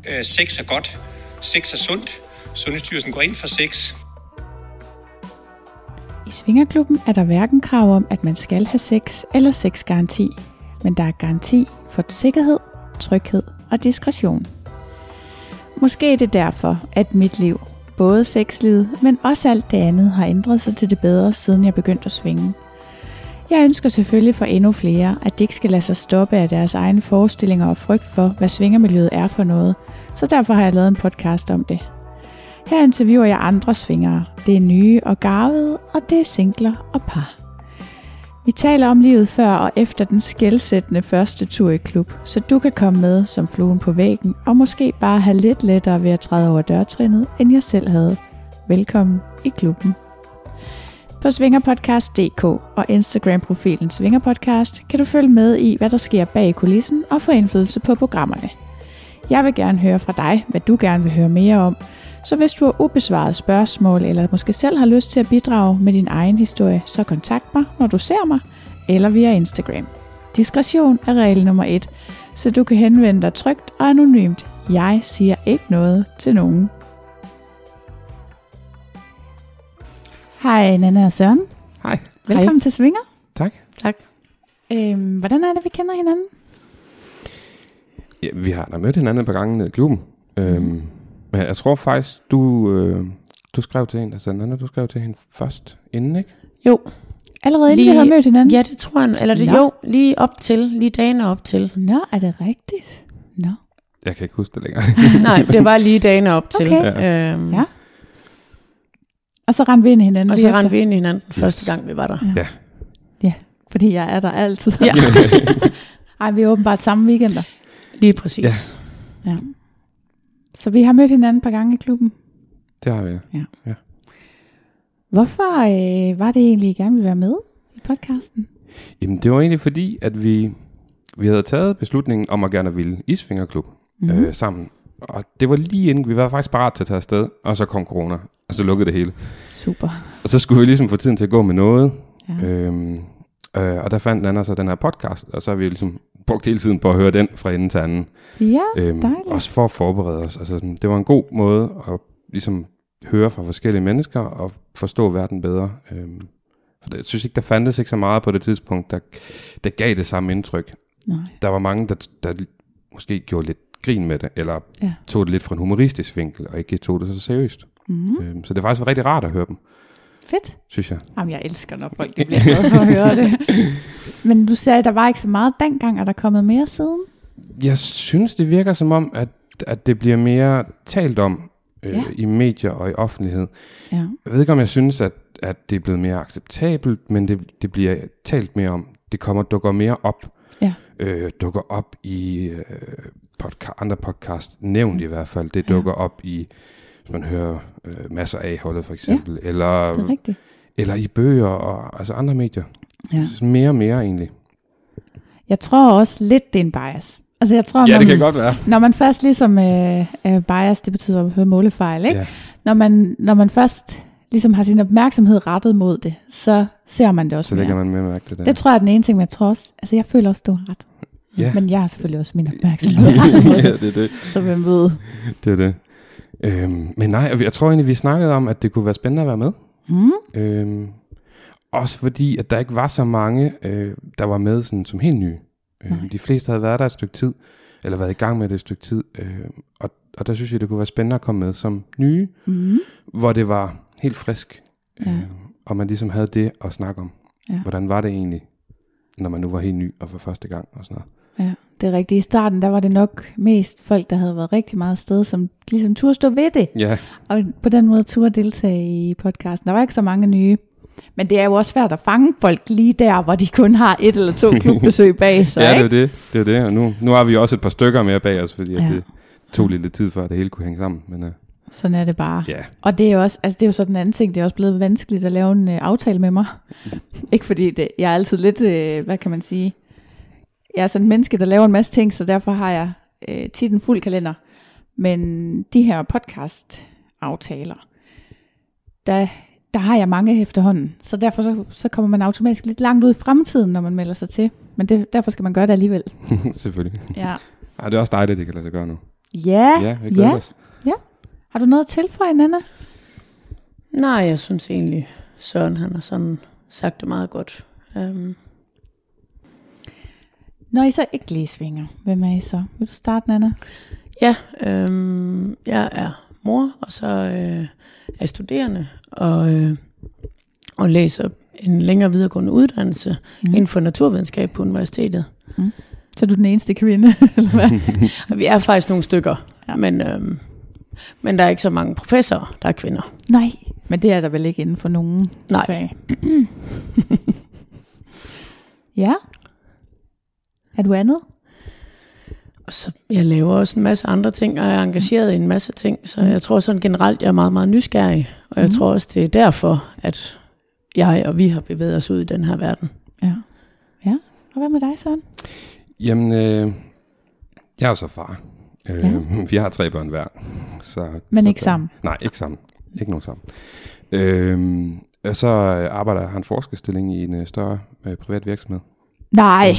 Sex er godt. Sex er sundt. Sundhedsstyrelsen går ind for sex. I Svingerklubben er der hverken krav om, at man skal have sex eller sexgaranti, men der er garanti for sikkerhed, tryghed og diskretion. Måske er det derfor, at mit liv, både sexlivet, men også alt det andet, har ændret sig til det bedre, siden jeg begyndte at svinge. Jeg ønsker selvfølgelig for endnu flere, at de ikke skal lade sig stoppe af deres egne forestillinger og frygt for, hvad svingermiljøet er for noget, så derfor har jeg lavet en podcast om det. Her interviewer jeg andre svingere. Det er nye og garvede, og det er singler og par. Vi taler om livet før og efter den skelsættende første tur i klub, så du kan komme med som fluen på væggen, og måske bare have lidt lettere ved at træde over dørtrinnet, end jeg selv havde. Velkommen i klubben. På svingerpodcast.dk og Instagram-profilen Svingerpodcast kan du følge med i, hvad der sker bag kulissen og få indflydelse på programmerne. Jeg vil gerne høre fra dig, hvad du gerne vil høre mere om, så hvis du har ubesvaret spørgsmål, eller måske selv har lyst til at bidrage med din egen historie, så kontakt mig, når du ser mig, eller via Instagram. Diskretion er regel nummer 1, så du kan henvende dig trygt og anonymt. Jeg siger ikke noget til nogen. Hej Nanna og Søren. Hej. Velkommen til Svinger. Tak. Hvordan er det, vi kender hinanden? Ja, vi har da mødt hinanden et par gange nede i klubben. Men jeg tror faktisk, du skrev til hende, altså Nanna, du skrev til hende først inden, ikke? Jo. Allerede inden vi havde mødt hinanden? Ja, det tror jeg. Eller det, jo, lige dagene op til. Nå, er det rigtigt? Nå. Jeg kan ikke huske det længere. Nej, det var lige dagene op til. Okay. Ja. Og så rendte vi ind i hinanden. Og så rendte vi ind i hinanden første gang, vi var der. Ja. Ja, fordi jeg er der altid. Ja. Ej, vi er åbenbart samme weekender. Lige præcis. Ja. Så vi har mødt hinanden et par gange i klubben. Det har vi, ja. Hvorfor var det egentlig, I gerne ville være med i podcasten? Jamen, det var egentlig fordi, at vi havde taget beslutningen om at gerne ville i Svingerklub sammen. Og det var lige inden, vi var faktisk parat til at tage afsted, og så kom corona, og så lukkede det hele. Super. Og så skulle vi ligesom få tiden til at gå med noget. Ja. Og der fandt Nanna så den her podcast, og så har vi ligesom brugt hele tiden på at høre den fra ende til anden. Ja, dejligt. Også for at forberede os. Altså, det var en god måde at ligesom høre fra forskellige mennesker og forstå verden bedre. For jeg synes ikke, der fandtes ikke så meget på det tidspunkt, der gav det samme indtryk. Nej. Der var mange, der måske gjorde lidt grin med det, eller tog det lidt fra en humoristisk vinkel, og ikke tog det så seriøst. Så det faktisk var rigtig rart at høre dem. Fedt. Synes jeg. Jamen, jeg elsker, når folk bliver glade for at høre det. Men du sagde, at der var ikke så meget dengang, og der er kommet mere siden? Jeg synes, det virker som om, at det bliver mere talt om i medier og i offentlighed. Ja. Jeg ved ikke, om jeg synes, at det er blevet mere acceptabelt, men det bliver talt mere om. Det dukker mere op. Ja. Dukker op i andre podcast, nævnt i hvert fald. Det dukker op i, hvis man hører masser af holdet for eksempel, eller i bøger og altså andre medier. Ja. Mere og mere egentlig. Jeg tror også lidt, det er en bias. Altså jeg tror, det kan godt være. Når man først ligesom bias, det betyder målefejl, ikke? Ja. Når man først ligesom har sin opmærksomhed rettet mod det, så ser man det også så lægger man mere mærke til det. Det tror jeg er den ene ting, men jeg tror også, altså jeg føler også, du har ret. Ja. Men jeg har selvfølgelig også min opmærksomhed rettet mod det. Det er det. Så hvem ved. Det er det. Men nej, jeg tror egentlig, vi snakkede om, at det kunne være spændende at være med. Også fordi, at der ikke var så mange, der var med sådan, som helt nye. De fleste havde været der et stykke tid, eller været i gang med det et stykke tid. Og der synes jeg, det kunne være spændende at komme med som nye, hvor det var helt frisk. Og man ligesom havde det at snakke om. Ja. Hvordan var det egentlig, når man nu var helt ny og for første gang og sådan noget. Ja, det er rigtigt. I starten, der var det nok mest folk, der havde været rigtig meget sted, som ligesom turde stå ved det. Ja. Og på den måde turde deltage i podcasten. Der var ikke så mange nye. Men det er jo også svært at fange folk lige der, hvor de kun har 1 eller 2 klubbesøg bag sig. Ja, det er det. Og nu har vi også et par stykker mere bag os, fordi at det tog lidt tid før, at det hele kunne hænge sammen. Men, sådan er det bare. Yeah. Og det er jo også, altså det er jo sådan en anden ting, det er også blevet vanskeligt at lave en aftale med mig. Ikke fordi jeg er altid lidt, hvad kan man sige, jeg er sådan en menneske, der laver en masse ting, så derfor har jeg tit en fuld kalender. Men de her podcast-aftaler, der har jeg mange efterhånden. Så derfor så kommer man automatisk lidt langt ud i fremtiden, når man melder sig til. Men derfor skal man gøre det alligevel. Selvfølgelig. Ja. Ej, det er også dejligt, det kan lade sig gøre nu. Ja, vi glæder os. Ja. Har du noget at tilføje, Nanna? Nej, jeg synes egentlig, Søren han har sådan sagt det meget godt. Når I så ikke lige svinger, hvem er I så? Vil du starte, Nanna? Ja, jeg er mor, og så er jeg studerende, og læser en længere videregående uddannelse inden for naturvidenskab på universitetet. Så er du den eneste kvinde, eller hvad? Vi er faktisk nogle stykker, men der er ikke så mange professorer, der er kvinder. Nej, men det er der vel ikke inden for nogen fag. Ja. Er du andet? Og så jeg laver også en masse andre ting, og jeg er engageret i en masse ting, så jeg tror sådan generelt, jeg er meget, meget nysgerrig, og jeg tror også, det er derfor, at jeg og vi har bevæget os ud i den her verden. Ja. Og hvad med dig, Søren? Jamen, jeg er så far. Vi har 3 børn hver. Men ikke sammen? Nej, ikke sammen. Ikke nogen sammen. Så arbejder han forskerstilling i en større privat virksomhed. Nej.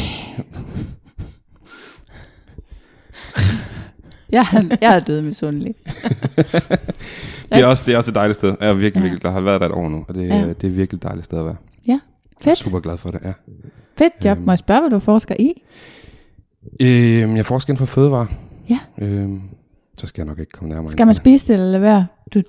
Jeg er død misundelig. Det er også et dejligt sted. Jeg er virkelig, der har været der et år nu, og det er virkelig et dejligt sted at være. Ja, fedt. Jeg er super glad for det, ja. Fedt job. Må jeg spørge, hvad du forsker i? Jeg forsker inden for fødevare. Ja. Så skal jeg nok ikke komme nærmere. Skal man spise det, eller lade være?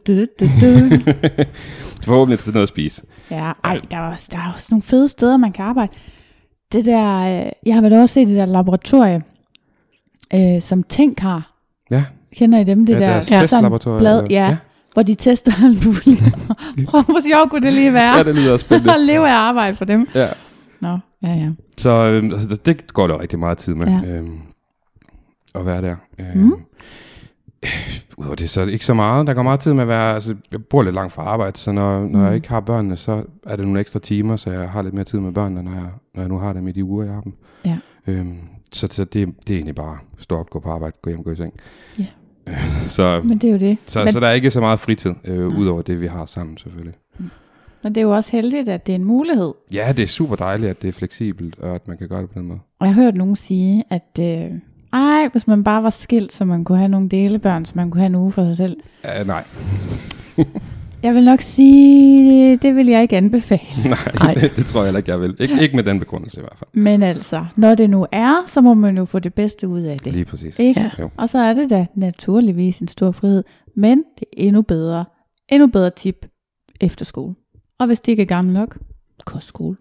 Forhåbentlig til noget at spise. Ja, der er også nogle fede steder, man kan arbejde. Det der, jeg har vel også set det der laboratorie, som Tænk har. Ja. Kender I dem? Det der testlaboratorie. Hvor de tester alt muligt. Hvor sjovt kunne det lige være. Ja, det lyder spændende. Og leve af arbejde for dem. Ja. Nå, ja. Så det går der rigtig meget tid med. At være der. Udover det, så er det ikke så meget. Der går meget tid med at være... Altså, jeg bor lidt langt fra arbejde, så når jeg ikke har børnene, så er det nogle ekstra timer, så jeg har lidt mere tid med børnene, når jeg nu har dem i de uger, jeg har dem. Ja. Så det er egentlig bare stå op, gå på arbejde, gå hjem, gå i seng. Ja. Men det er jo det. Så der er ikke så meget fritid, udover det, vi har sammen selvfølgelig. Men det er jo også heldigt, at det er en mulighed. Ja, det er super dejligt, at det er fleksibelt, og at man kan gøre det på den måde. Og jeg har hørt nogen sige, at hvis man bare var skilt, så man kunne have nogle delebørn, så man kunne have en uge for sig selv. Nej. Jeg vil nok sige, det vil jeg ikke anbefale. Nej. Det tror jeg heller ikke, jeg vil. Ikke med den begrundelse i hvert fald. Men altså, når det nu er, så må man jo få det bedste ud af det. Lige præcis. Ikke? Ja. Og så er det da naturligvis en stor frihed. Men det er endnu bedre tip efter skole. Og hvis de ikke er gamle nok, kostskole.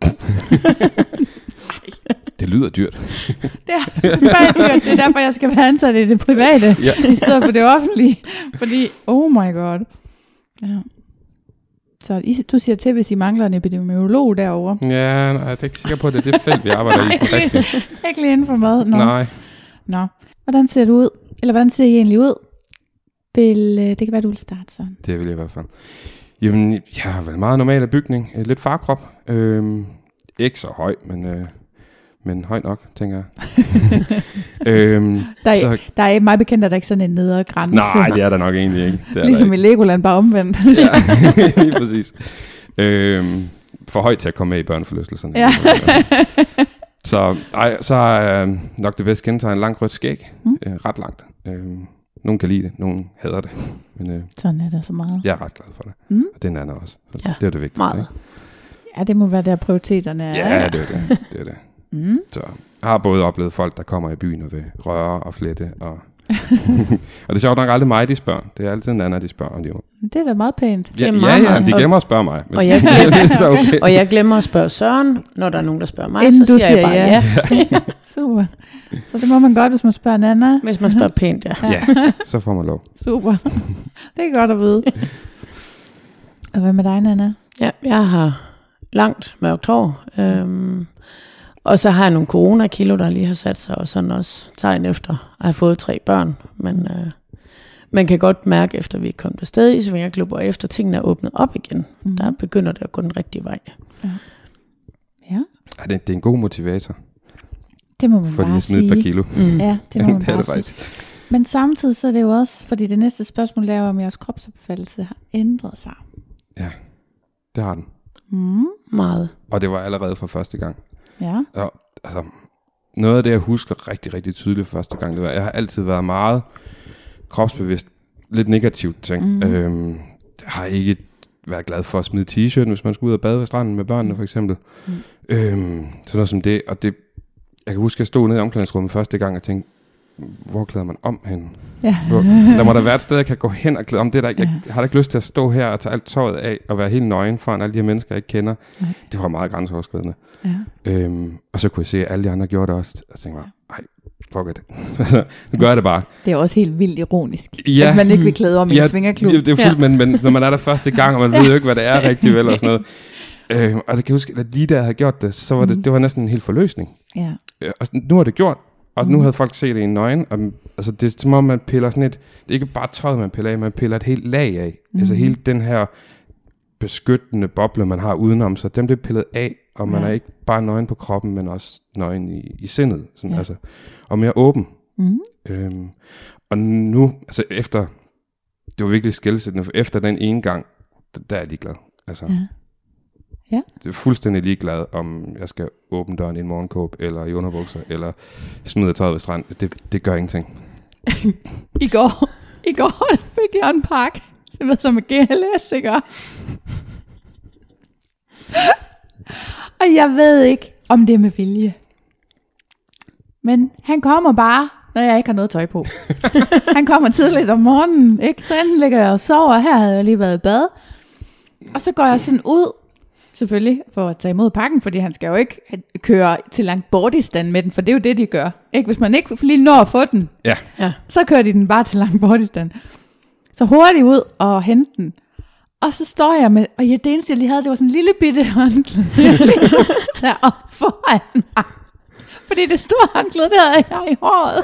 Det lyder dyrt. Det er bare dyrt. Det er derfor, jeg skal være ansat i det private, i stedet for det offentlige. Fordi, oh my god. Ja. Så du siger til, hvis I mangler en epidemiolog derovre. Ja, nej, jeg er ikke sikker på, at det er det felt, vi arbejder i. Ikke lige inden for mad. Nej. Nå. Hvordan ser du ud? Eller hvordan ser I egentlig ud? Det kan være, du vil starte sådan. Det vil jeg i hvert fald. Jamen, jeg har vel meget normal af bygning. Lidt farkrop. Ikke så høj, men høj nok, tænker jeg. Der er mig bekendt, at der ikke sådan en nedre grænse. Nej, det er der nok egentlig ikke. Det er ligesom i Legoland, bare omvendt. Ja, lige præcis. For højt til at komme med i børneforlystelserne. Ja. Så har jeg nok det bedste kendetegn langt rødt skæg. Ret langt. Nogen kan lide det, nogen hader det. Men, sådan er det så meget. Jeg er ret glad for det. Og den anden også. Så det er det vigtigste. Meget. Ja, det må være der prioriteterne er. Ja, det er det. Så jeg har både oplevet folk, der kommer i byen og vil røre og flette. Og det er sjovt nok aldrig mig, de spørger. Det er altid en anden, de spørger om det. Det er da meget pænt. Ja, de glemmer at spørge mig. Men og jeg glemmer at spørge Søren, når der er nogen, der spørger mig. Inden så siger jeg bare ja. Super. Så det må man godt, hvis man spørger Nanna. Hvis man spørger pænt, ja. Ja, så får man lov. Super. Det er godt at vide. Og hvad med dig, Nanna? Ja, jeg har langt mørkt hår. Og så har jeg nogle coronakilo, der lige har sat sig, og sådan også tegn efter at have fået 3 børn. Men man kan godt mærke, efter vi er kommet afsted i svingerklub, og efter tingene er åbnet op igen, der begynder det at gå den rigtige vej. Ja. Det er en god motivator. Det må man for bare sige. For lige at smide et par kilo. Ja, det må man det er bare det faktisk. sige. Men samtidig så er det jo også, fordi det næste spørgsmål er jo, om jeres kropsopfattelse har ændret sig. Ja, det har den. Meget. Og det var allerede for første gang. Ja. Og, altså, noget af det, jeg husker rigtig, rigtig tydeligt første gang, det var, jeg har altid været meget kropsbevidst, lidt negativt ting. Har ikke været glad for at smide t-shirten, hvis man skulle ud og bade ved stranden med børnene, for eksempel. Sådan noget som det, og det, jeg kan huske, at jeg stod nede i omklædningsrummet første gang og tænkte, hvor klæder man om henne? Ja. Der må der være et sted, jeg kan gå hen og klæde om. Jeg har da ikke lyst til at stå her og tage alt tøjet af og være helt nøgen foran alle de her mennesker, jeg ikke kender. Nej. Det var meget grænseoverskridende. Ja. Og så kunne jeg se, at alle de andre gjorde det også. Og jeg tænkte bare, fuck it. Nu gør jeg det bare. Det er også helt vildt ironisk, at man ikke vil klæde om i en svingerklub. Det er fuldt, men når man er der første gang, og man ved jo ikke, hvad det er rigtig vel og sådan noget. Og jeg kan huske, at lige da jeg havde gjort det, så var det var næsten en hel forløsning. Ja. Og nu er det gjort. Og nu havde folk set det i nøgen, og altså det er som om, man piller sådan det er ikke bare tøjet, man piller af, man piller et helt lag af. Altså hele den her beskyttende boble, man har udenom sig, dem bliver pillet af, og man er ikke bare nøgen på kroppen, men også nøgen i sindet, sådan, altså, og mere åben. Og nu, altså efter, det var virkelig skelsættende, for efter den ene gang, der er jeg ligeglad. Altså, ja. Det er fuldstændig ligeglad, om jeg skal åbne døren i en morgenkåb, eller i underbukser, eller smide tøjet ved strand. Det gør ingenting. I går fik jeg en pakke, som er GLS, ikke? Og jeg ved ikke, om det er med vilje. Men han kommer bare, når jeg ikke har noget tøj på. Han kommer tidligt om morgenen, ikke? Så enten ligger jeg og sover, her havde jeg lige været i bad. Og så går jeg sådan ud, selvfølgelig, for at tage imod pakken, fordi han skal jo ikke køre til Langbortistan med den, for det er jo det, de gør. Ikke? Hvis man ikke lige når at få den, så kører de den bare til Langbortistan. Så hurtigt ud og hente den. Og så står jeg med, og det eneste, jeg lige havde, det var sådan en lille bitte håndklæde, jeg lige tager op foran mig. Fordi det store håndklæde, det havde jeg i håret.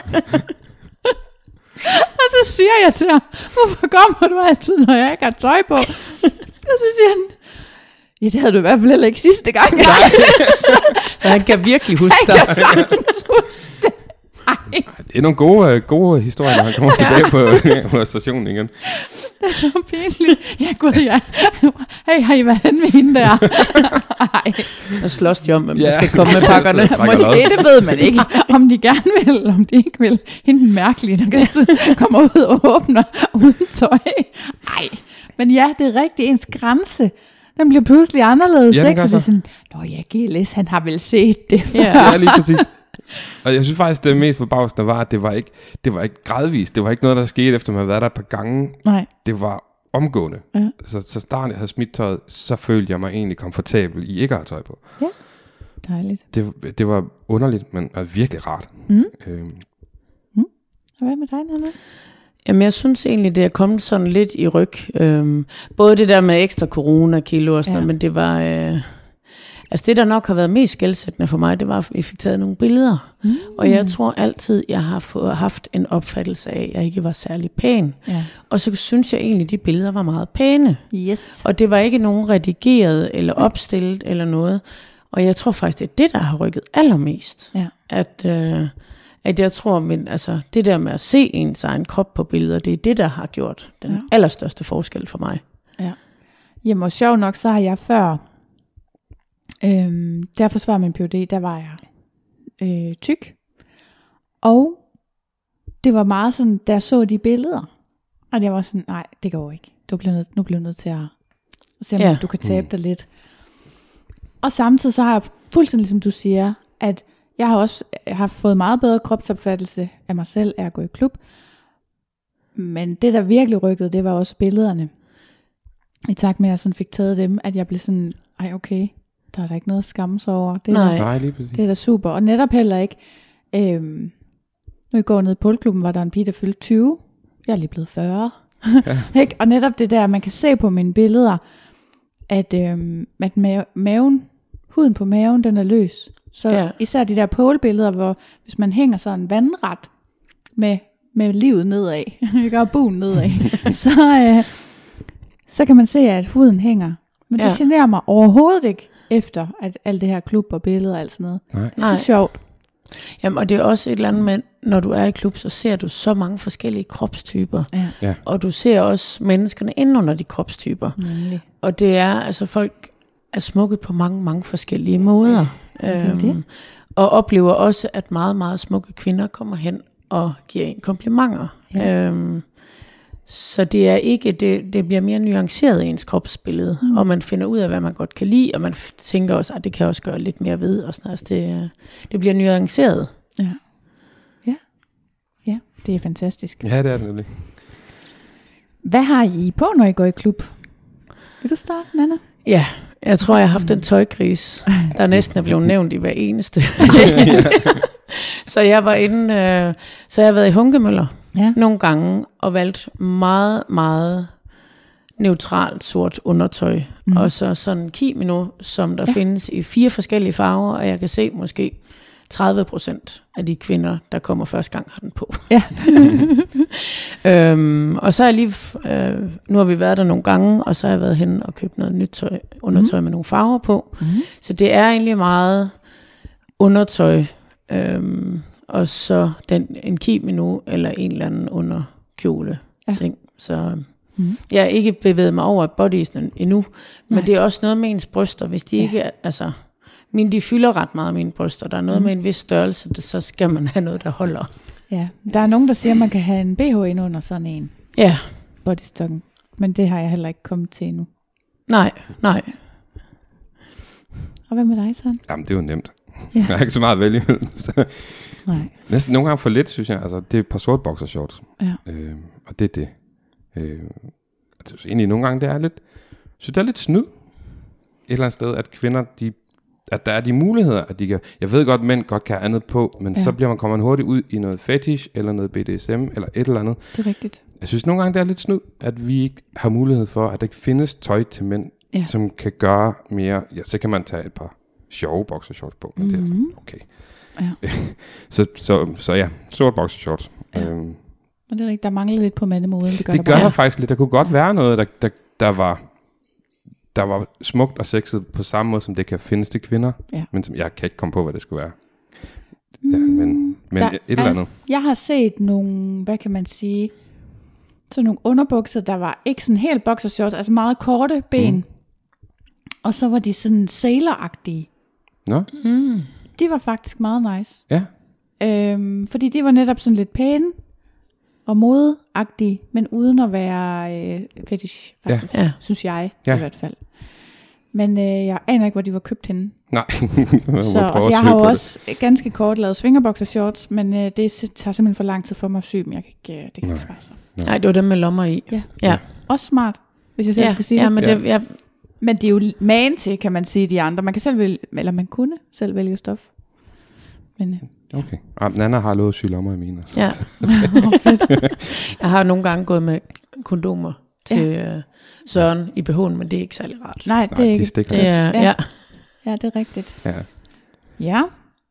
Og så siger jeg til ham, hvorfor kommer du altid, når jeg ikke har tøj på? Og så siger han, ja, det havde du i hvert fald heller ikke sidste gang. Så han kan virkelig huske dig. Han kan sagtens huske det. Det er nogle gode historier, når han kommer tilbage på stationen igen. Det er så pinligt. Ja, gud, ja. Hey, har I været henne med hende der? Ej. Og slås de om, hvem der skal komme med pakkerne. Måske, det ved man ikke. Om de gerne vil, eller om de ikke vil. Hende den mærkelige, der kan komme ud og åbner uden tøj. Ej. Men ja, det er rigtig ens grænse. Den bliver pludselig anderledes, ikke? For det er sådan, ja, GLS, han har vel set det før. Ja, lige præcis. Og jeg synes faktisk, det mest forbavsende var, at det var ikke gradvist. Det var ikke noget, der skete, efter man havde været der et par gange. Nej. Det var omgående. Ja. Så snart jeg havde smidt tøjet, så følte jeg mig egentlig komfortabel i ikke at have tøj på. Ja, dejligt. Det var underligt, men virkelig rart. Og hvad med dig, Nanna? Jamen, jeg synes egentlig, det er kommet sådan lidt i ryg. Både det der med ekstra corona-kilo og sådan noget, men det var... Altså det, der nok har været mest skelsættende for mig, det var, at vi fik taget nogle billeder. Og jeg tror altid, jeg har haft en opfattelse af, at jeg ikke var særlig pæn. Ja. Og så synes jeg egentlig, at de billeder var meget pæne. Yes. Og det var ikke nogen redigeret eller opstillet eller noget. Og jeg tror faktisk, det er det, der har rykket allermest. Ja. At jeg tror, det der med at se ens egen krop på billeder, det er det, der har gjort den allerstørste forskel for mig. Ja. Jamen og sjov nok, så har jeg før... der forsvarede min PhD, der var jeg tyk. Og det var meget sådan, da jeg så de billeder, og jeg var sådan, nej, det går ikke. Nu bliver jeg nødt til at se, om du kan tabe dig lidt. Og samtidig så har jeg fuldstændig, som du siger, at jeg har fået meget bedre kropsopfattelse af mig selv, af at gå i klub. Men det, der virkelig rykkede, det var også billederne. I takt med, at jeg sådan fik taget dem, at jeg blev sådan, okay, der er da ikke noget at skamme sig over. Det er da super. Og netop heller ikke, nu i går nede i Polklubben, var der en pige, der fyldte 20. Jeg er lige blevet 40. Ja. Og netop det der, man kan se på mine billeder, at maven, huden på maven, den er løs. Så især de der pole-billeder, hvor hvis man hænger sådan vandret med livet nedad, ikke, og buen nedad, så kan man se, at huden hænger. Men det generer mig overhovedet ikke, efter at alt det her klub og billeder og alt sådan noget. Nej. Det er så sjovt. Jamen, og det er også et eller andet med, når du er i klub, så ser du så mange forskellige kropstyper. Ja. Og du ser også menneskerne inde under de kropstyper. Nemlig. Og det er, altså folk er smukke på mange, mange forskellige måder. Og oplever også, at meget, meget smukke kvinder kommer hen og giver en komplimenter. Ja. Så det er ikke, det bliver mere nuanceret i ens kropsbillede, og man finder ud af, hvad man godt kan lide, og man tænker også, at det kan også gøre lidt mere ved, og sådan noget. Det bliver nuanceret. Ja, det er fantastisk. Ja, det er det nemlig. Hvad har I på, når I går i klub? Vil du starte, Nanna? Ja, jeg tror, jeg har haft en tøjkris, der næsten er blevet nævnt i hver eneste. Så jeg var inde, så jeg har været i Hunkemøller nogle gange, og valgt meget, meget neutralt sort undertøj. Og så sådan en kimono, som der findes i 4 forskellige farver, og jeg kan se måske 30% af de kvinder, der kommer første gang, har den på. Ja. Og så er jeg lige, nu har vi været der nogle gange, og så har jeg været hen og købt noget nyt undertøj med nogle farver på. Så det er egentlig meget undertøj, og så en kimono eller en eller anden underkjole ting. Så jeg har ikke bevæget mig over bodysen endnu, men det er også noget med ens bryster, hvis de ikke, altså de fylder ret meget af mine bryster. Der er noget med en vis størrelse, så skal man have noget, der holder. Ja, der er nogen, der siger, at man kan have en BH ind under sådan en. Ja. Bodystokken. Men det har jeg heller ikke kommet til endnu. Nej. Og hvad med dig, Søren? Jamen, det er jo nemt. Ja. Jeg har ikke så meget at vælge. Nej. Næsten nogle gange for lidt, synes jeg. Altså, det er et par sorte boxershorts. Ja. Og det er det. Altså, egentlig nogle gange, det er lidt snyd. Et eller andet sted, at kvinder, at der er de muligheder, at de kan. Jeg ved godt, at mænd godt kan have andet på, men så kommer man hurtigt ud i noget fetish, eller noget BDSM, eller et eller andet. Det er rigtigt. Jeg synes nogle gange, det er lidt snyd, at vi ikke har mulighed for, at der ikke findes tøj til mænd, som kan gøre mere. Ja, så kan man tage et par sjove boxershorts på, men det er sådan, okay. Ja. så ja, sort boxershorts. Ja. Men det er rigtigt, der mangler lidt på mandemoden. Det gør der faktisk lidt. Der kunne godt være noget, der var smukt og sexet på samme måde, som det kan findes til kvinder. Ja. Men som jeg kan ikke komme på, hvad det skulle være. Ja, men et eller andet. Jeg har set nogle, hvad kan man sige, sådan nogle underbukser, der var ikke sådan helt boxershorts, altså meget korte ben. Og så var de sådan sailor-agtige. Nå? De var faktisk meget nice. Ja. Fordi de var netop sådan lidt pæne og modeagtige, men uden at være fetish, faktisk, synes jeg i hvert fald. Men jeg aner ikke, hvor de var købt henne. Nej. Så jeg har jo også ganske kort lavet svingerboksershorts, men det tager simpelthen for lang tid for mig at sy dem. Det kan ikke svare sig. Nej, det var dem med lommer i. Ja. Også smart, hvis jeg selv skal sige det. Men det. Men det er jo man til, kan man sige, de andre. Man kan selv vælge, eller man kunne selv vælge stof. Men okay. Nanna har lovet sy lommer i mine. Ja. Jeg har nogle gange gået med kondomer til Søren i BH'en, men det er ikke særlig rart. Nej, det er ikke. Det er, ja, det er rigtigt. Ja.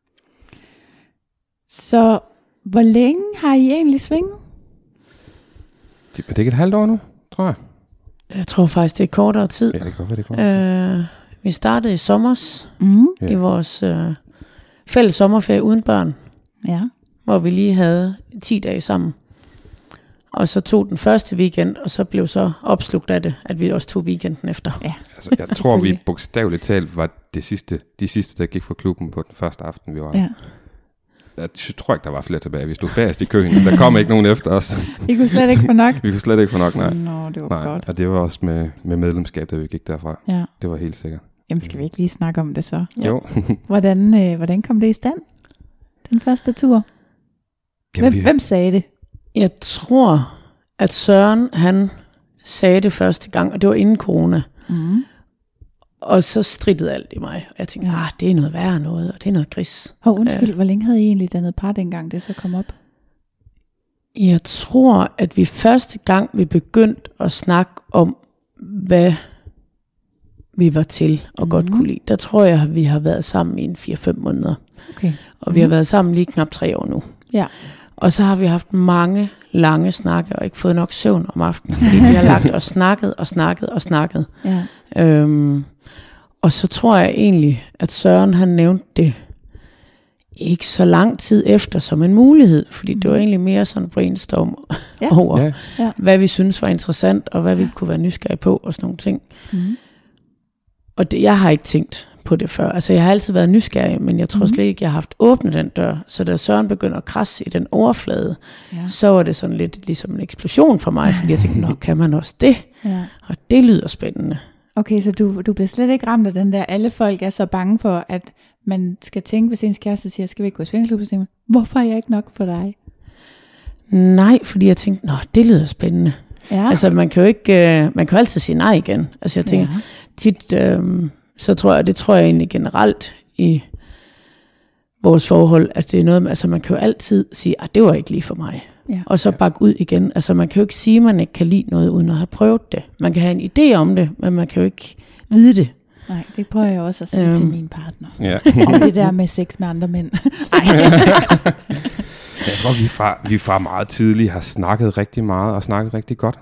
Så hvor længe har I egentlig svinget? Er det ikke et halvt år nu, tror jeg? Jeg tror faktisk, det er kortere tid. Ja, det kan godt være, det vi startede i sommers i vores fælles sommerferie uden børn. Ja. Hvor vi lige havde 10 dage sammen. Og så tog den første weekend, og så blev så opslugt af det, at vi også tog weekenden efter. Ja. Altså, jeg tror, vi bogstaveligt talt var de sidste, der gik fra klubben på den første aften, vi var. Ja. Jeg tror ikke, der var flere tilbage. Vi stod bagerst i køen, men der kom ikke nogen efter os. I kunne slet ikke få nok? Vi kunne slet ikke få nok, nej. Nå, det var godt. Og det var også med medlemskab, da vi gik derfra. Ja. Det var helt sikkert. Jamen, skal vi ikke lige snakke om det så? Jo. Hvordan kom det i stand? Den første tur? Hvem sagde det? Jeg tror, at Søren, han sagde det første gang, og det var inden corona. Og så strittede alt i mig. Og jeg tænkte, det er noget værre noget, og det er noget gris. Undskyld, hvor længe havde I egentlig dannet par, dengang det så kom op? Jeg tror, at vi første gang, vi begyndte at snakke om, hvad vi var til og godt kunne lide, der tror jeg, at vi har været sammen i 4-5 måneder. Okay. Og vi har været sammen lige knap 3 år nu. Ja. Og så har vi haft mange lange snakke, og ikke fået nok søvn om aftenen, fordi vi har lagt og snakket. Ja. Og så tror jeg egentlig, at Søren han nævnte det ikke så lang tid efter som en mulighed, fordi det var egentlig mere sådan brainstorm over, hvad vi synes var interessant, og hvad vi kunne være nysgerrige på, og sådan nogle ting. Og det, jeg har ikke tænkt på det før. Altså jeg har altid været nysgerrig, men jeg tror slet ikke, jeg har haft åbnet den dør. Så da Søren begynder at krasse i den overflade, så var det sådan lidt ligesom en eksplosion for mig, fordi jeg tænkte, nå, kan man også det? Ja. Og det lyder spændende. Okay, så du bliver slet ikke ramt af den der, alle folk er så bange for, at man skal tænke, hvis ens kæreste siger, skal vi ikke gå i svingerklub, så tænker man, hvorfor er jeg ikke nok for dig? Nej, fordi jeg tænkte, nå, det lyder spændende. Ja. Altså man kan jo ikke, man kan jo altid sige nej igen. Altså jeg tænker tit, så tror jeg egentlig generelt i vores forhold, at det er noget, altså man kan jo altid sige, det var ikke lige for mig. Ja. Og så bakke ud igen. Altså man kan jo ikke sige, at man ikke kan lide noget, uden at have prøvet det. Man kan have en idé om det, men man kan jo ikke vide det. Nej, det prøver jeg også at sige til min partner. Ja. Og det der med sex med andre mænd. Jeg tror, vi fra meget tidligt har snakket rigtig meget og snakket rigtig godt.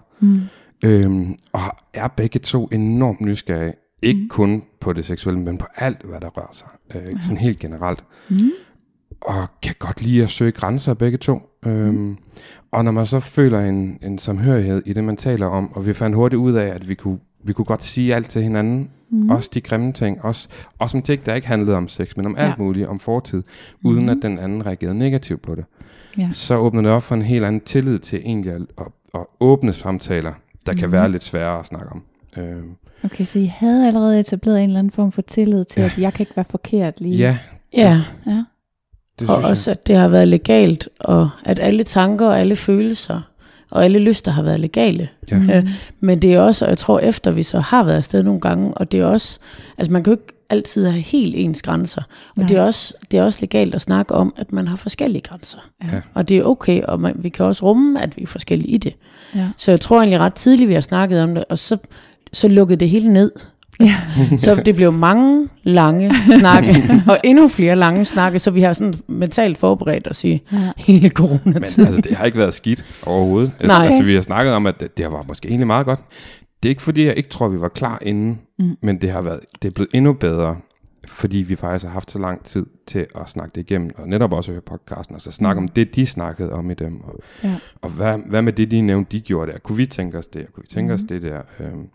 Og er begge to enormt nysgerrige. Ikke kun på det seksuelle, men på alt, hvad der rører sig. Sådan helt generelt. Og kan godt lide at søge grænser begge to. Og når man så føler en samhørighed i det, man taler om, og vi fandt hurtigt ud af, at vi kunne godt sige alt til hinanden, også de grimme ting, også om ting, der ikke handlede om sex, men om alt muligt, om fortid, uden at den anden reagerede negativt på det. Ja. Så åbner det op for en helt anden tillid til egentlig at åbne samtaler, der kan være lidt sværere at snakke om. Okay, så I havde allerede etableret en eller anden form for tillid til, at jeg kan ikke være forkert lige. Ja. Og også, at det har været legalt, og at alle tanker og alle følelser og alle lyster har været legale. Ja. Men det er også, og jeg tror efter vi så har været afsted nogle gange, og det er også, altså man kan jo ikke altid have helt ens grænser. Og det er også legalt at snakke om, at man har forskellige grænser. Ja. Og det er okay, og vi kan også rumme, at vi er forskellige i det. Ja. Så jeg tror egentlig ret tidligt, vi har snakket om det, og så lukkede det hele ned. Ja. Så det blev mange lange snakke, og endnu flere lange snakke, så vi har sådan mentalt forberedt os i hele coronatiden. Men altså, det har ikke været skidt overhovedet. Altså, vi har snakket om, at det var måske egentlig meget godt. Det er ikke fordi, jeg ikke tror, vi var klar inden, men det er blevet endnu bedre, fordi vi faktisk har haft så lang tid til at snakke det igennem, og netop også høre podcasten, og så snakke om det, de snakkede om i dem, og hvad med det, de nævnte, de gjorde der. Kunne vi tænke os det, kunne vi tænke os det der?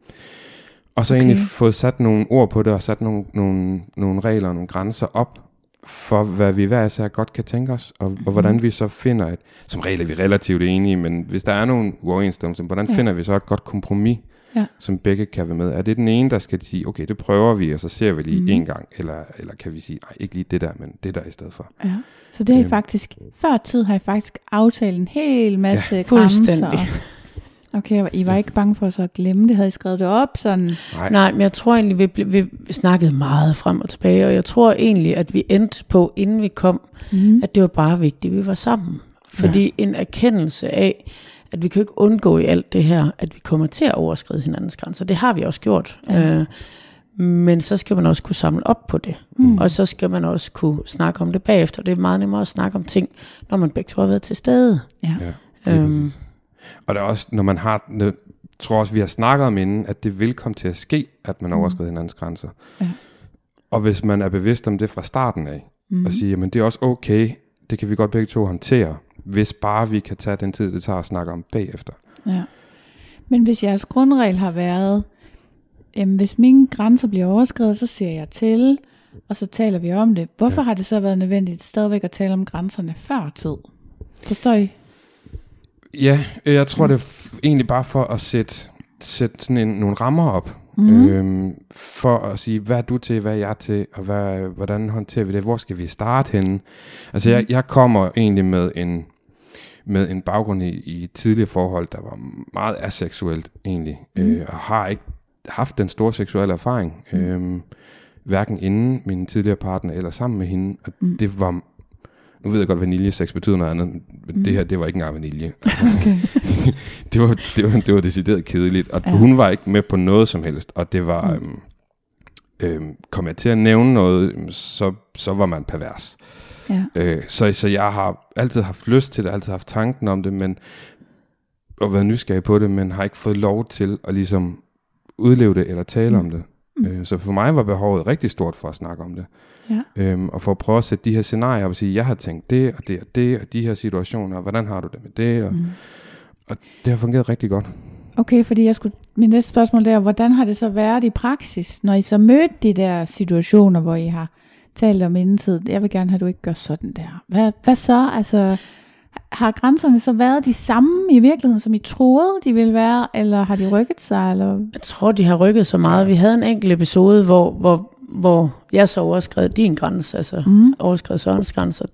Og så egentlig fået sat nogle ord på det, og sat nogle regler og nogle grænser op, for hvad vi hver især godt kan tænke os, og hvordan vi så finder som regel er vi relativt enige, men hvis der er nogle uoverensstemmelser, hvordan finder vi så et godt kompromis, som begge kan være med? Er det den ene, der skal sige, okay, det prøver vi, og så ser vi lige en gang, eller kan vi sige, nej, ikke lige det der, men det der i stedet for. Ja. Så det har I faktisk, før tid har I faktisk aftalt en hel masse fuldstændig. Okay, I var ikke bange for så at glemme det? Havde I skrevet det op sådan? Nej, men jeg tror egentlig, vi snakkede meget frem og tilbage, og jeg tror egentlig, at vi endte på, inden vi kom, at det var bare vigtigt, at vi var sammen. Fordi en erkendelse af, at vi kan ikke undgå i alt det her, at vi kommer til at overskride hinandens grænser. Det har vi også gjort. Ja. Men så skal man også kunne samle op på det. Og så skal man også kunne snakke om det bagefter. Det er meget nemmere at snakke om ting, når man begge to har været til stede. Og der er også, når man har, tror også, vi har snakket om inden, at det vil komme til at ske, at man overskrider hinandens grænser. Ja. Og hvis man er bevidst om det fra starten af, og siger, jamen det er også okay, det kan vi godt begge to håndtere, hvis bare vi kan tage den tid, det tager at snakke om bagefter. Ja. Men hvis jeres grundregel har været, hvis mine grænser bliver overskredet, så siger jeg til, og så taler vi om det. Hvorfor har det så været nødvendigt stadigvæk at tale om grænserne før tid? Forstår I? Ja, jeg tror det er egentlig bare for at sætte sådan nogle rammer op. For at sige, hvad er du til, hvad er jeg til, og hvordan håndterer vi det, hvor skal vi starte henne? Altså jeg kommer egentlig med en baggrund i tidligere forhold, der var meget aseksuelt egentlig, og har ikke haft den store seksuelle erfaring, hverken inden min tidligere partner eller sammen med hende. Og det var, nu ved jeg godt, vaniljesex betyder noget andet, men det her, det var ikke engang vanilje. Altså, det var decideret kedeligt, og hun var ikke med på noget som helst, og det var, kom jeg til at nævne noget, så var man pervers. Ja. Så jeg har altid haft lyst til det, altid haft tanken om det, men og været nysgerrig på det, men har ikke fået lov til at ligesom udleve det eller tale om det. Så for mig var behovet rigtig stort for at snakke om det. Ja. Og for at prøve at sætte de her scenarier op og sige, jeg har tænkt det og det og det og de her situationer, og hvordan har du det med det? Og det har fungeret rigtig godt. Okay, fordi min næste spørgsmål er, hvordan har det så været i praksis, når I så mødte de der situationer, hvor I har talt om indtid, jeg vil gerne have, at du ikke gør sådan der. Hvad så? Altså, har grænserne så været de samme i virkeligheden, som I troede, de ville være, eller har de rykket sig? Eller? Jeg tror, de har rykket så meget. Vi havde en enkelt episode, hvor jeg så overskred din grænse, altså overskred Sørens grænser.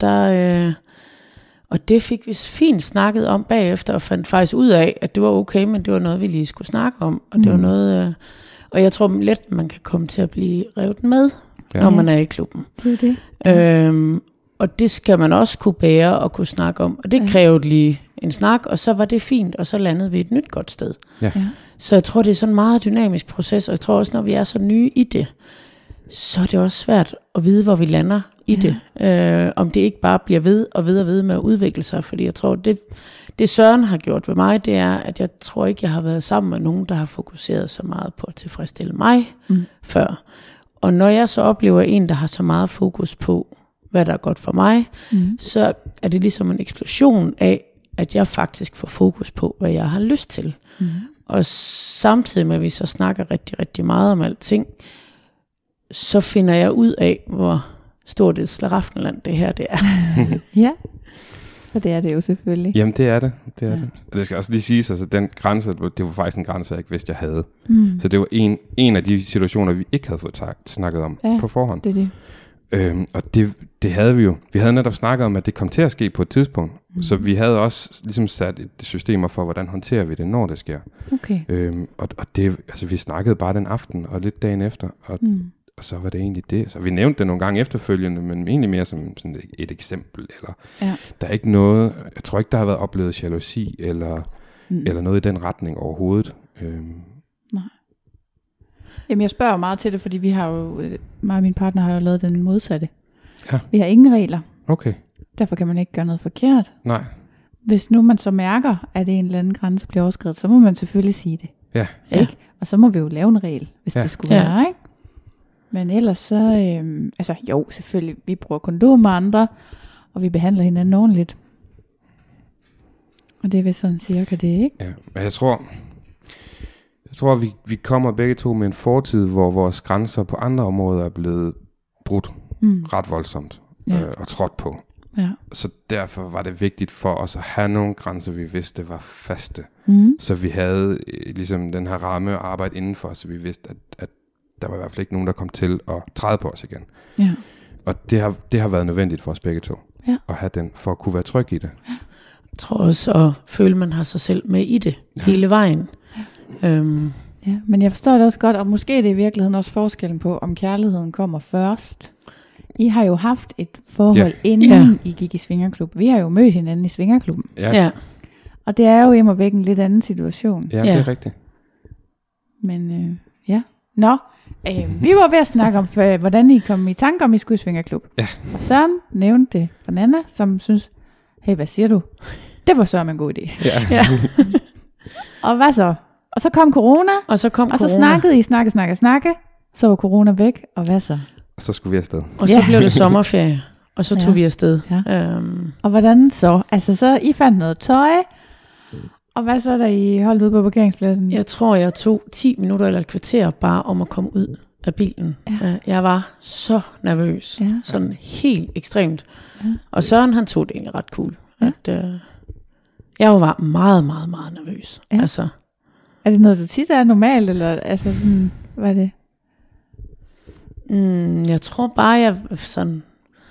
Og det fik vi fint snakket om bagefter, og fandt faktisk ud af, at det var okay, men det var noget, vi lige skulle snakke om. Og det var noget, og jeg tror let, man kan komme til at blive revet med, når man er i klubben. Det er det. Og det skal man også kunne bære og kunne snakke om. Og det krævede lige en snak, og så var det fint, og så landede vi et nyt godt sted. Ja. Så jeg tror, det er sådan en meget dynamisk proces, og jeg tror også, når vi er så nye i det, så er det også svært at vide, hvor vi lander i det. Om det ikke bare bliver ved og ved med at udvikle sig. Fordi jeg tror, det Søren har gjort ved mig, det er, at jeg tror ikke, jeg har været sammen med nogen, der har fokuseret så meget på at tilfredsstille mig før. Og når jeg så oplever en, der har så meget fokus på, hvad der er godt for mig, så er det ligesom en eksplosion af, at jeg faktisk får fokus på, hvad jeg har lyst til. Og samtidig med, at vi så snakker rigtig, rigtig meget om alting, så finder jeg ud af, hvor stort et slaraffenland det her det er. Ja, og det er det jo selvfølgelig. Jamen det er det. Og det skal også lige siges, altså den grænse, det var faktisk en grænse, jeg ikke vidste, jeg havde. Så det var en af de situationer, vi ikke havde fået snakket om på forhånd. Det er det. Og det havde vi jo. Vi havde netop snakket om, at det kom til at ske på et tidspunkt. Så vi havde også ligesom sat et systemer for, hvordan håndterer vi det, når det sker. Okay. Og det, altså vi snakkede bare den aften, og lidt dagen efter, og så var det egentlig det. Så vi nævnte det nogle gange efterfølgende, men egentlig mere som sådan et eksempel. Eller der er ikke noget, jeg tror ikke, der har været oplevet jalousi, eller noget i den retning overhovedet. Nej. Jamen jeg spørger meget til det, fordi vi har jo, mig og min partner har jo lavet den modsatte. Ja. Vi har ingen regler. Okay. Derfor kan man ikke gøre noget forkert. Nej. Hvis nu man så mærker, at en eller anden grænse bliver overskredet, så må man selvfølgelig sige det. Ja. Ikke? Og så må vi jo lave en regel, hvis det skulle være, ikke? Men ellers så, altså jo, selvfølgelig, vi bruger kondom med andre, og vi behandler hinanden ordentligt. Og det er vist sådan cirka det, ikke? Ja, men jeg tror vi kommer begge to med en fortid, hvor vores grænser på andre områder er blevet brudt ret voldsomt og trådt på. Ja. Så derfor var det vigtigt for os at have nogle grænser, vi vidste var faste. Så vi havde ligesom den her ramme og arbejde indenfor, så vi vidste, at der var i hvert fald ikke nogen, der kom til at træde på os igen. Ja. Og det har været nødvendigt for os begge to, at have den, for at kunne være tryg i det. Jeg tror også at føle, man har sig selv med i det hele vejen. Ja, men jeg forstår det også godt, og måske er det i virkeligheden også forskellen på, om kærligheden kommer først. I har jo haft et forhold inden I gik i svingerklub. Vi har jo mødt hinanden i svingerklubben. Ja. Og det er jo immer væk en lidt anden situation. Ja, det er rigtigt. Men Nå, vi var ved at snakke om, hvordan I kom i tanke om, I skulle i svingerklub. Ja. Og Søren nævnte det for Nana, som synes, hey, hvad siger du? Det var så en god idé. Ja. Og hvad så? Og så kom corona. Og så snakkede I, snakke. Så var corona væk, og hvad så? Og så skulle vi afsted. Og så blev det sommerferie, og så tog vi afsted. Ja. Og hvordan så? Altså så, I fandt noget tøj, og hvad så, da I holdt ude på parkeringspladsen? Jeg tror, jeg tog 10 minutter eller et kvarter bare om at komme ud af bilen. Ja. Jeg var så nervøs. Ja. Sådan helt ekstremt. Ja. Og Søren, han tog det egentlig ret cool. Ja. At, jeg var meget, meget, meget nervøs. Ja. Altså. Er det noget, du tit er normalt, eller altså sådan, hvad er det? Jeg tror bare, jeg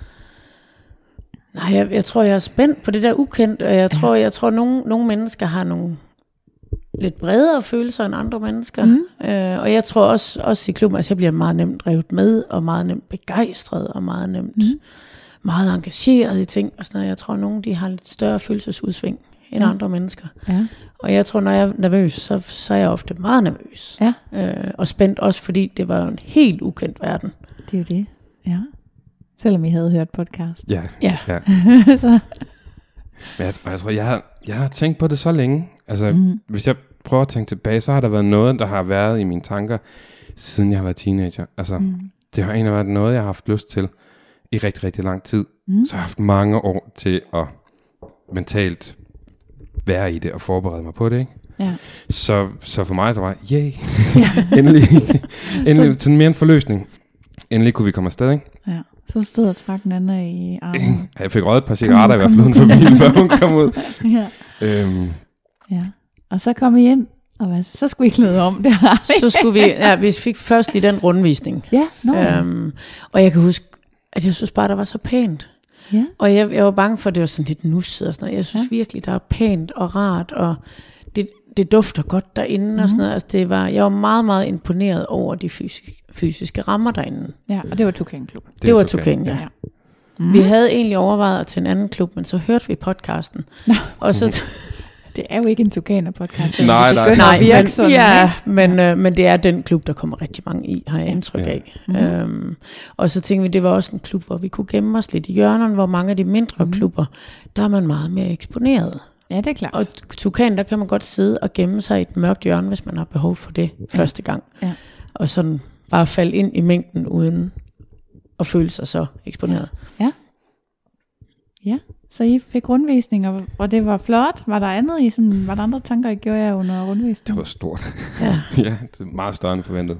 tror, jeg er spændt på det der ukendt, og jeg tror nogle mennesker har nogle lidt bredere følelser end andre mennesker. Og jeg tror også i klubben, altså jeg bliver meget nemt revet med, og meget nemt begejstret, og meget nemt meget engageret i ting. Og sådan noget. Jeg tror, nogle de har lidt større følelsesudsving end andre mennesker. Ja. Og jeg tror, når jeg er nervøs, så er jeg ofte meget nervøs. Ja. Og spændt også, fordi det var en helt ukendt verden. Det er jo det, ja. Selvom I havde hørt podcast. Ja. Så. Men jeg tror, jeg har tænkt på det så længe. Altså, hvis jeg prøver at tænke tilbage, så har der været noget, der har været i mine tanker, siden jeg var teenager. Altså, det har egentlig været noget, jeg har haft lyst til i rigtig, rigtig lang tid. Så jeg har haft mange år til at mentalt være i det og forberede mig på det, ikke? Ja. Så for mig, der var, endelig sådan mere en forløsning. Endelig kunne vi komme afsted, ikke? Ja. Så stod og trak den anden i armen. Jeg fik røget et par cigaretter i hvert fald uden for bilen, før hun kom ud. Ja. Og så kom I ind, og så skulle I klæde om det her. Så skulle vi fik først lige den rundvisning. Ja, og jeg kan huske, at jeg synes bare, der var så pænt. Ja. Og jeg var bange for, at det var sådan lidt nusset og sådan noget. Jeg synes virkelig, der er pænt og rart, og det dufter godt derinde og sådan noget. Altså, jeg var meget, meget imponeret over de fysiske rammer derinde. Ja, og det var Tukan Klub. Det var Tukan, ja. Vi havde egentlig overvejet at tage en anden klub, men så hørte vi podcasten. Og så det er jo ikke en Tukaner-podcast. Nej, men det er den klub, der kommer rigtig mange i, har jeg indtryk af. Og så tænkte vi, det var også en klub, hvor vi kunne gemme os lidt i hjørnerne, hvor mange af de mindre klubber, der er man meget mere eksponeret. Ja, det er klart. Og Tukan, der kan man godt sidde og gemme sig i et mørkt hjørne, hvis man har behov for det første gang. Ja. Og sådan bare falde ind i mængden, uden at føle sig så eksponeret. Ja, så I fik rundvisning, og det var flot. Var der andet i sådan, var der andre tanker, I gjorde jer under rundvisningen? Det var stort. Ja, det er meget større end forventet.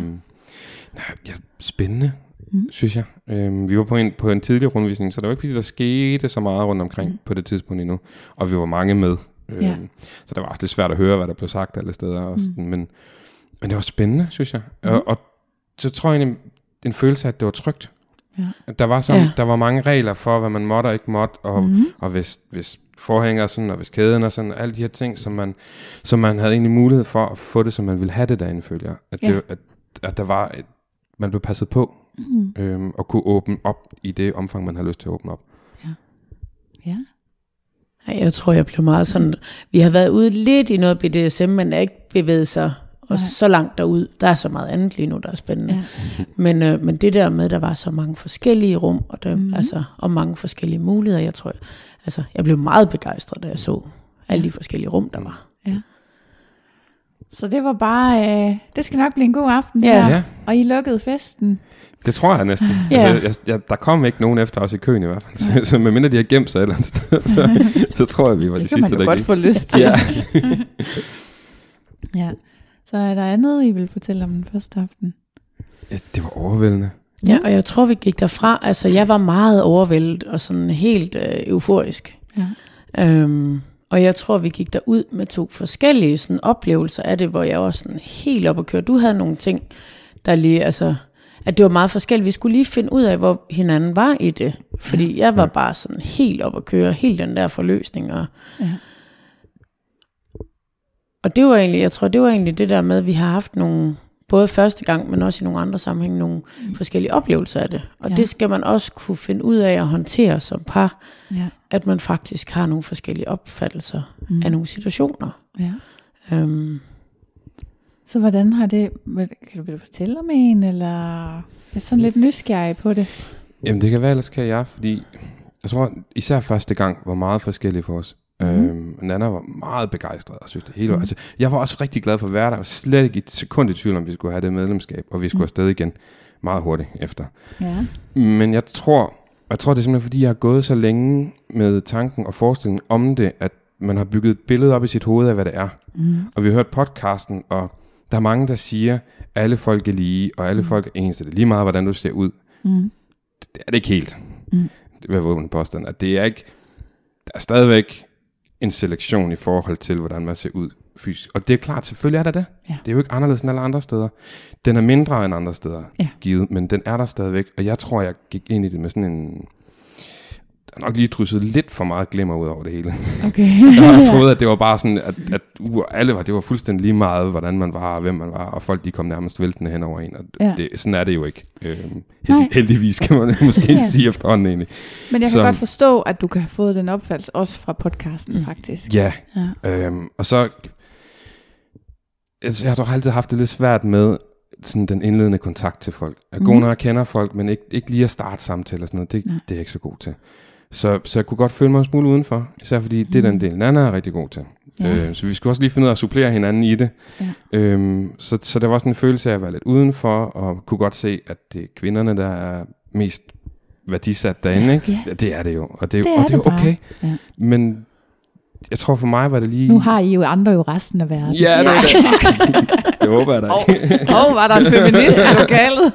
Spændende, synes jeg. Vi var på en tidlig rundvisning, så der var ikke fordi, der skete så meget rundt omkring på det tidspunkt endnu. Og vi var mange med. Så det var også lidt svært at høre, hvad der blev sagt alle steder. Og sådan, men det var spændende, synes jeg. Og så tror jeg egentlig, en følelse af, at det var trygt. Ja. Der var mange regler for, hvad man måtte og ikke måtte, og hvis forhænger sådan, og hvis kæden og sådan, alle de her ting, som man havde egentlig mulighed for at få det, som man ville have det derinde, følger. At der var man blev passet på, og kunne åbne op i det omfang, man har lyst til at åbne op. Ja. Jeg tror, jeg blev meget sådan, vi har været ude lidt i noget BDSM, men er ikke bevæget sig og så langt derud. Der er så meget andet lige nu, der er spændende. Ja. Men det der med, der var så mange forskellige rum, og, og mange forskellige muligheder, jeg blev meget begejstret, da jeg så alle de forskellige rum, der var. Ja. Så det var bare, det skal nok blive en god aften her, og I lukkede festen. Det tror jeg næsten. Altså, der kom ikke nogen efter os i køen i hvert fald. Så medmindre de har gemt sig et eller andet sted, så tror jeg, vi var de sidste, der gik. Det kan man godt få lyst til. Ja. Så er der andet, I vil fortælle om den første aften? Ja, det var overvældende. Ja, og jeg tror, vi gik derfra. Altså, jeg var meget overvældet og sådan helt euforisk. Ja. Og jeg tror, vi gik derud med 2 forskellige sådan, oplevelser af det, hvor jeg var sådan helt op at køre. Du havde nogle ting, der lige, altså, at det var meget forskelligt. Vi skulle lige finde ud af, hvor hinanden var i det. Fordi jeg var bare sådan helt op at køre, helt den der forløsning. Og det var egentlig, jeg tror, det var egentlig det der med, at vi har haft nogle, både første gang, men også i nogle andre sammenhæng, nogle forskellige oplevelser af det. Og det skal man også kunne finde ud af at håndtere som par, at man faktisk har nogle forskellige opfattelser af nogle situationer. Ja. Så hvordan har det, vil du fortælle om en, eller jeg er sådan lidt nysgerrig på det? Jamen det kan være, ellers kan jeg, fordi jeg tror især første gang var meget forskellig for os. Nana var meget begejstret og synes det hele altså, jeg var også rigtig glad for at være der. Jeg var slet ikke et sekund i tvivl om vi skulle have det medlemskab, og vi skulle afsted igen meget hurtigt efter. Men jeg tror det er simpelthen fordi jeg har gået så længe med tanken og forestillingen om det, at man har bygget et billede op i sit hoved af hvad det er. Og vi har hørt podcasten, og der er mange der siger at alle folk er lige, og alle folk er ens. Det er lige meget hvordan du ser ud. Det er det ikke helt. Det vil jeg våge en påstand, at det er ikke, der er stadigvæk en selektion i forhold til, hvordan man ser ud fysisk. Og det er klart, selvfølgelig er der det. Ja. Det er jo ikke anderledes end alle andre steder. Den er mindre end andre steder, givet, men den er der stadigvæk. Og jeg tror, jeg gik ind i det med sådan en... Der er nok lige drysset lidt for meget glimmer ud over det hele. Okay. Jeg troede, at det var bare sådan, at alle var, det var fuldstændig lige meget, hvordan man var og hvem man var, og folk de kom nærmest væltende hen over en. Og sådan er det jo ikke. Heldigvis kan man måske sige efterhånden egentlig. Men jeg kan godt forstå, at du kan have fået den opfattelse også fra podcasten faktisk. Ja. Og så... Jeg har altid haft det lidt svært med sådan den indledende kontakt til folk. Jeg er god, når jeg kender folk, men ikke lige at starte samtaler og sådan noget. Det er jeg ikke så god til. Så jeg kunne godt føle mig en smule udenfor, især fordi det er den del, Nana er rigtig god til. Så vi skulle også lige finde ud af at supplere hinanden i det. Så der var sådan en følelse af at være lidt udenfor, og kunne godt se, at det er kvinderne, der er mest værdisat derinde. Ikke? Det er det jo, og det er jo okay. Men jeg tror for mig var det lige... Nu har I jo andre jo resten af verden. Ja, det er det. Det håber jeg da ikke. Var der en feminist i lokalet?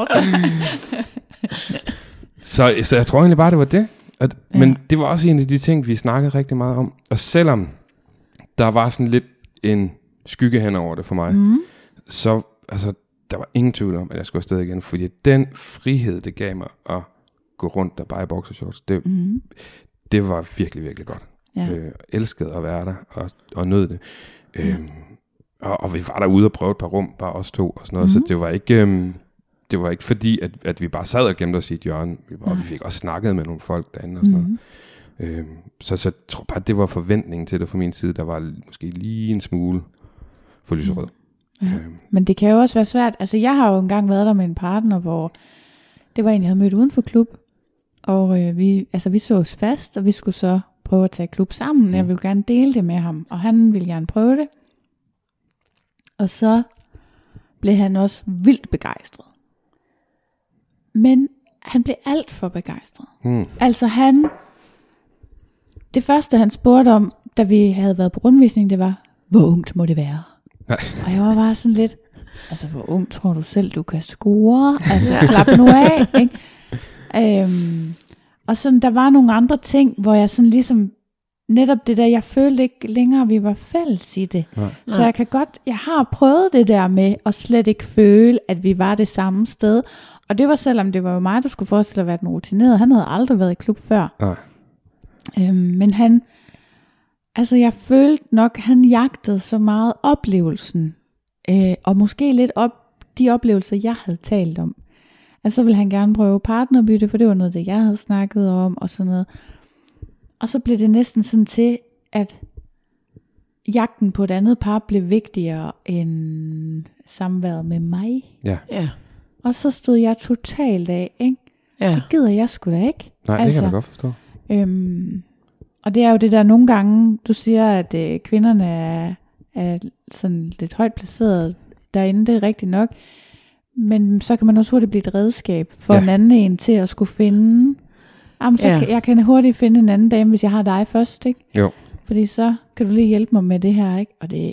Så jeg tror egentlig bare, det var det. Men det var også en af de ting, vi snakkede rigtig meget om. Og selvom der var sådan lidt en skygge hen over det for mig, så altså, der var ingen tvivl om, at jeg skulle afsted igen. Fordi den frihed, det gav mig at gå rundt der bare i boxershorts, det var virkelig, virkelig godt. Ja. Elskede at være der og nød det. Og vi var derude og prøvede et par rum, bare os to og sådan noget, så det var ikke fordi, at vi bare sad og gemte os i et hjørne. Vi fik også snakket med nogle folk derinde og sådan noget. Så jeg tror bare, det var forventningen til det fra min side, der var måske lige en smule for lyserød. Men det kan jo også være svært. Altså jeg har jo engang været der med en partner, hvor det var en, jeg havde mødt uden for klub, og vi så os fast, og vi skulle så prøve at tage klub sammen. Jeg ville gerne dele det med ham, og han ville gerne prøve det. Og så blev han også vildt begejstret. Men han blev alt for begejstret. Altså det første han spurgte om, da vi havde været på rundvisning, det var, hvor ungt må det være? Og jeg var bare sådan lidt, altså hvor ung tror du selv, du kan score? Altså slap nu af, ikke? Og sådan, der var nogle andre ting, hvor jeg sådan ligesom, netop det der, jeg følte ikke længere, vi var fælles i det. Nej. Så jeg har prøvet det der med, at slet ikke føle, at vi var det samme sted. Og det var selvom det var jo mig, der skulle forestille at være den rutinerede. Han havde aldrig været i klub før. Nej. Men jeg følte nok, han jagtede så meget oplevelsen. Og måske lidt de oplevelser, jeg havde talt om. Altså så ville han gerne prøve partnerbytte, for det var noget, det jeg havde snakket om, og sådan noget. Og så blev det næsten sådan til, at jagten på et andet par blev vigtigere end samværet med mig. Ja. Og så stod jeg totalt af, ikke? Ja. Det gider jeg sgu da ikke. Nej, det kan jeg godt forstå. Og det er jo det der nogle gange, du siger, at kvinderne er sådan lidt højt placeret derinde, det er rigtigt nok. Men så kan man også hurtigt blive et redskab for en anden en til at skulle finde... jeg kan hurtigt finde en anden dame, hvis jeg har dig først, ikke? Jo. Fordi så kan du lige hjælpe mig med det her, ikke? Og det...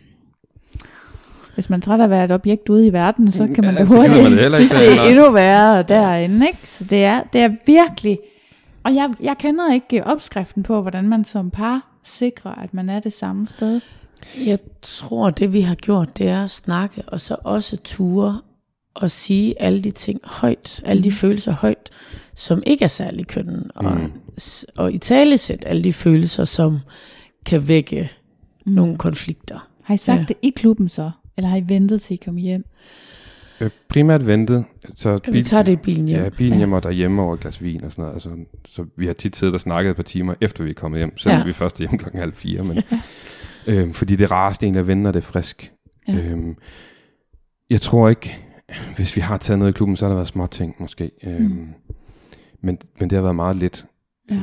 Hvis man træt af at være et objekt ude i verden, så kan man da hurtigt synes, det er endnu værre derinde, ikke? Så det er virkelig... Og jeg kender ikke opskriften på, hvordan man som par sikrer, at man er det samme sted. Jeg tror, det vi har gjort, det er at snakke, og så også ture og sige alle de ting højt, alle de følelser højt, som ikke er særlig kønne, og i talesæt alle de følelser, som kan vække nogle konflikter. Har I sagt det i klubben så, eller har I ventet til I kom hjem? Primært ventet. Så vi tager det i bilen hjem. Ja, bilen hjem og derhjemme over et glas vin og sådan noget. Altså, så vi har tit siddet og snakket et par timer, efter vi er kommet hjem, selvom vi først er hjemme 3:30, men fordi det rareste egentlig er at vende, når det er frisk. Ja. Jeg tror ikke, hvis vi har taget noget i klubben, så har der været små ting måske. Men det har været meget lidt. Ja.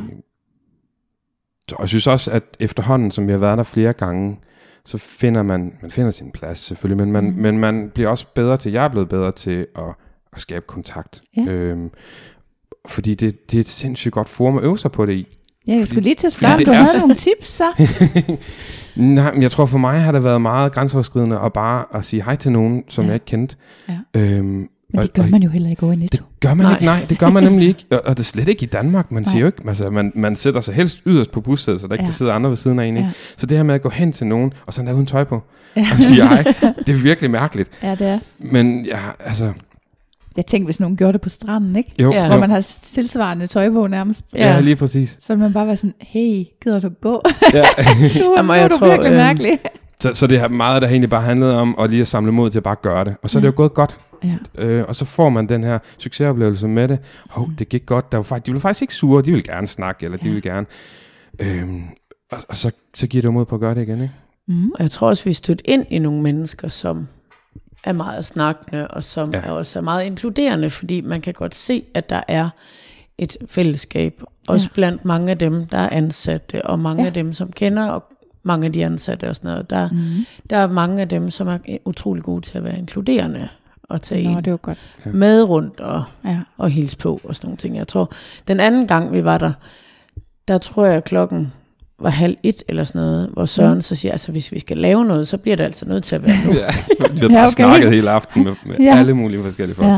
Så jeg synes også, at efterhånden, som vi har været der flere gange, så finder man finder sin plads selvfølgelig, men man bliver også bedre til, jeg er blevet bedre til at skabe kontakt. Ja. Fordi det er et sindssygt godt forum at øve sig på det i. Ja, jeg skulle lige til at spørge, om du havde nogle tips så? Nej, men jeg tror for mig har det været meget grænseoverskridende at bare at sige hej til nogen, som jeg ikke kendte. Ja. Men det gør man jo heller ikke over i Netto. Det gør man ikke, nej, det gør man nemlig ikke. Og det er slet ikke i Danmark, man siger jo ikke. Altså, man sætter sig helst yderst på bussædet, så der ikke kan sidde andre ved siden af en. Ja. Så det her med at gå hen til nogen, og sådan der uden tøj på, og sige hej, det er virkelig mærkeligt. Ja, det er. Men ja, altså... Jeg tænkte, hvis nogen gjorde det på stranden, ikke? Jo. Hvor man har tilsvarende tøj på nærmest. Ja, lige præcis. Så man bare være sådan, hey, gider du gå? Ja. nu er du virkelig mærkelig. Så det har meget, der egentlig bare handlet om at lige at samle mod til at bare gøre det. Og så er det jo gået godt. Ja. Og så får man den her succesoplevelse med det. Det gik godt. De ville faktisk ikke sure. De ville gerne snakke, eller de ville gerne. Og så giver det mod på at gøre det igen, ikke? Og jeg tror også, vi stødt ind i nogle mennesker, som er meget snakkende, og som også er meget inkluderende, fordi man kan godt se, at der er et fællesskab, også blandt mange af dem, der er ansatte, og mange af dem, som kender, og mange af de ansatte og sådan noget. Der er mange af dem, som er utrolig gode til at være inkluderende, og tage det var godt. Med rundt, og hilse på, og sådan nogle ting. Jeg tror, den anden gang vi var der tror jeg klokken var 12:30 eller sådan noget, hvor Søren så siger, altså hvis vi skal lave noget, så bliver det altså nødt til at være nu. Vi har bare snakket hele aften med alle mulige forskellige folk.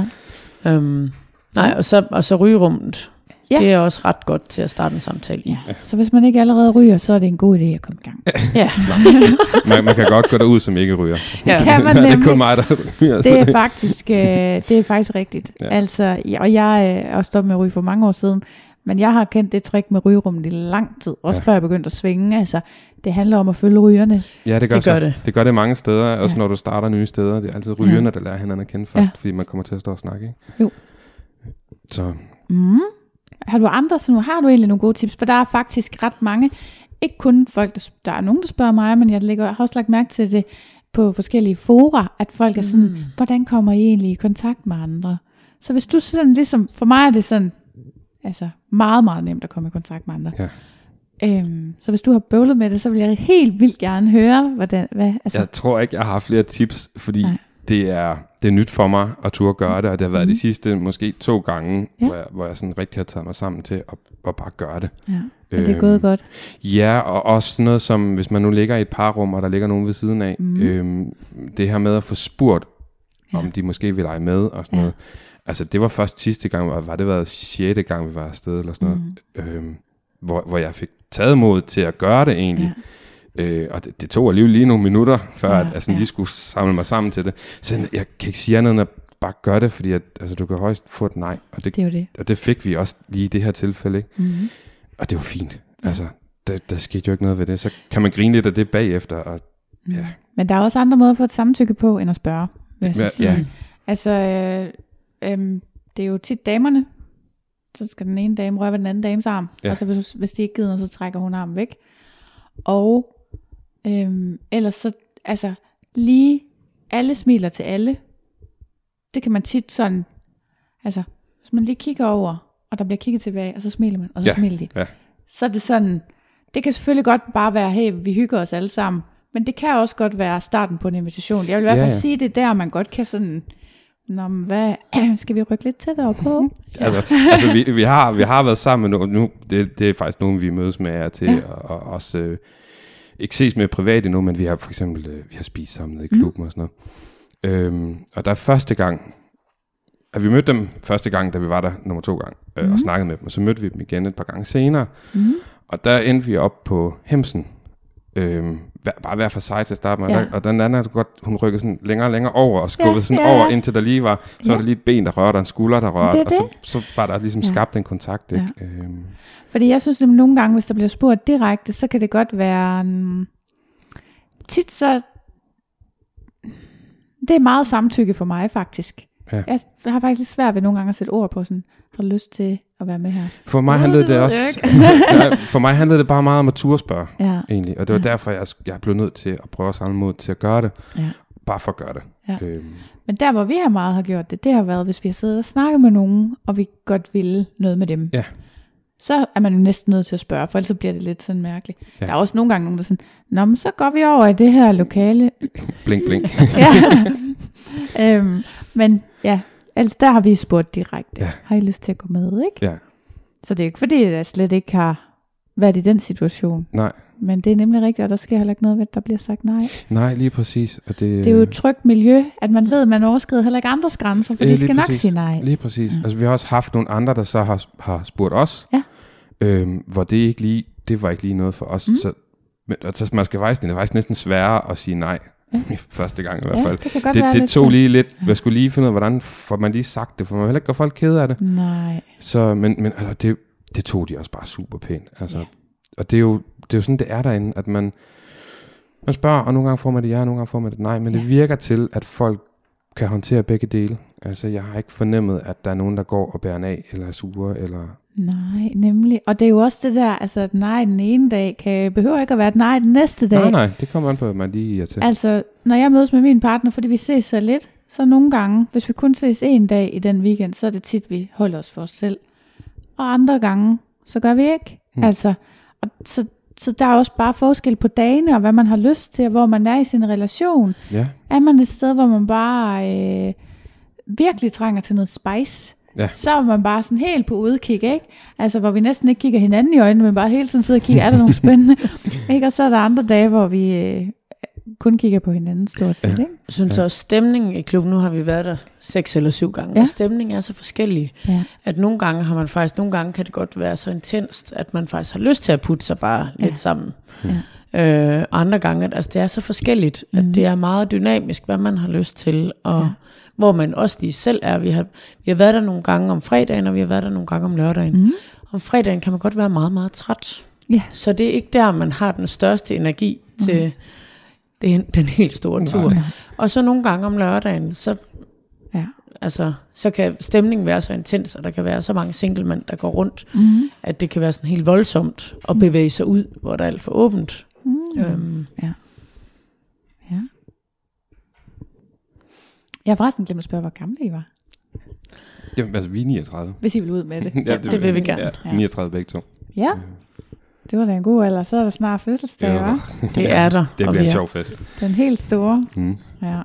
Og så rygerummet. Ja. Det er også ret godt til at starte en samtale i. Ja. Så hvis man ikke allerede ryger, så er det en god idé at komme i gang. Ja. man kan godt gå derud, som ikke ryger. Ja. Kan man nemlig. Det er kun mig, der ryger. Det er faktisk rigtigt. Ja. Altså, og jeg er også stoppet med at ryge for mange år siden, men jeg har kendt det trick med rygerummet i lang tid, også før jeg begyndte at svinge. Altså, det handler om at følge rygerne. Ja, det gør det. Det gør det mange steder, også når du starter nye steder. Det er altid rygerne, der lærer hinanden at kende først, fordi man kommer til at stå og snakke. Ikke? Jo. Så... Har du andre, så nu har du egentlig nogle gode tips, for der er faktisk ret mange, ikke kun folk, der er nogen, der spørger mig, men jeg har også lagt mærke til det på forskellige fora, at folk er sådan, hvordan kommer I egentlig i kontakt med andre? Så hvis du sådan ligesom, for mig er det sådan, altså meget, meget nemt at komme i kontakt med andre. Ja. Så hvis du har bøvlet med det, så vil jeg helt vildt gerne høre, altså. Jeg tror ikke, jeg har flere tips, fordi det er nyt for mig at turde gøre det, og det har været de sidste måske 2 gange, hvor jeg sådan rigtig har taget mig sammen til at bare gøre det. Ja, og det er gået godt. Ja, og også noget som, hvis man nu ligger i et parrum, og der ligger nogen ved siden af, det her med at få spurgt, om de måske vil lege med, og sådan noget. Altså, det var først sidste gang, var det været 6. gang, vi var afsted, eller sådan noget, hvor jeg fik taget mod til at gøre det egentlig. Ja. Og det tog alligevel lige nogle minutter, før at lige skulle samle mig sammen til det. Så jeg kan ikke sige andet end at bare gøre det, fordi du kan højst få et nej. Og det er jo det. Og det fik vi også lige i det her tilfælde. Ikke? Mm-hmm. Og det var fint. Altså, der skete jo ikke noget ved det. Så kan man grine lidt af det bagefter. Og, Men der er også andre måder at få et samtykke på, end at spørge. Altså, det er jo tit damerne. Så skal den ene dame røre ved den anden dames arm. Ja. Og så hvis de ikke gider noget, så trækker hun armen væk. Og ellers så, altså lige alle smiler til alle. Det kan man tit sådan, altså hvis man lige kigger over, og der bliver kigget tilbage, og så smiler man, og så smiler de. Ja. Så er det sådan, det kan selvfølgelig godt bare være, hey, vi hygger os alle sammen, men det kan også godt være starten på en invitation. Jeg vil i hvert fald sige, det der, man godt kan sådan, hvad skal vi rykke lidt tættere på? altså vi har været sammen nu, det er faktisk nogen, vi mødes med jer til, og også ikke ses med privat endnu, men vi har for eksempel vi har spist sammen i klubben og sådan noget. Og der er første gang, at vi mødte dem første gang, da vi var der nummer 2 gang, og snakkede med dem, og så mødte vi dem igen et par gange senere, og der endte vi op på Hemsen, bare hver for sig til at starte med, og den anden hun rykkede sådan længere og længere over, og skubbede sådan over, indtil der lige var, så var der lige et ben, der rørte, og en skulder, der rørte, og så var der ligesom skabt en kontakt. Ikke? Fordi jeg synes, at nogle gange, hvis der bliver spurgt direkte, så kan det godt være, tit så, det er meget samtykke for mig faktisk. Ja. Jeg har faktisk lidt svært ved nogle gange at sætte ord på sådan, har lyst til at være med her. For mig handlede det også, for mig handlede det bare meget om at turde spørge, egentlig. Og det var derfor, jeg blev nødt til at prøve at samle mod til at gøre det. Ja. Bare for at gøre det. Ja. Men der, hvor vi har gjort det, det har været, hvis vi har siddet og snakket med nogen, og vi godt ville noget med dem. Ja. Så er man jo næsten nødt til at spørge, for ellers bliver det lidt sådan mærkeligt. Ja. Der er også nogle gange nogen, der sådan, nå, men så går vi over i det her lokale. Blink, blink. Men ja, altså der har vi spurgt direkte. Ja. Har I lyst til at gå med, ikke? Ja. Så det er ikke fordi, at jeg slet ikke har været i den situation. Nej. Men det er nemlig rigtigt, og der sker heller ikke noget ved, at der bliver sagt nej. Nej, lige præcis. Og det er jo et trygt miljø, at man ved, at man overskrider heller ikke andres grænser, for de skal nok sige nej. Lige præcis. Ja. Altså vi har også haft nogle andre, der så har spurgt os, hvor det var ikke lige noget for os. Så man skal faktisk næsten sværere at sige nej. Første gang i hvert fald. Det tog lige lidt. Jeg skulle lige finde ud af, hvordan får man lige sagt det, for man vil heller ikke gøre folk kede af det. Nej. Så, men altså, det tog de også bare super pænt. Altså, og det er jo sådan, det er derinde, at man spørger, og nogle gange får man det ja, og nogle gange får man det nej, men det virker til, at folk kan håndtere begge dele. Altså, jeg har ikke fornemmet, at der er nogen, der går og bærer af, eller er sure, eller... Nej, nemlig. Og det er jo også det der, altså et nej den ene dag, behøver ikke at være et nej den næste dag. Nej, det kommer an på, at man lige er til. Altså, når jeg mødes med min partner, fordi vi ses så lidt, så nogle gange, hvis vi kun ses en dag i den weekend, så er det tit, vi holder os for os selv. Og andre gange, så gør vi ikke. Altså, og så der er også bare forskel på dagene, og hvad man har lyst til, og hvor man er i sin relation. Ja. Er man et sted, hvor man bare virkelig trænger til noget spice, så er man bare sådan helt på udkig, ikke? Altså, hvor vi næsten ikke kigger hinanden i øjnene, men bare hele tiden sidder og kigger, er der nogle spændende? Ikke? Og så er der andre dage, hvor vi kun kigger på hinanden stort set, ikke? Jeg synes også, stemningen i klubben, nu har vi været der 6 eller 7 gange, og stemningen er så forskellig, at nogle gange kan det godt være så intenst, at man faktisk har lyst til at putte sig bare lidt sammen. Andre gange, altså det er så forskelligt, at det er meget dynamisk, hvad man har lyst til, og hvor man også lige selv er. Vi har været der nogle gange om fredagen, og vi har været der nogle gange om lørdagen. Om fredagen kan man godt være meget, meget træt. Så det er ikke der, man har den største energi til den helt store tur. Og så nogle gange om lørdagen, så kan stemningen være så intens, og der kan være så mange singlemænd, der går rundt, at det kan være sådan helt voldsomt at bevæge sig ud, hvor der er alt for åbent. Jeg har forresten glemt at spørge, hvor gamle I var. Jamen, altså, vi er 39. Hvis I vil ud med det. Det vil vi gerne. Ja, 39 begge to. Ja, det var da en god alder. Så er der snart fødselsdag, hva'? Det er der. Det bliver en sjov fest. Den helt store. Ja.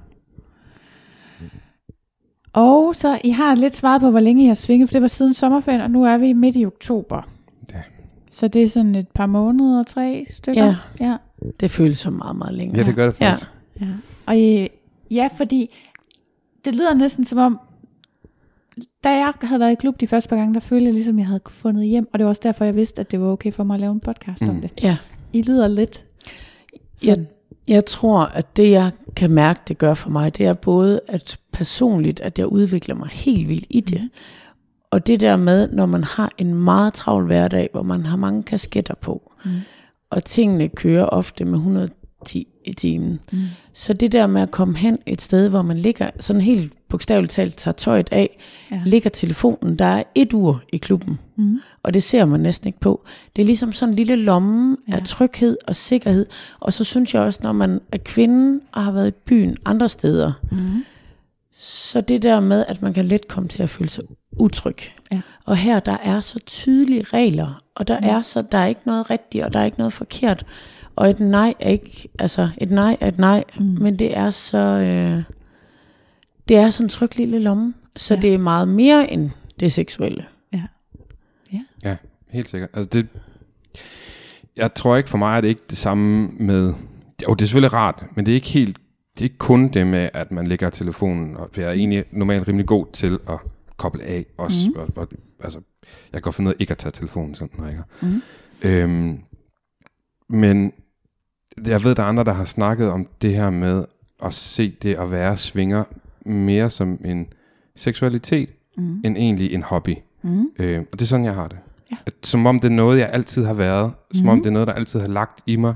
Og så, I har lidt svaret på, hvor længe I har svinget, for det var siden sommerferien, og nu er vi midt i oktober. Ja. Så det er sådan et par måneder, 3 stykker? Ja. Det føles som meget, meget længe. Ja, det gør det faktisk. Og fordi det lyder næsten som om, da jeg havde været i klub de første par gange, der følte jeg ligesom, jeg havde fundet hjem, og det var også derfor, jeg vidste, at det var okay for mig at lave en podcast om det. Ja. I lyder lidt Jeg tror, at det, jeg kan mærke, det gør for mig, det er både, at personligt, at jeg udvikler mig helt vildt i det. Og det der med, når man har en meget travl hverdag, hvor man har mange kasketter på, og tingene kører ofte med 110 i timen. Så det der med at komme hen et sted, hvor man ligger, sådan helt bogstaveligt talt, tager tøjet af, ligger telefonen, der er 1 ur i klubben, og det ser man næsten ikke på. Det er ligesom sådan en lille lomme af tryghed og sikkerhed, og så synes jeg også, når man er kvinde og har været i byen andre steder, så det der med, at man kan let komme til at føle sig utryg. Og her, der er så tydelige regler, og der er ikke noget rigtigt, og der er ikke noget forkert. Og et nej er ikke, altså et nej er et nej, men det er så, det er sådan en tryg lille lomme, så det er meget mere end det seksuelle. Ja, helt sikkert. Altså jeg tror ikke for mig, at det ikke det samme med, jo det er selvfølgelig rart, men det er ikke helt, det er ikke kun det med, at man lægger telefonen, og jeg er egentlig normalt rimelig god til at koble af også, og altså, jeg kan godt finde ud af ikke at tage telefonen, sådan den rækker. Men jeg ved, der er andre, der har snakket om det her med at se det at være swinger mere som en seksualitet, end egentlig en hobby. Og det er sådan, jeg har det. At, som om det er noget, jeg altid har været. Som om det er noget, der altid har lagt i mig.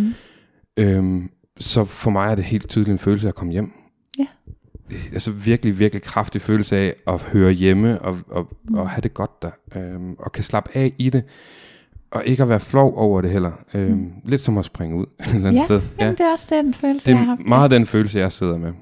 Så for mig er det helt tydeligt en følelse af at komme hjem. Altså virkelig, virkelig kraftig følelse af at høre hjemme og have det godt der. Og kan slappe af i det. Og ikke at være flov over det heller. Lidt som at springe ud et eller andet sted. Jamen, det er også den følelse, det er jeg har haft. meget den følelse, jeg sidder med.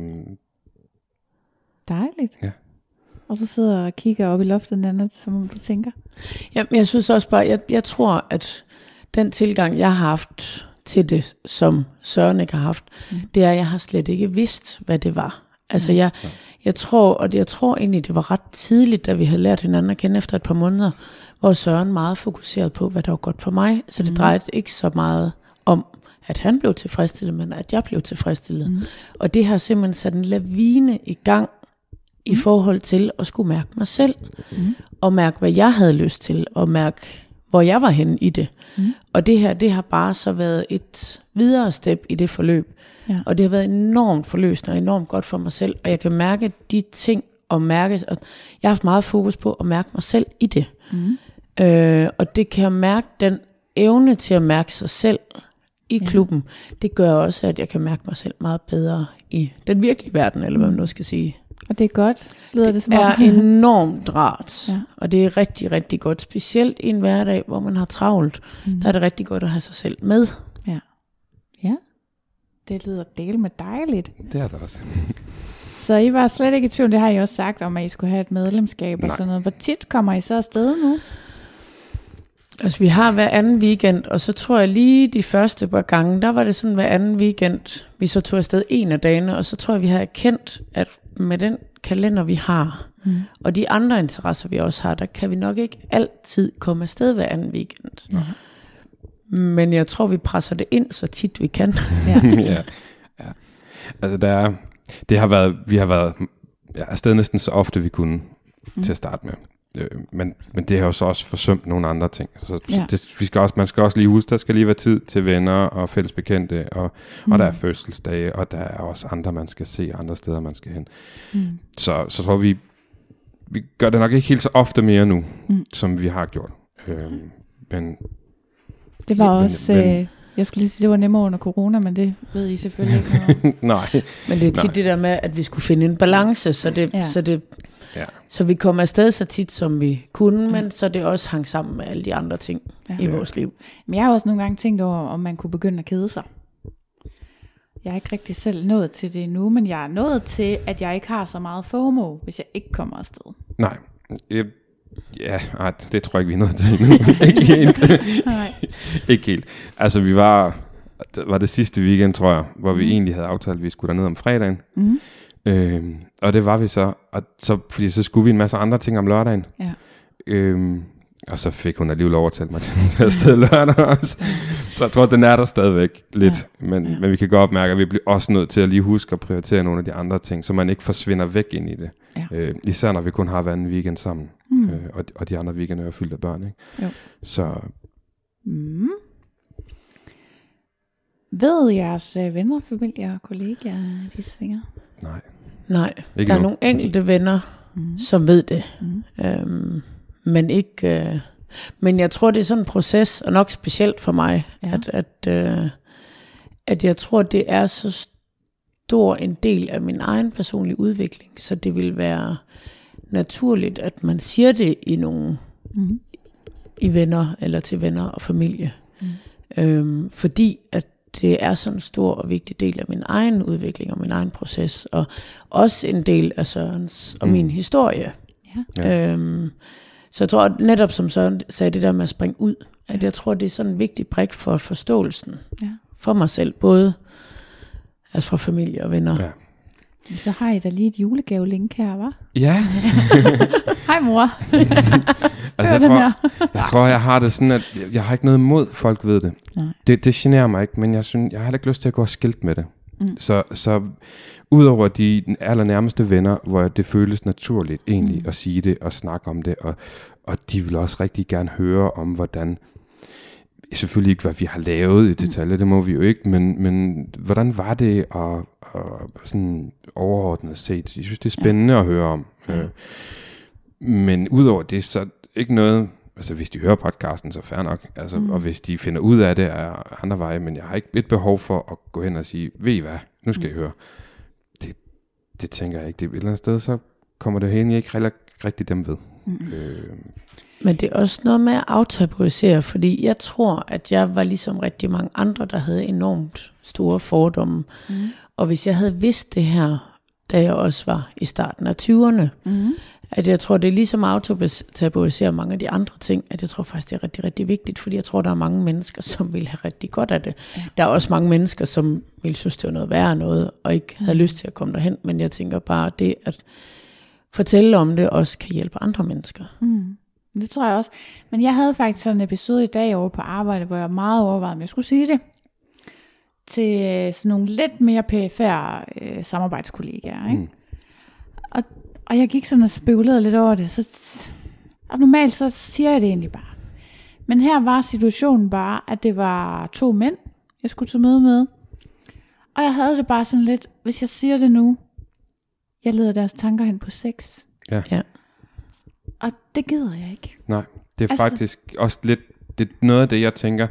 Dejligt. Ja. Og du sidder og kigger op i loftet den anden, som om du tænker. Ja, jeg synes også bare, jeg tror, at den tilgang, jeg har haft til det, som Søren ikke har haft, det er, at jeg har slet ikke vidst, hvad det var. Altså jeg tror egentlig, det var ret tidligt, da vi havde lært hinanden at kende efter et par måneder, hvor Søren meget fokuseret på, hvad der var godt for mig. Så det drejede ikke så meget om, at han blev tilfredsstillet, men at jeg blev tilfredsstillet. Og det har simpelthen sat en lavine i gang, i forhold til at skulle mærke mig selv, og mærke, hvad jeg havde lyst til, og mærke, hvor jeg var henne i det. Og det her, det har bare så været et videre step i det forløb. Og det har været enormt forløsende og enormt godt for mig selv, og jeg kan mærke de ting, og mærke, og jeg har haft meget fokus på at mærke mig selv i det. Og det kan jeg mærke, den evne til at mærke sig selv i klubben, det gør også, at jeg kan mærke mig selv meget bedre i den virkelige verden, eller hvad man nu skal sige. Og det er godt, lyder det som om. Det er enormt rart, og det er rigtig, rigtig godt. Specielt i en hverdag, hvor man har travlt, der er det rigtig godt at have sig selv med. Ja, det lyder del med dejligt. Det er det også. Så I var slet ikke i tvivl, det har I også sagt om, at I skulle have et medlemskab og sådan noget. Hvor tit kommer I så afsted nu? Altså vi har hver anden weekend, og så tror jeg lige de første par gange, der var det sådan hver anden weekend, vi så tog afsted en af dagene, og så tror jeg, vi har erkendt, at med den kalender, vi har, og de andre interesser, vi også har, der kan vi nok ikke altid komme afsted hver anden weekend. Men jeg tror, vi presser det ind så tit vi kan. Ja. Altså vi har været afsted næsten så ofte vi kunne til at starte med. Men det har jo så også forsømt nogle andre ting. Så man skal også lige huske, der skal lige være tid til venner og fælles bekendte, og der er fødselsdage, og der er også andre, man skal se, andre steder, man skal hen. Så tror vi gør det nok ikke helt så ofte mere nu, som vi har gjort. Men det var også... Jeg skulle lige sige, det var nemmere under corona, men det ved I selvfølgelig ikke noget om. Nej. Men det er tit det der med, at vi skulle finde en balance, så vi kom afsted så tit, som vi kunne, men så det også hang sammen med alle de andre ting i vores liv. Men jeg har også nogle gange tænkt over, om man kunne begynde at kede sig. Jeg er ikke rigtig selv nået til det endnu, men jeg er nået til, at jeg ikke har så meget FOMO, hvis jeg ikke kommer afsted. Nej, det tror jeg ikke, vi er nået til endnu. Ikke helt. Ikke helt. Altså, vi var det sidste weekend, tror jeg, hvor vi egentlig havde aftalt, at vi skulle derned om fredagen. Og det var vi så. Og så, fordi så skulle vi en masse andre ting om lørdagen. Ja. Og så fik hun alligevel overtalt mig til at tage afsted lørdag også. Så jeg tror, den er der stadigvæk lidt. Men vi kan godt mærke, at vi bliver også nødt til at lige huske at prioritere nogle af de andre ting, så man ikke forsvinder væk ind i det. Ja. Især når vi kun har hver anden weekend sammen. Og de andre weekender er fyldt af børn. Ikke? Jo. Så... Ved jeres venner, familier og kollegaer, de svinger? Nej. Der er nogle enkelte venner, som ved det. Men ikke... men jeg tror, det er sådan en proces, og nok specielt for mig, at jeg tror, det er så stor en del af min egen personlige udvikling, så det vil være naturligt, at man siger det i nogle i venner, eller til venner og familie. Fordi at det er sådan en stor og vigtig del af min egen udvikling og min egen proces, og også en del af Sørens og min historie. Ja. Så jeg tror netop, som Søren sagde, det der med at springe ud, at jeg tror, det er sådan en vigtig brik for forståelsen for mig selv, både altså fra familie og venner. Ja. Så har I da lige et julegave-link her, hva'? Ja. Hej mor. Altså jeg tror, jeg har det sådan, at jeg har ikke noget imod, folk ved det. Det generer mig ikke, men jeg har heller ikke lyst til at gå og skilt med det. Så udover de allernærmeste venner, hvor det føles naturligt egentlig at sige det og snakke om det, og de vil også rigtig gerne høre om, hvordan, selvfølgelig ikke hvad vi har lavet i detaljer, det må vi jo ikke, men hvordan var det og sådan overordnet set. Jeg synes, det er spændende at høre om. Men udover det, så ikke noget, altså hvis de hører podcasten, så fair nok, altså, og hvis de finder ud af det er andre veje, men jeg har ikke et behov for at gå hen og sige, ved I hvad, nu skal I høre. Det tænker jeg ikke. Det er et eller andet sted, så kommer det hen, jeg ikke rigtig dem ved. Men det er også noget med at aftabuisere, fordi jeg tror, at jeg var ligesom rigtig mange andre, der havde enormt store fordomme. Og hvis jeg havde vidst det her, da jeg også var i starten af 20'erne, at jeg tror, det er ligesom at aftabuisere mange af de andre ting, at jeg tror faktisk, det er rigtig, rigtig vigtigt, fordi jeg tror, der er mange mennesker, som vil have rigtig godt af det. Ja. Der er også mange mennesker, som vil synes, det var noget værre noget, og ikke havde lyst til at komme derhen, men jeg tænker bare, det at fortælle om det, også kan hjælpe andre mennesker. Det tror jeg også. Men jeg havde faktisk sådan en episode i dag over på arbejde, hvor jeg meget overvejede, om jeg skulle sige det til sådan nogle lidt mere perifære samarbejdskollegaer, ikke? Og jeg gik sådan og spekulerede lidt over det. Og normalt så siger jeg det egentlig bare. Men her var situationen bare, at det var 2 mænd, jeg skulle til møde med. Og jeg havde det bare sådan lidt, hvis jeg siger det nu, jeg leder deres tanker hen på sex. Ja. Og det gider jeg ikke. Nej, det er faktisk også lidt, det er noget af det, jeg tænker.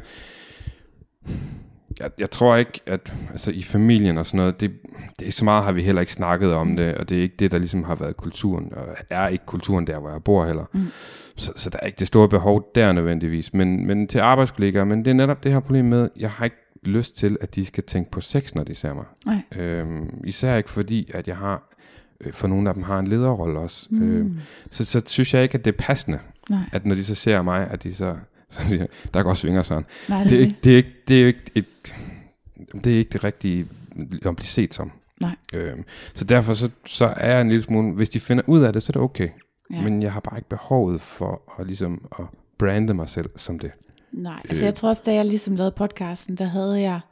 Jeg tror ikke, at altså, i familien og sådan noget, det er så meget har vi heller ikke snakket om det, og det er ikke det, der ligesom har været kulturen, og er ikke kulturen der, hvor jeg bor heller. Så der er ikke det store behov der nødvendigvis, men til arbejdskollegaer, men det er netop det her problem med, jeg har ikke lyst til, at de skal tænke på sex, når de ser mig. Især ikke fordi, at jeg har, for nogle af dem har en lederrolle også. Så synes jeg ikke, at det er passende, at når de så ser mig, at de så siger, der går svinger sådan. Nej, det er ikke det rigtige at blive set som. Nej. Så derfor så er jeg en lille smule, hvis de finder ud af det, så er det okay. Ja. Men jeg har bare ikke behovet for at, ligesom, at brande mig selv som det. Nej, altså jeg tror også, da jeg ligesom lavede podcasten, der havde jeg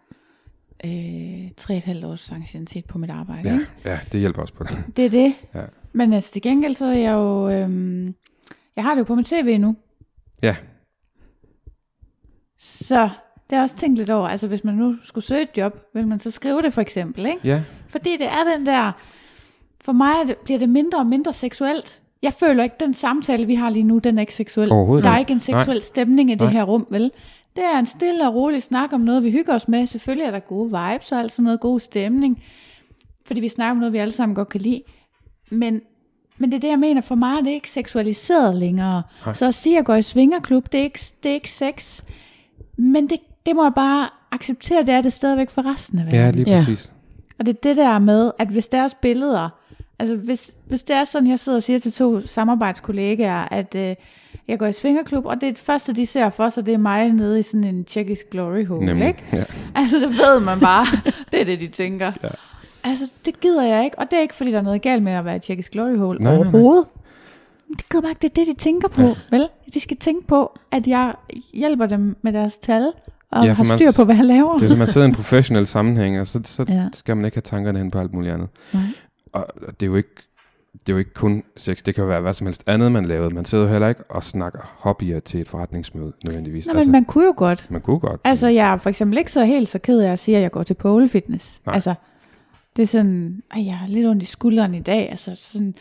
3,5 års anciennitet på mit arbejde. Ja, det hjælper også på det. Det er det. Ja. Men altså til gengæld, så er jeg jo... jeg har det jo på mit tv nu. Ja. Så det er også tænkt lidt over. Altså hvis man nu skulle søge et job, vil man så skrive det for eksempel, ikke? Ja. Fordi det er den der... For mig bliver det mindre og mindre seksuelt. Jeg føler ikke, den samtale, vi har lige nu, den er ikke seksuel. Der er ikke en seksuel stemning i det her rum, vel? Det er en stille og rolig snak om noget, vi hygger os med. Selvfølgelig er der gode vibes og alt sådan noget, god stemning. Fordi vi snakker om noget, vi alle sammen godt kan lide. Men det er det, jeg mener. For mig er det ikke seksualiseret længere. Nej. Så at sige, at jeg går i svingerklub, det er ikke sex. Men det må jeg bare acceptere, det er det stadigvæk for resten af verden. Ja, lige præcis. Og det er det der med, at hvis deres billeder... Altså hvis det er sådan, jeg sidder og siger til 2 samarbejdskollegaer, at jeg går i svingerklub, og det første, de ser for sig, det er mig nede i sådan en tjekkisk glory hole, nemlig, ikke? Ja. Altså det ved man bare, det er det, de tænker. Ja. Altså det gider jeg ikke, og det er ikke, fordi der er noget galt med at være i tjekkisk glory hole overhovedet. Nej. Det gider bare ikke, det er det, de tænker på, vel? De skal tænke på, at jeg hjælper dem med deres tal, og har styr på, hvad jeg laver. Det er, man sidder i en professionel sammenhæng, og så skal man ikke have tankerne hen på alt muligt andet. Nej. Og det er jo ikke kun sex, det kan jo være hvad som helst andet, man lavede. Man sidder jo heller ikke og snakker hobbyer til et forretningsmøde, nødvendigvis. Nej, men man kunne jo godt. Man kunne godt. Altså, jeg er for eksempel ikke så helt så ked af at sige, at jeg går til pole fitness. Nej. Altså, det er sådan, jeg har lidt ondt i skulderen i dag. Altså, sådan,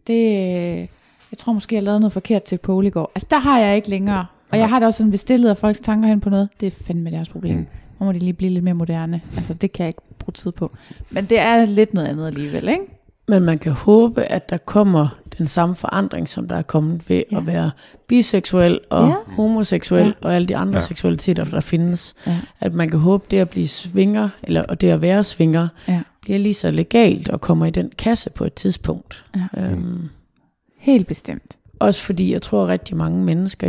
jeg tror måske, jeg lavede noget forkert til pole i går. Altså, der har jeg ikke længere. Og jeg har da også sådan, hvis det leder folks tanker hen på noget, det er fandme deres problem. Nu må de lige blive lidt mere moderne. Altså, det kan jeg ikke bruge tid på. Men det er lidt noget andet alligevel, ikke? Men man kan håbe, at der kommer den samme forandring, som der er kommet ved at være biseksuel og homoseksuel og alle de andre seksualiteter, der findes. Ja. At man kan håbe, det at blive svinger, og det at være svinger, bliver lige så legalt og kommer i den kasse på et tidspunkt. Ja. Helt bestemt. Også fordi jeg tror rigtig mange mennesker,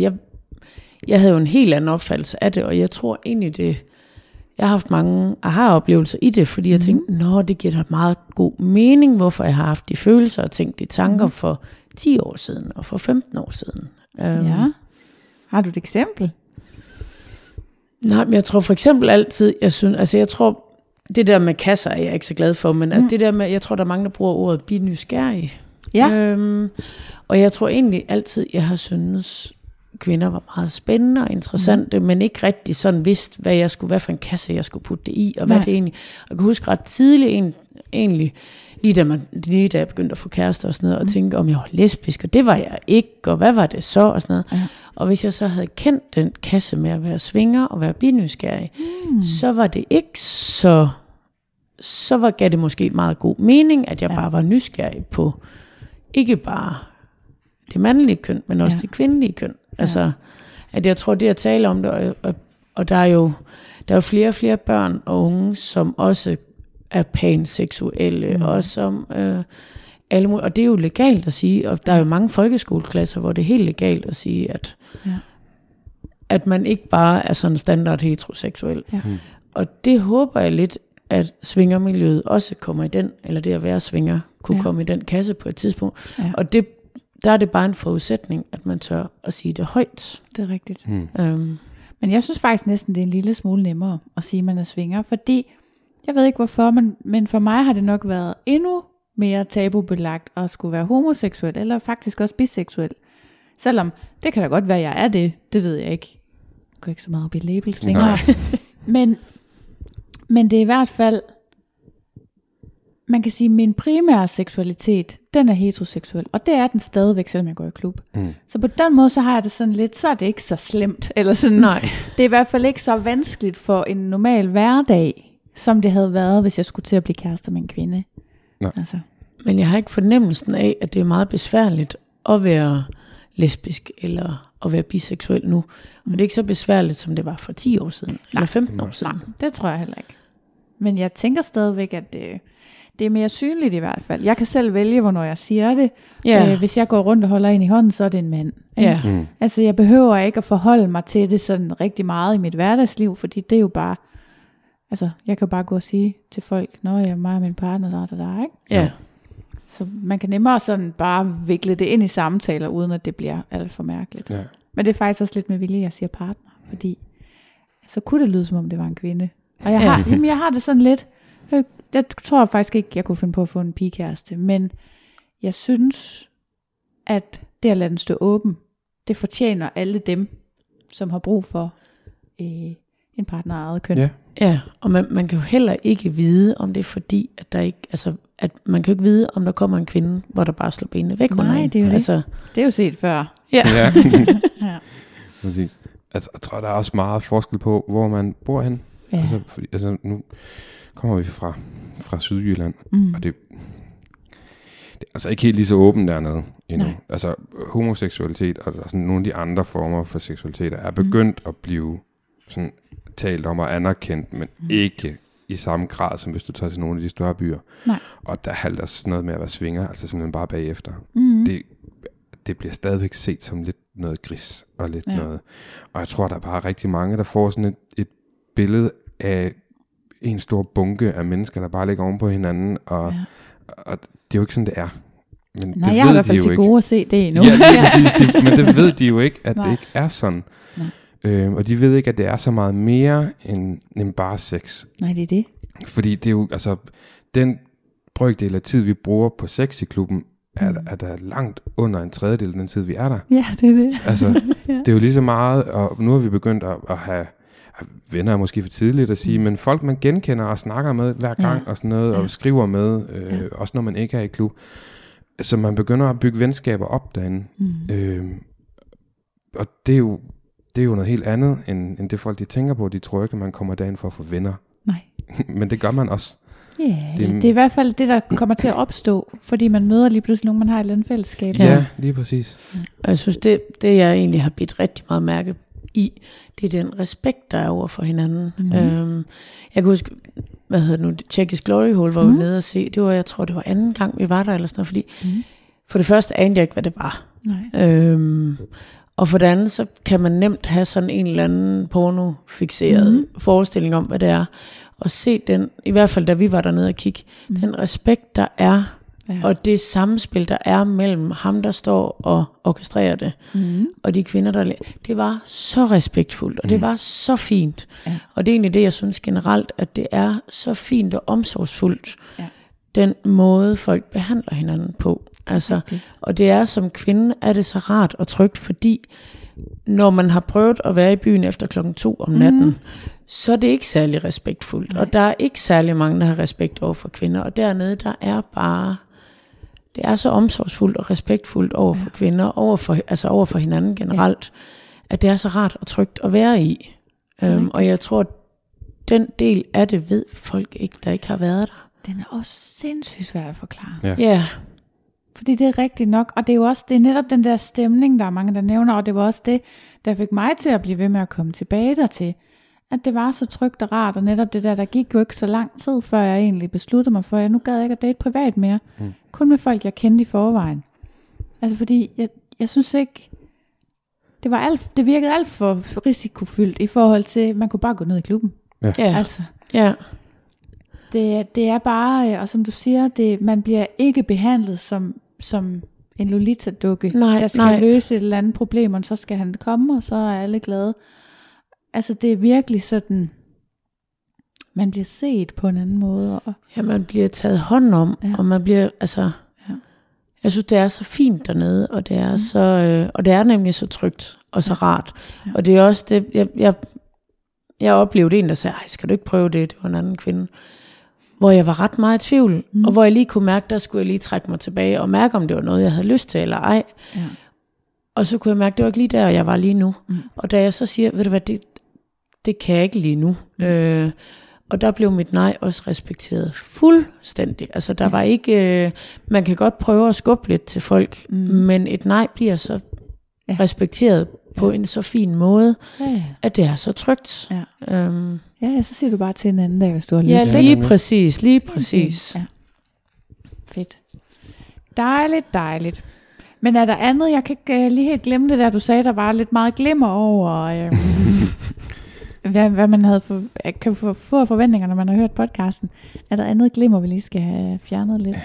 jeg havde jo en helt anden opfattelse af det, og jeg tror egentlig det. Jeg har haft mange aha-oplevelser i det, fordi jeg tænkte, det giver da meget god mening, hvorfor jeg har haft de følelser og tænkt de tanker for 10 år siden og for 15 år siden. Ja. Har du et eksempel? Nej, men jeg tror for eksempel altid, jeg tror, det der med kasser er jeg ikke så glad for, men at det der med, jeg tror, der er mange, der bruger ordet blive nysgerrig. Ja. Og jeg tror egentlig altid, jeg har syntes, kvinder var meget spændende og interessante, men ikke rigtig sådan vidste, hvad for en kasse jeg skulle putte det i, og hvad det egentlig. Og jeg kan huske ret tidligt egentlig, lige da jeg begyndte at få kærester og sådan noget, og tænke, om jeg var lesbisk, og det var jeg ikke, og hvad var det så, og sådan noget. Ja. Og hvis jeg så havde kendt den kasse med at være svinger og være binysgerrig, så var det ikke så gav det måske meget god mening, at jeg bare var nysgerrig på, ikke bare det mandlige køn, men også det kvindelige køn. Altså, at jeg tror, det at tale om det, og der er jo flere og flere børn og unge, som også er panseksuelle, og som alle mulige, og det er jo legalt at sige, og der er jo mange folkeskoleklasser, hvor det er helt legalt at sige, at man ikke bare er sådan standard heteroseksuel. Ja. Og det håber jeg lidt, at svingermiljøet også kommer i den, eller det at være svinger, kunne komme i den kasse på et tidspunkt. Ja. Og der er det bare en forudsætning, at man tør at sige det højt. Det er rigtigt. Men jeg synes faktisk næsten, det er en lille smule nemmere at sige, at man er svinger, fordi, jeg ved ikke hvorfor, men for mig har det nok været endnu mere tabubelagt at skulle være homoseksuel, eller faktisk også biseksuel. Selvom, det kan da godt være, at jeg er det ved jeg ikke. Jeg går ikke så meget op i labels længere. Men det er i hvert fald, man kan sige, at min primære seksualitet, den er heteroseksuel, og det er den stadigvæk, selvom jeg går i klub. Så på den måde, så har jeg det sådan lidt, så er det ikke så slemt, eller sådan. Nej. Det er i hvert fald ikke så vanskeligt for en normal hverdag, som det havde været, hvis jeg skulle til at blive kærester med en kvinde. Altså. Men jeg har ikke fornemmelsen af, at det er meget besværligt at være lesbisk, eller at være biseksuel nu. Og det er ikke så besværligt, som det var for 10 år siden, eller 15 år siden. Nej, det tror jeg heller ikke. Men jeg tænker stadigvæk, at det er mere synligt i hvert fald. Jeg kan selv vælge, hvornår jeg siger det. Hvis jeg går rundt og holder en i hånden, så er det en mand. Altså, jeg behøver ikke at forholde mig til det sådan rigtig meget i mit hverdagsliv, fordi det er jo bare, Altså, jeg kan jo bare gå og sige til folk, når jeg er mig og min partner, der, ikke? Ja. Så man kan nemmere sådan bare vikle det ind i samtaler, uden at det bliver alt for mærkeligt. Ja. Men det er faktisk også lidt med vilje, jeg siger partner, fordi så kunne det lyde, som om det var en kvinde. Og jeg har det sådan lidt, jeg tror faktisk ikke, jeg kunne finde på at få en pigekæreste, men jeg synes, at det at lade den stå åben, det fortjener alle dem, som har brug for en partner af eget køn. Ja. Ja, og man kan jo heller ikke vide, om det er fordi, at der ikke, altså, at man kan jo ikke vide, om der kommer en kvinde, hvor der bare slår benene væk under. Nej, det er jo altså, det er jo set før. Ja. Ja. Ja. Præcis. Altså, jeg tror, der er også meget forskel på, hvor man bor hen. Ja. Altså, nu kommer vi fra Sydjylland, og det er altså ikke helt lige så åbent dernede endnu. Nej. Altså, homoseksualitet og sådan nogle af de andre former for seksualitet er begyndt at blive sådan talt om og anerkendt, men ikke i samme grad, som hvis du tager til nogle af de større byer. Nej. Og der halter sådan noget med at være svinger, altså simpelthen bare bagefter. Det bliver stadigvæk set som lidt noget gris og lidt noget. Og jeg tror, der er bare rigtig mange, der får sådan et billede af en stor bunke af mennesker, der bare ligger oven på hinanden, og det er jo ikke sådan, det er. Men Nej, det jeg har i ved hvert fald de jo til ikke. gode at se det endnu. Ja, det er præcis, men det ved de jo ikke, at Nej. det ikke er sådan. Nej. Og de ved ikke, at det er så meget mere end bare sex. Nej, det er det. Fordi det er jo, altså, den brøkdel af tid, vi bruger på sex i klubben, er der langt under en tredjedel af den tid, vi er der. Ja, det er det. Altså, det er jo lige så meget, og nu har vi begyndt at have venner måske for tidligt at sige, men folk man genkender og snakker med hver gang og sådan noget, og skriver med, også når man ikke er i klub. Så man begynder at bygge venskaber op derinde. Og det er jo noget helt andet, end det folk de tænker på. De tror ikke, at man kommer derind for at få venner. Nej. Men det gør man også. Ja, det er i hvert fald det, der kommer til at opstå, fordi man møder lige pludselig nogen, man har et eller andet fællesskab. Ja, lige præcis. Og jeg synes, det jeg egentlig har bidt rigtig meget mærke i, det er den respekt, der er over for hinanden. Jeg kan huske, Tjekkisk Glory Hole var jo nede og se, jeg tror, det var anden gang, vi var der, eller sådan noget, fordi for det første anede jeg ikke, hvad det var. Nej. Og for det andet, så kan man nemt have sådan en eller anden pornofixeret forestilling om, hvad det er. Og se den, i hvert fald da vi var dernede og kigge, den respekt, der er, og det samspil, der er mellem ham, der står og orkestrerer det, og de kvinder, der det var så respektfuldt, og det var så fint. Ja. Og det er egentlig det, jeg synes generelt, at det er så fint og omsorgsfuldt, den måde, folk behandler hinanden på. Altså, og det er som kvinde, er det så rart og trygt, fordi når man har prøvet at være i byen efter 2:00 om natten, så er det ikke særlig respektfuldt. Og der er ikke særlig mange, der har respekt over for kvinder. Og dernede, der er bare, det er så omsorgsfuldt og respektfuldt over for kvinder, over for hinanden generelt, at det er så rart og trygt at være i. Og jeg tror, den del af det ved folk ikke, der ikke har været der. Den er også sindssygt svær at forklare. Ja. Fordi det er rigtigt nok, og det er netop den der stemning, der er mange, der nævner, og det var også det, der fik mig til at blive ved med at komme tilbage dertil, at det var så trygt og rart, og netop det der gik jo ikke så lang tid, før jeg egentlig besluttede mig for, at nu gad jeg ikke at date privat mere, kun med folk, jeg kendte i forvejen. Altså fordi, jeg synes ikke, det virkede alt for risikofyldt i forhold til, man kunne bare gå ned i klubben. Ja. Altså. Ja. Det er bare, og som du siger, man bliver ikke behandlet som en Lolita-dukke, der skal løse et eller andet problem, og så skal han komme, og så er alle glade. Altså det er virkelig sådan, man bliver set på en anden måde. Og ja, man bliver taget hånd om, og man bliver, jeg synes, det er så fint dernede, og det er så, og det er nemlig så trygt, og så rart. Ja. Og det er også det, jeg oplevede en, der sagde, skal du ikke prøve det? Det var en anden kvinde. Hvor jeg var ret meget i tvivl, og hvor jeg lige kunne mærke, der skulle jeg lige trække mig tilbage, og mærke, om det var noget, jeg havde lyst til, eller ej. Ja. Og så kunne jeg mærke, det var ikke lige der, jeg var lige nu. Og da jeg så siger, ved du hvad, det kan jeg ikke lige nu. Og der blev mit nej også respekteret fuldstændig. Altså der var ikke, man kan godt prøve at skubbe lidt til folk, men et nej bliver så respekteret på en så fin måde, at det er så trygt. Ja, så siger du bare til en anden dag, hvis du har lyst. Ja, lige præcis. Ja. Fedt. Dejligt. Men er der andet, jeg kan ikke lige helt glemme det der, du sagde, der var lidt meget glimmer over? hvad man havde kan få forventninger, når man har hørt podcasten. Er der andet glimmer, vi lige skal have fjernet lidt?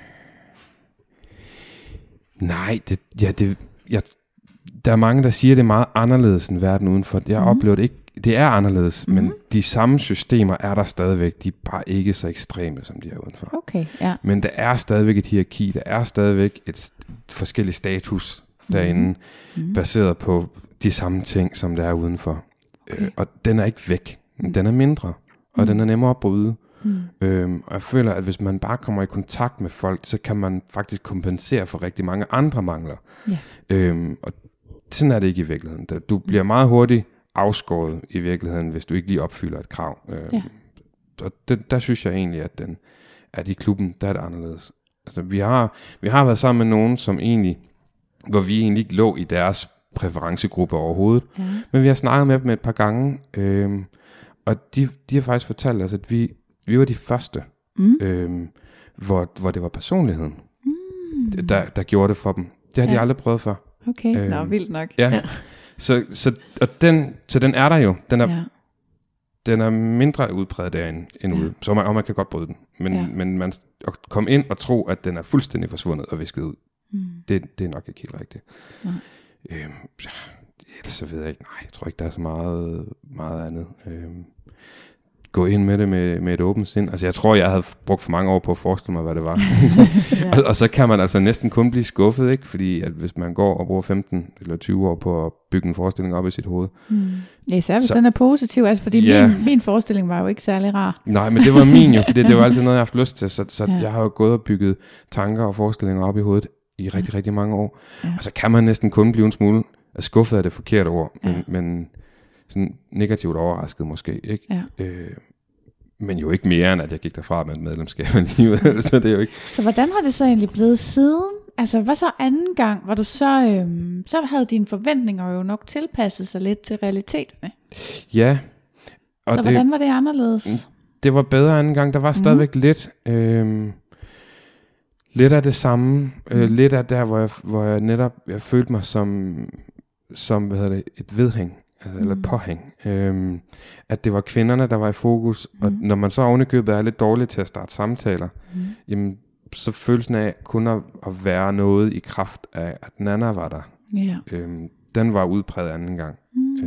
Nej, der er mange, der siger, at det er meget anderledes end verden udenfor. Jeg oplever det ikke. Det er anderledes, men de samme systemer er der stadigvæk. De er bare ikke så ekstreme, som de er udenfor. Okay, ja. Men der er stadigvæk et hierarki. Der er stadigvæk et forskelligt status derinde, baseret på de samme ting, som der er udenfor. Okay. Og den er ikke væk. Den er mindre, og den er nemmere at bryde. Og jeg føler, at hvis man bare kommer i kontakt med folk, så kan man faktisk kompensere for rigtig mange andre mangler. Og sådan er det ikke i virkeligheden. Du bliver meget hurtigt afskåret i virkeligheden, hvis du ikke lige opfylder et krav. Og der synes jeg egentlig, at i klubben, der er det anderledes. Altså, vi har været sammen med nogen, som egentlig, hvor vi egentlig ikke lå i deres præferencegruppe overhovedet, men vi har snakket med dem et par gange, og de har faktisk fortalt os, at vi var de første, hvor det var personligheden, der gjorde det for dem. Det har de aldrig prøvet før. Okay, vildt nok. Ja. Så den er der jo. Den er mindre udbredt derinde end ude. Så man kan godt bryde den. Men man at komme ind og tro, at den er fuldstændig forsvundet og visket ud, det er nok ikke helt rigtigt. Ellers så ved jeg ikke. Nej, jeg tror ikke, der er så meget andet. Gå ind med det med et åbent sind. Altså jeg tror, jeg havde brugt for mange år på at forestille mig, hvad det var. og så kan man altså næsten kun blive skuffet, ikke? Fordi at hvis man går og bruger 15 eller 20 år på at bygge en forestilling op i sit hoved. Ja, især hvis den er positiv, altså fordi min forestilling var jo ikke særlig rar. Nej, men det var min jo, fordi det var altid noget, jeg har haft lyst til. Så jeg har jo gået og bygget tanker og forestillinger op i hovedet i rigtig, rigtig mange år. Og så kan man næsten kun blive en smule skuffet af det forkerte ord, men sådan negativt overrasket måske, ikke? Men jo ikke mere end, at jeg gik derfra med et medlemskab alligevel, så det er jo ikke... Så hvordan har det så egentlig blevet siden? Altså, hvad så anden gang, hvor du så havde dine forventninger jo nok tilpasset sig lidt til realiteterne? Ja. Og så hvordan var det anderledes? Det var bedre anden gang. Der var stadigvæk lidt af det samme. Lidt af der, hvor jeg netop følte mig som et vedhæng. Eller påhæng. At det var kvinderne, der var i fokus, og når man så ovenikøbet er lidt dårlig til at starte samtaler, jamen, så følelsen af kun at være noget i kraft af, at Nana var der, den var udpræget anden gang.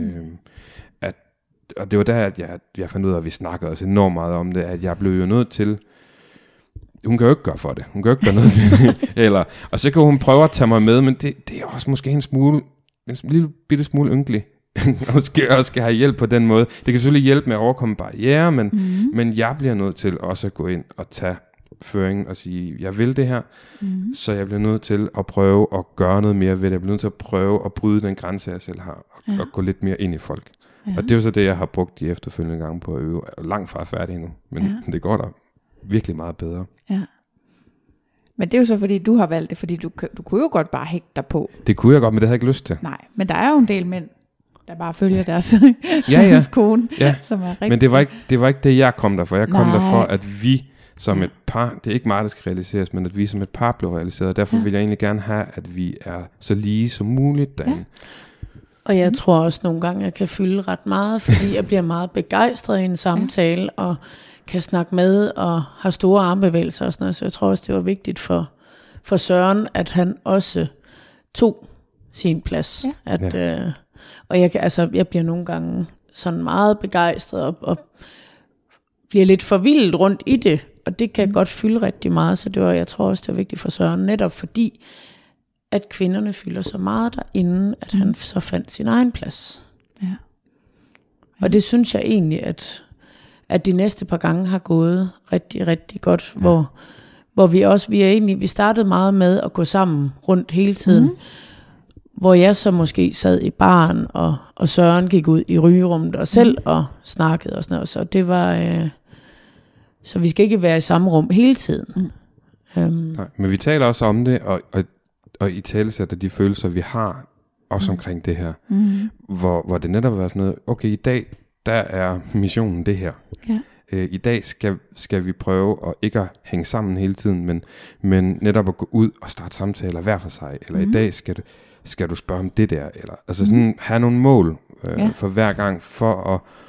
Og det var der, at jeg fandt ud af, at vi snakkede også enormt meget om det, at jeg blev jo nødt til, hun kan jo ikke gøre for det, hun kan jo ikke gøre noget ved det, og så kan hun prøve at tage mig med, men det er også måske en lille bitte smule ynkelig, og skal have hjælp på den måde. Det kan selvfølgelig hjælpe med at overkomme barrierer, men jeg bliver nødt til også at gå ind og tage føringen og sige, jeg vil det her, så jeg bliver nødt til at prøve at gøre noget mere ved det. Jeg bliver nødt til at prøve at bryde den grænse, jeg selv har, og gå lidt mere ind i folk. Og det er jo så det, jeg har brugt de efterfølgende gange på at øve. Jeg er langt fra færdig endnu, men det går da virkelig meget bedre. Ja. Men det er jo så, fordi du har valgt det, fordi du kunne jo godt bare hægte dig på. Det kunne jeg godt, men det havde jeg ikke lyst til. Nej, men der er jo en del mænd, der bare følger deres kone, som er rigtig... Men det var ikke det, jeg kom der for. Jeg kom der for, at vi som et par, det er ikke meget, der skal realiseres, men at vi som et par blev realiseret. Derfor vil jeg egentlig gerne have, at vi er så lige som muligt derinde. Og jeg tror også nogle gange, jeg kan fylde ret meget, fordi jeg bliver meget begejstret i en samtale, og kan snakke med, og har store armbevægelser og sådan noget. Så jeg tror også, det var vigtigt for Søren, at han også tog sin plads. Og jeg bliver nogle gange sådan meget begejstret, og bliver lidt forvildet rundt i det, og det kan godt fylde rigtig meget, så jeg tror også, det var vigtigt for Søren, netop fordi, at kvinderne fylder så meget derinde, at han så fandt sin egen plads. Og det synes jeg egentlig, at de næste par gange har gået rigtig, rigtig godt, hvor vi startede meget med at gå sammen rundt hele tiden, hvor jeg så måske sad i baren, og Søren gik ud i rygerummet og selv og snakkede og sådan noget, så det var... Så vi skal ikke være i samme rum hele tiden. Nej, men vi taler også om det, og i talesætter de følelser, vi har, også omkring det her. Hvor det netop var sådan noget, okay, i dag, der er missionen det her. I dag skal vi prøve at ikke at hænge sammen hele tiden, men netop at gå ud og starte samtaler hver for sig. Eller i dag skal du spørge om det der. Eller, altså sådan have nogle mål for hver gang, for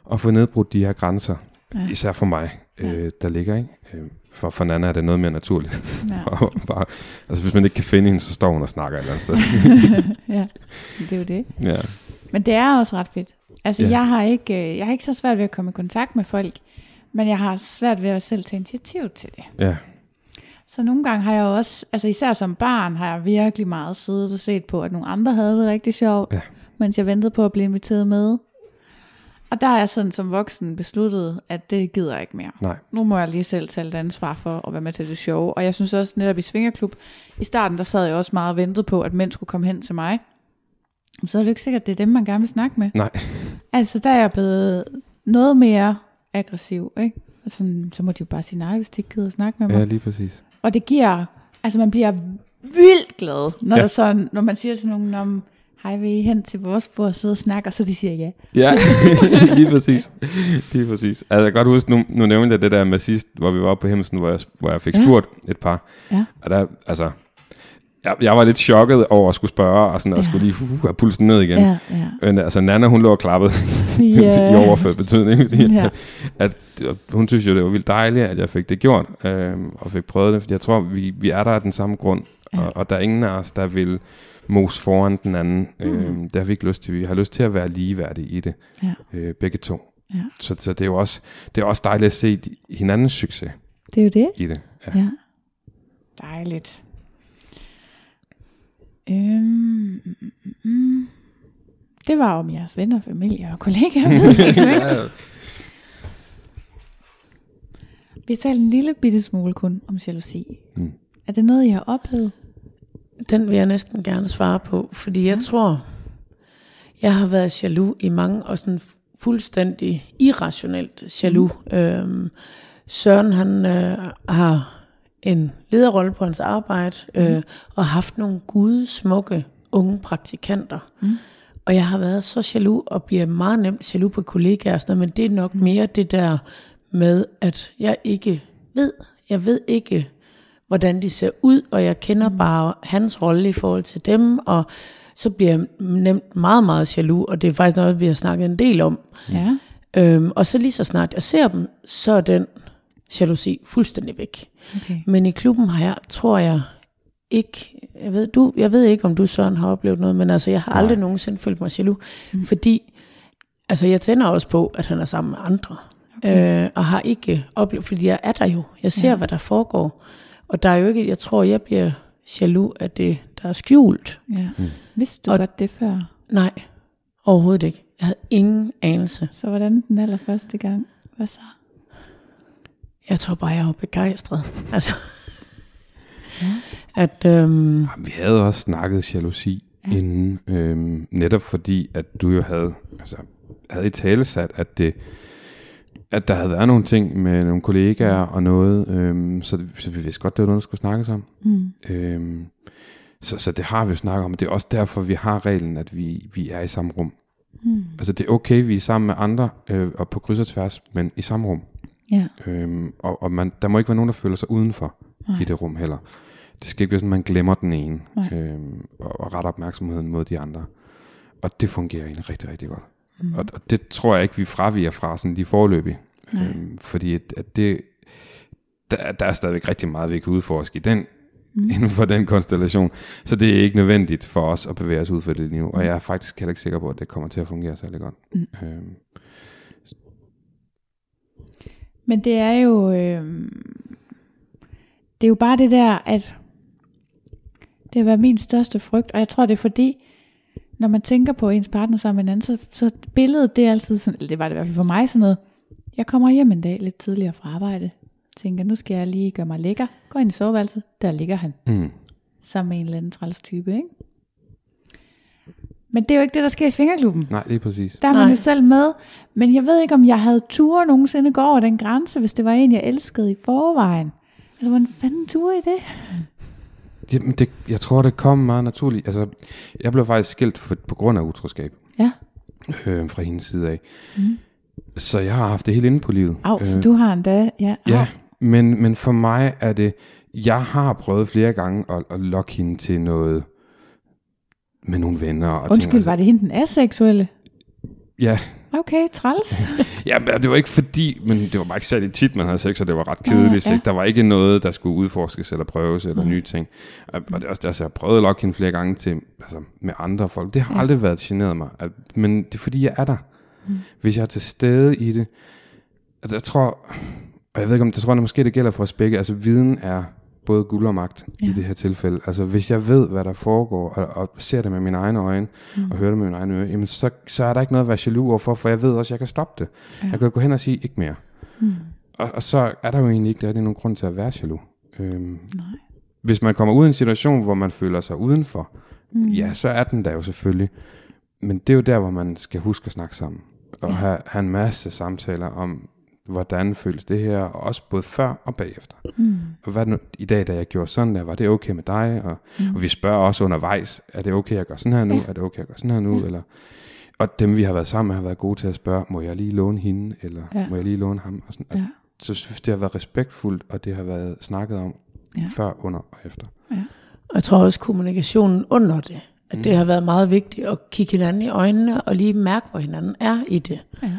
at få nedbrudt de her grænser, især for mig, der ligger, ikke? For Nanna er det noget mere naturligt. Ja. Bare, altså hvis man ikke kan finde hende, så står hun og snakker et eller andet sted. Ja, det er jo det. Ja. Men det er også ret fedt. Altså jeg har ikke så svært ved at komme i kontakt med folk, men jeg har svært ved at selv tage initiativ til det. Ja. Så nogle gange har jeg også, altså især som barn, har jeg virkelig meget siddet og set på, at nogle andre havde det rigtig sjovt, mens jeg ventede på at blive inviteret med. Og der er jeg sådan som voksen besluttet, at det gider jeg ikke mere. Nej. Nu må jeg lige selv tage et ansvar for at være med til det show. Og jeg synes også netop i Svingerklub, i starten der sad jeg også meget og ventede på, at mænd skulle komme hen til mig. Så er det jo ikke sikkert, at det er dem, man gerne vil snakke med. Nej. Altså der er jeg blevet noget mere aggressiv, ikke? Og sådan, så må de jo bare sige nej, hvis de ikke gider at snakke med mig. Ja, lige præcis. Og det giver, altså man bliver vildt glad, når, der sådan, når man siger til nogen om, hej, vil I hen til vores bord og sidde og snakke, og så de siger ja. Ja, lige præcis. Lige præcis. Altså jeg kan godt huske, nu nævnte jeg det der med sidst, hvor vi var oppe på Hemsen, hvor jeg fik spurgt et par. Ja. Og der, altså, jeg var lidt chokket over at skulle spørge, og sådan, og skulle lige have pulsen ned igen. Ja. Men altså Nanna, hun lå og klappede i overført betydning, fordi at hun synes jo, det var vildt dejligt, at jeg fik det gjort, og fik prøvet det, fordi jeg tror, vi er der af den samme grund, og der er ingen af os, der vil mos foran den anden. Det har vi ikke lyst til. Vi har lyst til at være ligeværdige i det. Begge to. Ja. Så det er jo også dejligt at se hinandens succes. Det er jo det. I det. Ja. Dejligt. Det var om jeres venner, familie og kollegaer. Vi talte en lille bitte smule kun om jalousi. Er det noget, I har oplevet? Den vil jeg næsten gerne svare på, fordi jeg tror, jeg har været jaloux i mange, og sådan fuldstændig irrationelt jaloux. Søren, han har en lederrolle på hans arbejde, og haft nogle gudsmukke unge praktikanter. Og jeg har været så jaloux, og bliver meget nemt jaloux på kollegaer, sådan, men det er nok mere det der med, at jeg ved ikke, hvordan de ser ud, og jeg kender bare hans rolle i forhold til dem, og så bliver jeg nemt meget, meget jaloux, og det er faktisk noget, vi har snakket en del om. Ja. Og så lige så snart jeg ser dem, så er den jalousi fuldstændig væk. Okay. Men i klubben tror jeg ikke, jeg ved ikke, om du, Søren, har oplevet noget, men altså, jeg har aldrig nogensinde følt mig jaloux, fordi altså, jeg tænder også på, at han er sammen med andre, og har ikke oplevet, fordi jeg er der jo, jeg ser, hvad der foregår, og der er jo ikke, jeg tror, jeg bliver jaloux af det, der er skjult. Ja. Vidste du godt det før? Nej, overhovedet ikke. Jeg havde ingen anelse. Så hvordan den allerførste gang? Hvad så? Jeg tror bare, jeg var begejstret. Altså, vi havde også snakket jalousi inden, netop fordi, at du jo havde i talesat, at der havde været nogle ting med nogle kollegaer og noget, så vi vidste godt, det var noget, der skulle snakkes om. Så det har vi jo snakket om, og det er også derfor, vi har reglen, at vi er i samme rum. Altså det er okay, vi er sammen med andre, og på kryds og tværs, men i samme rum. Ja. Og der må ikke være nogen, der føler sig udenfor i det rum heller. Det skal ikke være sådan, man glemmer den ene, og retter opmærksomheden mod de andre. Og det fungerer egentlig rigtig, rigtig godt. Og det tror jeg ikke, vi fraviger fra sådan lige foreløbig. Fordi at der er stadigvæk rigtig meget, vi kan udforske inden for den konstellation. Så det er ikke nødvendigt for os at bevæge os ud for det lige nu. Og jeg er faktisk heller ikke sikker på, at det kommer til at fungere særlig godt. Men det er jo det er jo bare det der, at det har været min største frygt, og jeg tror det er fordi, når man tænker på ens partner sammen med en anden, så billedet det er altid sådan, eller det var det i hvert fald for mig sådan noget, jeg kommer hjem en dag lidt tidligere fra arbejde, tænker nu skal jeg lige gøre mig lækker, går ind i soveværelset, der ligger han, sammen med en eller anden træls type, ikke? Men det er jo ikke det, der sker i Svingerklubben. Nej, det er præcis. Der er man jo selv med. Men jeg ved ikke, om jeg havde tur nogensinde gå over den grænse, hvis det var en, jeg elskede i forvejen. Altså, hvordan fanden tur i det? Jamen, jeg tror, det kom meget naturligt. Altså, jeg blev faktisk skilt på grund af utroskab. Ja. Fra hendes side af. Så jeg har haft det helt inde på livet. Så du har endda, Ja, men for mig er det, jeg har prøvet flere gange at lokke hende til noget med nogle venner. Og undskyld, var det hende den aseksuelle? Ja. Okay, træls. Ja, men det var ikke fordi, men det var bare ikke særlig tit, man havde sex, og det var ret kedeligt sex. Der var ikke noget, der skulle udforskes eller prøves eller nye ting. Og det er også der, jeg prøvede at lokke hende flere gange til, altså med andre folk. Det har aldrig været generet mig. Men det er fordi, jeg er der. Hvis jeg er til stede i det. Altså jeg tror, og jeg ved ikke om, det tror jeg måske det gælder for os begge. Altså viden er både guld og magt i det her tilfælde. Altså hvis jeg ved, hvad der foregår, og ser det med mine egne øjne, og hører det med mine egne ører, jamen så er der ikke noget at være jaloux overfor, for jeg ved også, at jeg kan stoppe det. Ja. Jeg kan gå hen og sige, ikke mere. Og så er der jo egentlig ikke nogen grund til at være jaloux. Hvis man kommer ud i en situation, hvor man føler sig udenfor, ja, så er den der jo selvfølgelig. Men det er jo der, hvor man skal huske at snakke sammen. Og have en masse samtaler om, hvordan føles det her, og også både før og bagefter. Og hvad nu, i dag, da jeg gjorde sådan der, var det okay med dig? Og vi spørger også undervejs, er det okay at gøre sådan her nu? Er det okay at gøre sådan her nu? Eller, og dem, vi har været sammen med, har været gode til at spørge, må jeg lige låne hende? Eller må jeg lige låne ham? Og sådan. Og så synes det har været respektfuldt, og det har været snakket om før, under og efter. Ja. Og jeg tror også, kommunikationen under det, at det har været meget vigtigt at kigge hinanden i øjnene, og lige mærke, hvor hinanden er i det.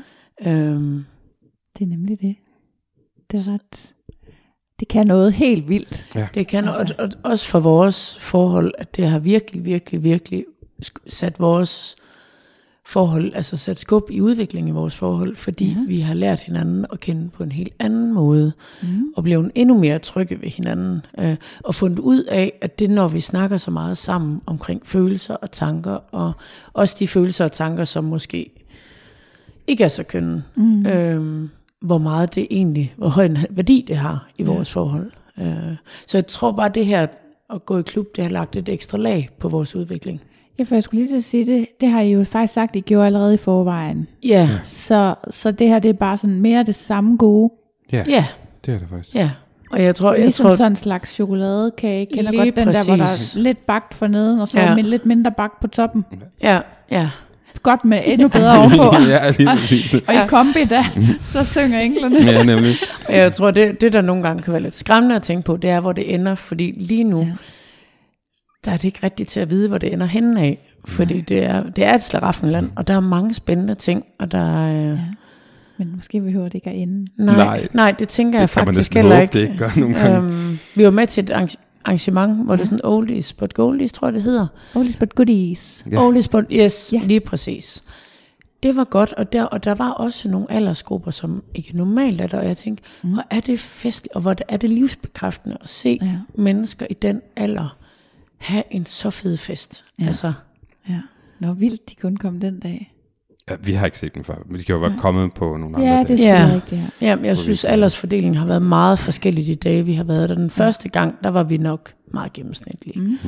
Det er nemlig det. Det er ret. Det kan noget helt vildt. Ja. Det kan og også for vores forhold, at det har virkelig sat vores forhold, altså sat skub i udviklingen i vores forhold, fordi vi har lært hinanden at kende på en helt anden måde, og blevet endnu mere trygge ved hinanden, og fundet ud af, at det når vi snakker så meget sammen omkring følelser og tanker, og også de følelser og tanker, som måske ikke er så kønne, hvor meget det egentlig, hvor høj en værdi det har i vores forhold. Så jeg tror bare, det her at gå i klub, det har lagt et ekstra lag på vores udvikling. Ja, for jeg skulle lige til at sige, det har I jo faktisk sagt, I gjorde allerede i forvejen. Ja. Så det her, det er bare sådan mere det samme gode. Ja, det er det faktisk. Ja. Og jeg tror, ligesom sådan en slags chokoladekage. Kender godt den der, hvor der er lidt bagt for neden, og så lidt mindre bagt på toppen. Ja. Godt med endnu bedre ovenpå. Ja, lige præcis. Og i kombi da, så synger englene. Ja, nemlig. Og jeg tror, det der nogle gange kan være lidt skræmmende at tænke på, det er, hvor det ender. Fordi lige nu, der er det ikke rigtigt til at vide, hvor det ender henne af. Fordi det er et slaraffenland, og der er mange spændende ting, og der er... Men måske behøver det ikke at ende. Nej, det tænker jeg faktisk heller ikke. Det gør nogle gange. Vi var med til et arrangement, hvor det er sådan oldies but goldies, tror jeg det hedder. Oldies but goodies. Oldies but, lige præcis. Det var godt, og der var også nogle aldersgrupper, som ikke normalt er der, og jeg tænkte, hvor er det festligt, og hvor er det livsbekræftende at se mennesker i den alder have en så fed fest. Altså. Ja. Nå, vildt, de kunne komme den dag. Ja, vi har ikke set dem før, men de kan jo være kommet på nogle andre dage. Ja, det er rigtigt. Ja, men jeg synes, aldersfordelingen har været meget forskellig de dage, vi har været der. Den første gang, der var vi nok meget gennemsnitlige.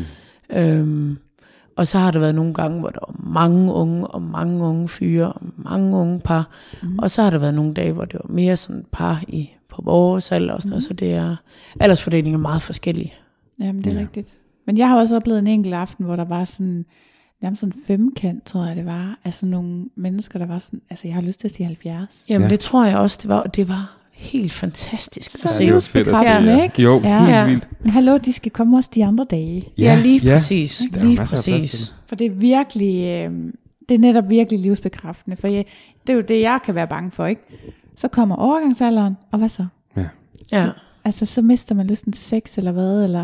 Og så har der været nogle gange, hvor der var mange unge, og mange unge fyre, og mange unge par. Og så har der været nogle dage, hvor det var mere sådan par på vores alder og sådan noget. Så det er, aldersfordelingen er meget forskellig. Jamen, det er rigtigt. Men jeg har også oplevet en enkelt aften, hvor der var sådan... Nærmest sådan 5-kant, tror jeg det var. Altså nogle mennesker, der var sådan... Altså jeg har lyst til at sige 70. Jamen det tror jeg også, det var. Og det var helt fantastisk at se. Det var fedt at se, ikke? Jo, helt vildt. Men hallo, de skal komme også de andre dage. Ja, lige præcis. Lige præcis. For det er virkelig... det er netop virkelig livsbekræftende. For det er jo det, jeg kan være bange for, ikke? Så kommer overgangsalderen, og hvad så? Ja. Så mister man lysten til sex, eller hvad? Eller...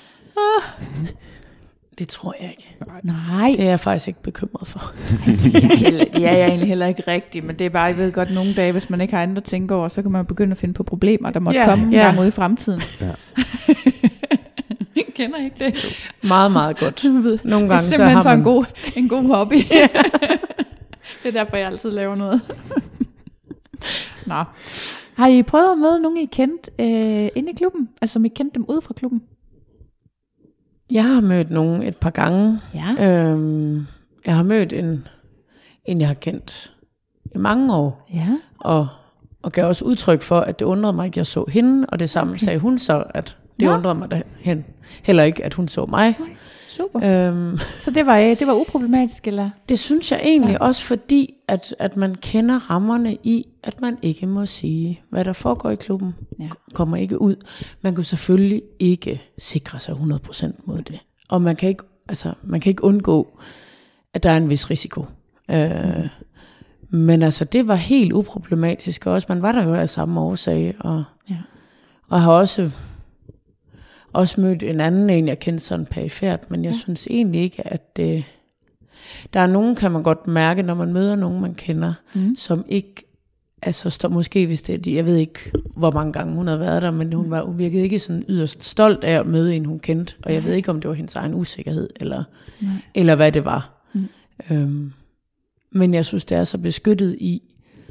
Det tror jeg ikke. Nej. Det er jeg faktisk ikke bekymret for. Det er jeg egentlig heller ikke rigtigt, men det er bare, jeg ved godt, nogle dage, hvis man ikke har andet at tænke over, så kan man begynde at finde på problemer, der måtte komme en gang ude i fremtiden. Ja. Kender I ikke det? Meget, meget godt. Nogle gange så har man... en god hobby. Det er derfor, jeg altid laver noget. Nå. Har I prøvet at møde nogen, I kendte inde i klubben? Altså, som I kendte dem ude fra klubben? Jeg har mødt nogen et par gange. Ja. Jeg har mødt en jeg har kendt i mange år. Ja. Og gav også udtryk for, at det undrede mig, at jeg så hende. Og det samme sagde hun så, at det undrede mig da heller ikke, at hun så mig. Super. Så det var uproblematisk, eller? Det synes jeg egentlig også, fordi at man kender rammerne i, at man ikke må sige, hvad der foregår i klubben, kommer ikke ud. Man kan selvfølgelig ikke sikre sig 100% mod det. Og man kan ikke undgå, at der er en vis risiko. Men altså, det var helt uproblematisk også. Man var der jo af samme årsag, og har også mødt en anden, jeg kendte sådan perifært, men jeg synes egentlig ikke, at der er nogen, kan man godt mærke, når man møder nogen, man kender, som ikke, altså måske hvis det, jeg ved ikke, hvor mange gange hun havde været der, men hun virkede ikke sådan yderst stolt af at møde en, hun kendte, og jeg ved ikke, om det var hendes egen usikkerhed, eller hvad det var. Men jeg synes, det er så beskyttet i,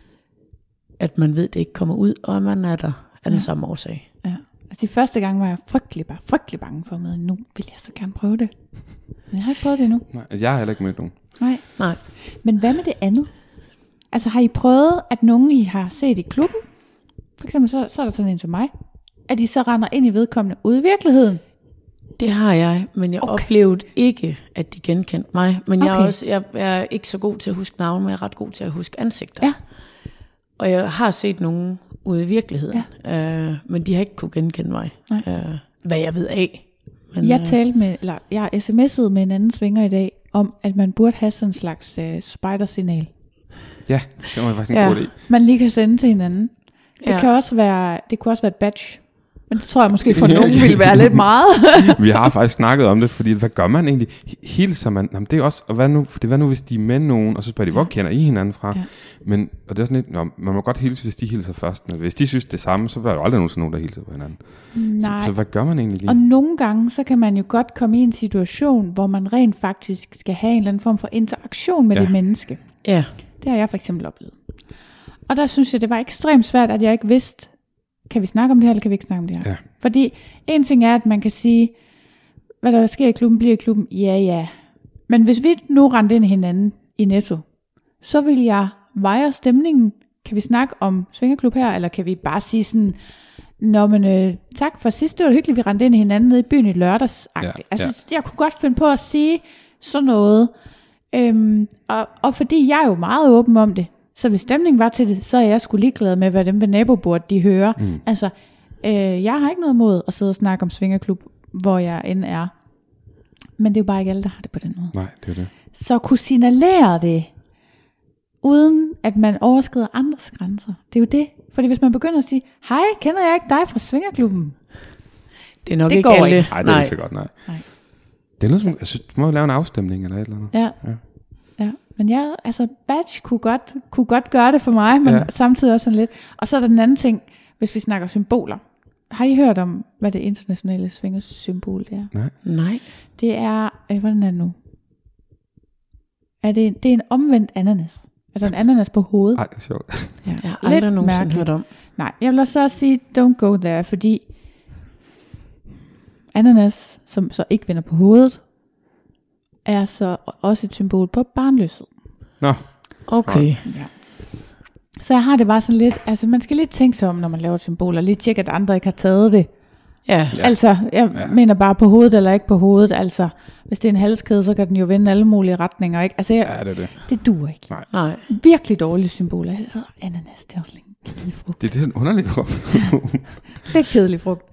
at man ved, det ikke kommer ud, og at man er der af den samme årsag. Ja. Altså de første gange var jeg frygtelig bange for at møde. Nu vil jeg så gerne prøve det. Men jeg har ikke prøvet det endnu. Nej, jeg har heller ikke mødt nogen. Nej. Men hvad med det andet? Altså har I prøvet, at nogen I har set i klubben, for eksempel så er der sådan en som mig, at I så render ind i vedkommende ude i virkeligheden? Det har jeg, men jeg oplevede ikke, at de genkendte mig. Men jeg er ikke så god til at huske navne, men jeg er ret god til at huske ansigter. Ja. Og jeg har set nogen ude i virkeligheden, men de har ikke kunne genkende mig, hvad jeg ved af. Men, jeg sms'ede med en anden svinger i dag, om at man burde have sådan en slags spider-signal. Ja, det var faktisk en god idé. Man lige kan sende til hinanden. Det kunne også være et badge. Men det tror jeg måske for nogen ville være lidt meget. Vi har faktisk snakket om det, fordi hvad gør man egentlig? Hilser man? Jamen, det er også, og hvad nu hvis de er med nogen, og så spørger de, hvor kender I hinanden fra? Ja. Men, og det er sådan lidt, man må godt hilse, hvis de hilser først. Men hvis de synes det samme, så bliver der jo aldrig nogen, der hilser på hinanden. Nej. Så hvad gør man egentlig lige? Og nogle gange, så kan man jo godt komme i en situation, hvor man rent faktisk skal have en eller anden form for interaktion med det menneske. Ja. Det har jeg for eksempel oplevet. Og der synes jeg, det var ekstremt svært, at jeg ikke vidste, kan vi snakke om det her, eller kan vi ikke snakke om det her? Ja. Fordi en ting er, at man kan sige, hvad der sker i klubben, bliver i klubben. Ja. Men hvis vi nu rendte ind i hinanden i Netto, så vil jeg veje stemningen. Kan vi snakke om svingerklub her, eller kan vi bare sige sådan, tak for sidst, det var hyggeligt, vi rendte ind i hinanden nede i byen i lørdags. Jeg kunne godt finde på at sige sådan noget. Og fordi jeg er jo meget åben om det, så hvis stemningen var til det, så er jeg sgu ligeglad med, hvad dem ved nabobordet, de hører. Altså, jeg har ikke noget imod at sidde og snakke om svingerklub, hvor jeg end er. Men det er jo bare ikke alle, der har det på den måde. Nej, det er det. Så kunne signalere det, uden at man overskrider andres grænser. Det er jo det. Fordi hvis man begynder at sige, hej, kender jeg ikke dig fra svingerklubben? Det er nok det ikke alle. Nej, det er ikke så godt, nej. Det er noget som, jeg synes, du må lave en afstemning eller et eller andet. Ja, men badge kunne godt gøre det for mig, men samtidig også sådan lidt. Og så er der den anden ting, hvis vi snakker symboler. Har I hørt om, hvad det internationale svingersymbol det er? Nej. Det er, hvordan er det nu? Det er en omvendt ananas. Altså en ananas på hovedet. Ej, sjovt. Ja. Jeg har aldrig nogensinde hørt om. Nej, jeg vil også sige, don't go there, fordi ananas, som så ikke vender på hovedet, er så også et symbol på barnløshed. Nå. Okay. Ja. Så jeg har det bare sådan lidt, altså man skal lige tænke sig om, når man laver et symbol, og lige tjekke, at andre ikke har taget det. Ja. Altså, jeg mener bare på hovedet eller ikke på hovedet. Altså, hvis det er en halskæde, så kan den jo vende alle mulige retninger, ikke? Altså, det duer ikke. Nej. Virkelig dårligt symbol. Altså, så ananas, det er også en kedelig frugt. Det er en underlig frugt. Lidt kedelig frugt.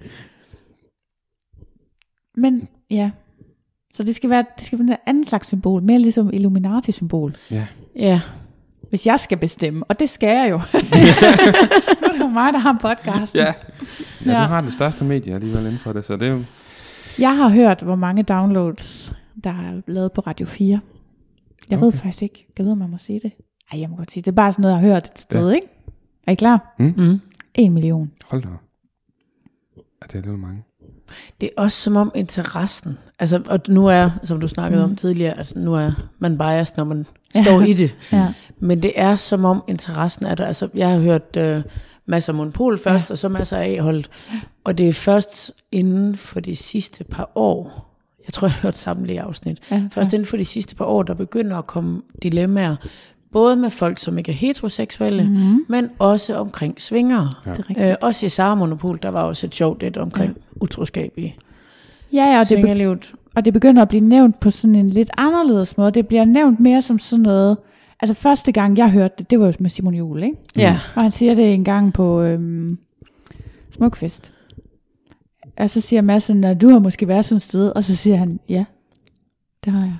Men, ja. Så det skal være en anden slags symbol, mere ligesom Illuminati-symbol. Ja. Hvis jeg skal bestemme, og det skal jeg jo. Nu er det jo mig, der har podcasten. Ja, du har det største medie alligevel inden for det, så det er jo... Jeg har hørt, hvor mange downloads, der er lavet på Radio 4. Jeg ved faktisk ikke. Jeg ved, om man må sige det. Ej, jeg må godt sige det. Det er bare sådan noget, jeg har hørt et sted, ikke? Er I klar? 1 million. Hold da. Det er lidt mange. Det er også som om interessen, altså, og nu er, som du snakkede om tidligere, altså nu er man biased, når man står i det. Men det er som om interessen er der. Altså, jeg har hørt masser af Monopol først, og så masser af A-holdet. Og det er først inden for de sidste par år, jeg tror, jeg har hørt samtlige afsnit, først inden for de sidste par år, der begynder at komme dilemmaer, både med folk, som ikke er heteroseksuelle, men også omkring svingere. Også i Sara Monopol, der var også et sjovt lidt omkring utroskab i svingerlivet. Og det begynder at blive nævnt på sådan en lidt anderledes måde. Det bliver nævnt mere som sådan noget. Altså første gang jeg hørte det, det var jo med Simon Juhl, ikke? Ja. Og han siger det en gang på Smukfest. Og så siger Madsen, at du har måske været sådan et sted. Og så siger han, ja, det har jeg.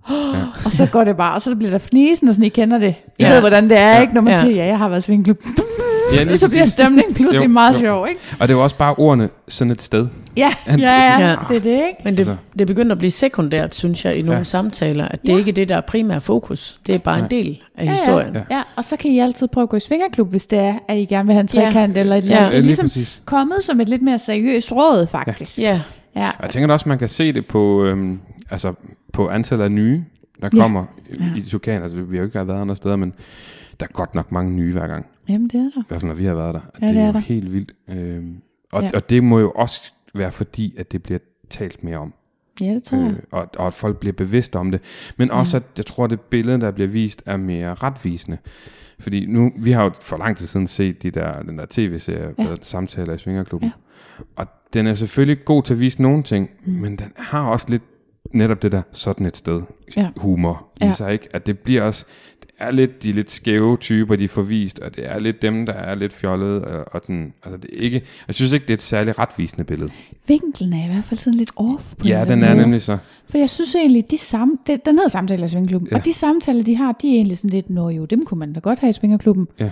Og så går det bare, og så bliver der fnisen, og sådan, I kender det. I ved, hvordan det er, ikke? Når man siger, jeg har været i svingerklub. Og så bliver stemningen pludselig meget sjov, ikke? Og det er jo også bare ordene sådan et sted. Ja, det er det, ikke? Men det begynder at blive sekundært, synes jeg, i nogle samtaler, at det ikke er det, der er primær fokus. Det er bare en del af historien. Ja, og så kan I altid prøve at gå i svingerklub, hvis det er, at I gerne vil have en trekant eller et eller andet. Det er ligesom kommet som et lidt mere seriøst råd, faktisk. Ja. Og jeg tænker også, man kan se det på, på antallet af nye, der kommer i Tukan. Altså, vi har jo ikke været andre steder, men der er godt nok mange nye hver gang. Jamen, det er der. I hvert fald, når vi har været der. Ja, det er jo helt vildt. Og det må jo også være fordi, at det bliver talt mere om. Ja, det tror jeg. Og at folk bliver bevidste om det. Men også, at jeg tror, at det billede, der bliver vist, er mere retvisende. Fordi nu, vi har jo for lang tid siden set den der tv-serie, Samtaler i Svingerklubben. Ja. Og den er selvfølgelig god til at vise nogle ting, men den har også lidt netop det der sådan et sted humor i sig, ikke? At det bliver også, det er lidt de lidt skæve typer, de får vist, og det er lidt dem, der er lidt fjollede, og sådan, altså det er ikke, jeg synes ikke, det er et særligt retvisende billede. Vinklen er i hvert fald sådan lidt off på den er nemlig så. For jeg synes egentlig, den hedder Samtaler i Svingerklubben, og de samtaler, de har, de er egentlig sådan lidt, dem kunne man da godt have i Svingerklubben. Ja.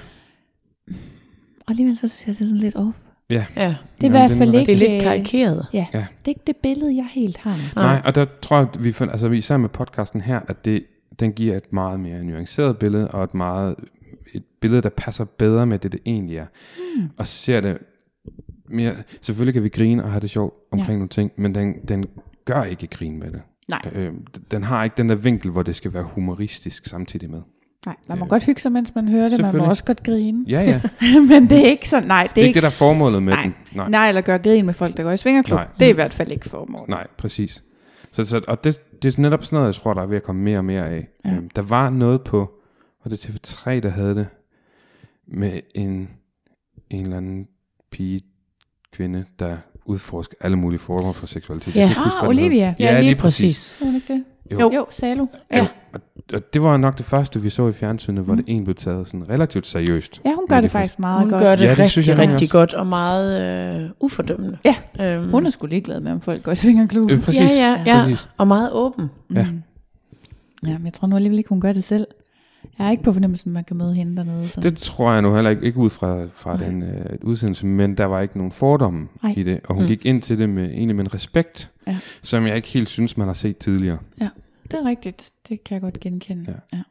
Og alligevel så synes jeg, det er sådan lidt off. Ja. Det er i hvert fald ikke... Det er lidt karikeret. Ja, det er ikke det billede, jeg helt har. Nej, og der tror jeg, vi sammen med podcasten her, at den giver et meget mere nuanceret billede, og et billede, der passer bedre med det egentlig er. Og ser det mere... Selvfølgelig kan vi grine og have det sjovt omkring nogle ting, men den gør ikke grin med det. Nej. Den har ikke den der vinkel, hvor det skal være humoristisk samtidig med. Nej, man må godt hygge sig, mens man hører det. Man må også godt grine. Ja. Men det er ikke sådan, nej. Det er ikke det, der er formålet med den. Nej, eller gøre grin med folk, der går i svingerklub. Det er i hvert fald ikke formålet. Nej, præcis. Og det er netop sådan noget, jeg tror, der er ved at komme mere og mere af. Ja. Der var noget på, var det TV3, der havde det, med en eller anden kvinde, der udforsker alle mulige former for seksualitet. Ja, Olivia. Ja, lige præcis. Var det ikke det? Jo, Salo. Ja. Og det var nok det første, vi så i fjernsynet, hvor det egentlig blev taget sådan relativt seriøst. Ja, hun gør det faktisk meget godt. Hun gør det rigtig godt og meget ufordømmende. Ja, hun er sgu ligeglad med, om folk går i svingerklubben. Præcis. Ja, og meget åben. Ja. Ja, men jeg tror nu alligevel ikke, hun gør det selv. Jeg er ikke på fornemmelsen, man kan møde hende dernede. Sådan. Det tror jeg nu heller ikke ud fra den udsendelse, men der var ikke nogen fordomme i det. Og hun gik ind til det med en respekt, som jeg ikke helt synes, man har set tidligere. Ja, det er rigtigt. Det kan jeg godt genkende.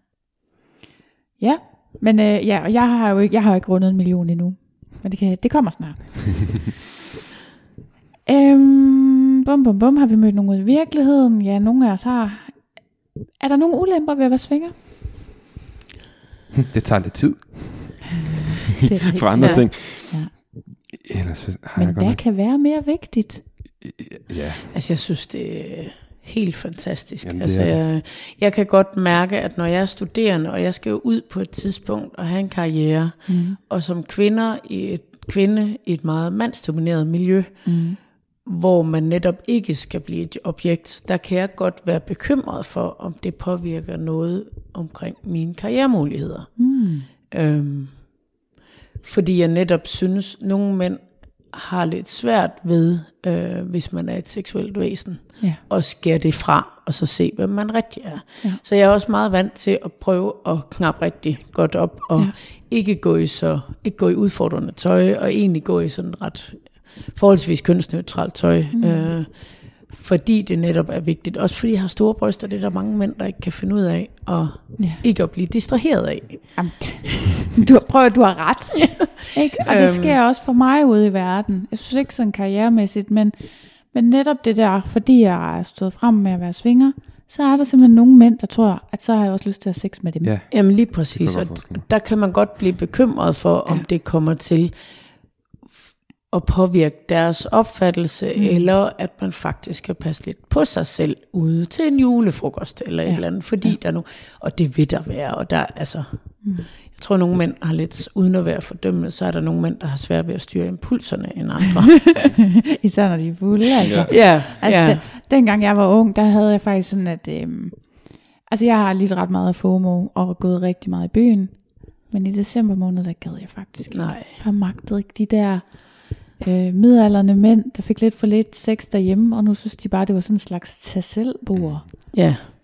Ja, men og jeg har jo ikke rundet 1 million endnu. Men det kommer snart. Har vi mødt nogen ud i virkeligheden? Ja, nogle af os har. Er der nogle ulemper ved at være svinger? Det tager lidt tid. Det er for andre ting. Ja. Ellers men hvad kan være mere vigtigt? Ja. Altså jeg synes det er helt fantastisk. Jamen, altså jeg kan godt mærke, at når jeg er studerende, og jeg skal jo ud på et tidspunkt og have en karriere, og som kvinde i et meget mandsdomineret miljø, hvor man netop ikke skal blive et objekt, der kan jeg godt være bekymret for, om det påvirker noget omkring mine karrieremuligheder. Fordi jeg netop synes, at nogle mænd har lidt svært ved, hvis man er et seksuelt væsen, at skære det fra, og så se, hvem man rigtig er. Ja. Så jeg er også meget vant til at prøve at knappe rigtig godt op, og ikke gå i udfordrende tøj, og egentlig gå i sådan ret forholdsvis kønsneutralt tøj, fordi det netop er vigtigt. Også fordi jeg har store bryster, det er der mange mænd, der ikke kan finde ud af, og ikke at blive distraheret af. Du har ret. Ikke? Og det sker også for mig ude i verden. Jeg synes ikke sådan karrieremæssigt, men netop det der, fordi jeg er stået frem med at være svinger, så er der simpelthen nogle mænd, der tror, at så har jeg også lyst til at have sex med dem. Ja. Jamen lige præcis, og der kan man godt blive bekymret for, om det kommer til at påvirke deres opfattelse, eller at man faktisk skal passe lidt på sig selv ude til en julefrokost, eller et eller andet, fordi der nu, og det vil der være, og der altså, jeg tror nogle mænd har lidt, uden at være fordømmende, så er der nogle mænd, der har svært ved at styre impulserne end andre. Især når de er fulde, altså. Dengang jeg var ung, der havde jeg faktisk sådan, at altså jeg har lidt ret meget af FOMO, og gået rigtig meget i byen, men i december måned, der gad jeg faktisk ikke. Jeg magtede ikke de der midaldrende mænd, der fik lidt for lidt sex derhjemme, og nu synes de bare, det var sådan en slags tag-selv-bord. Ja.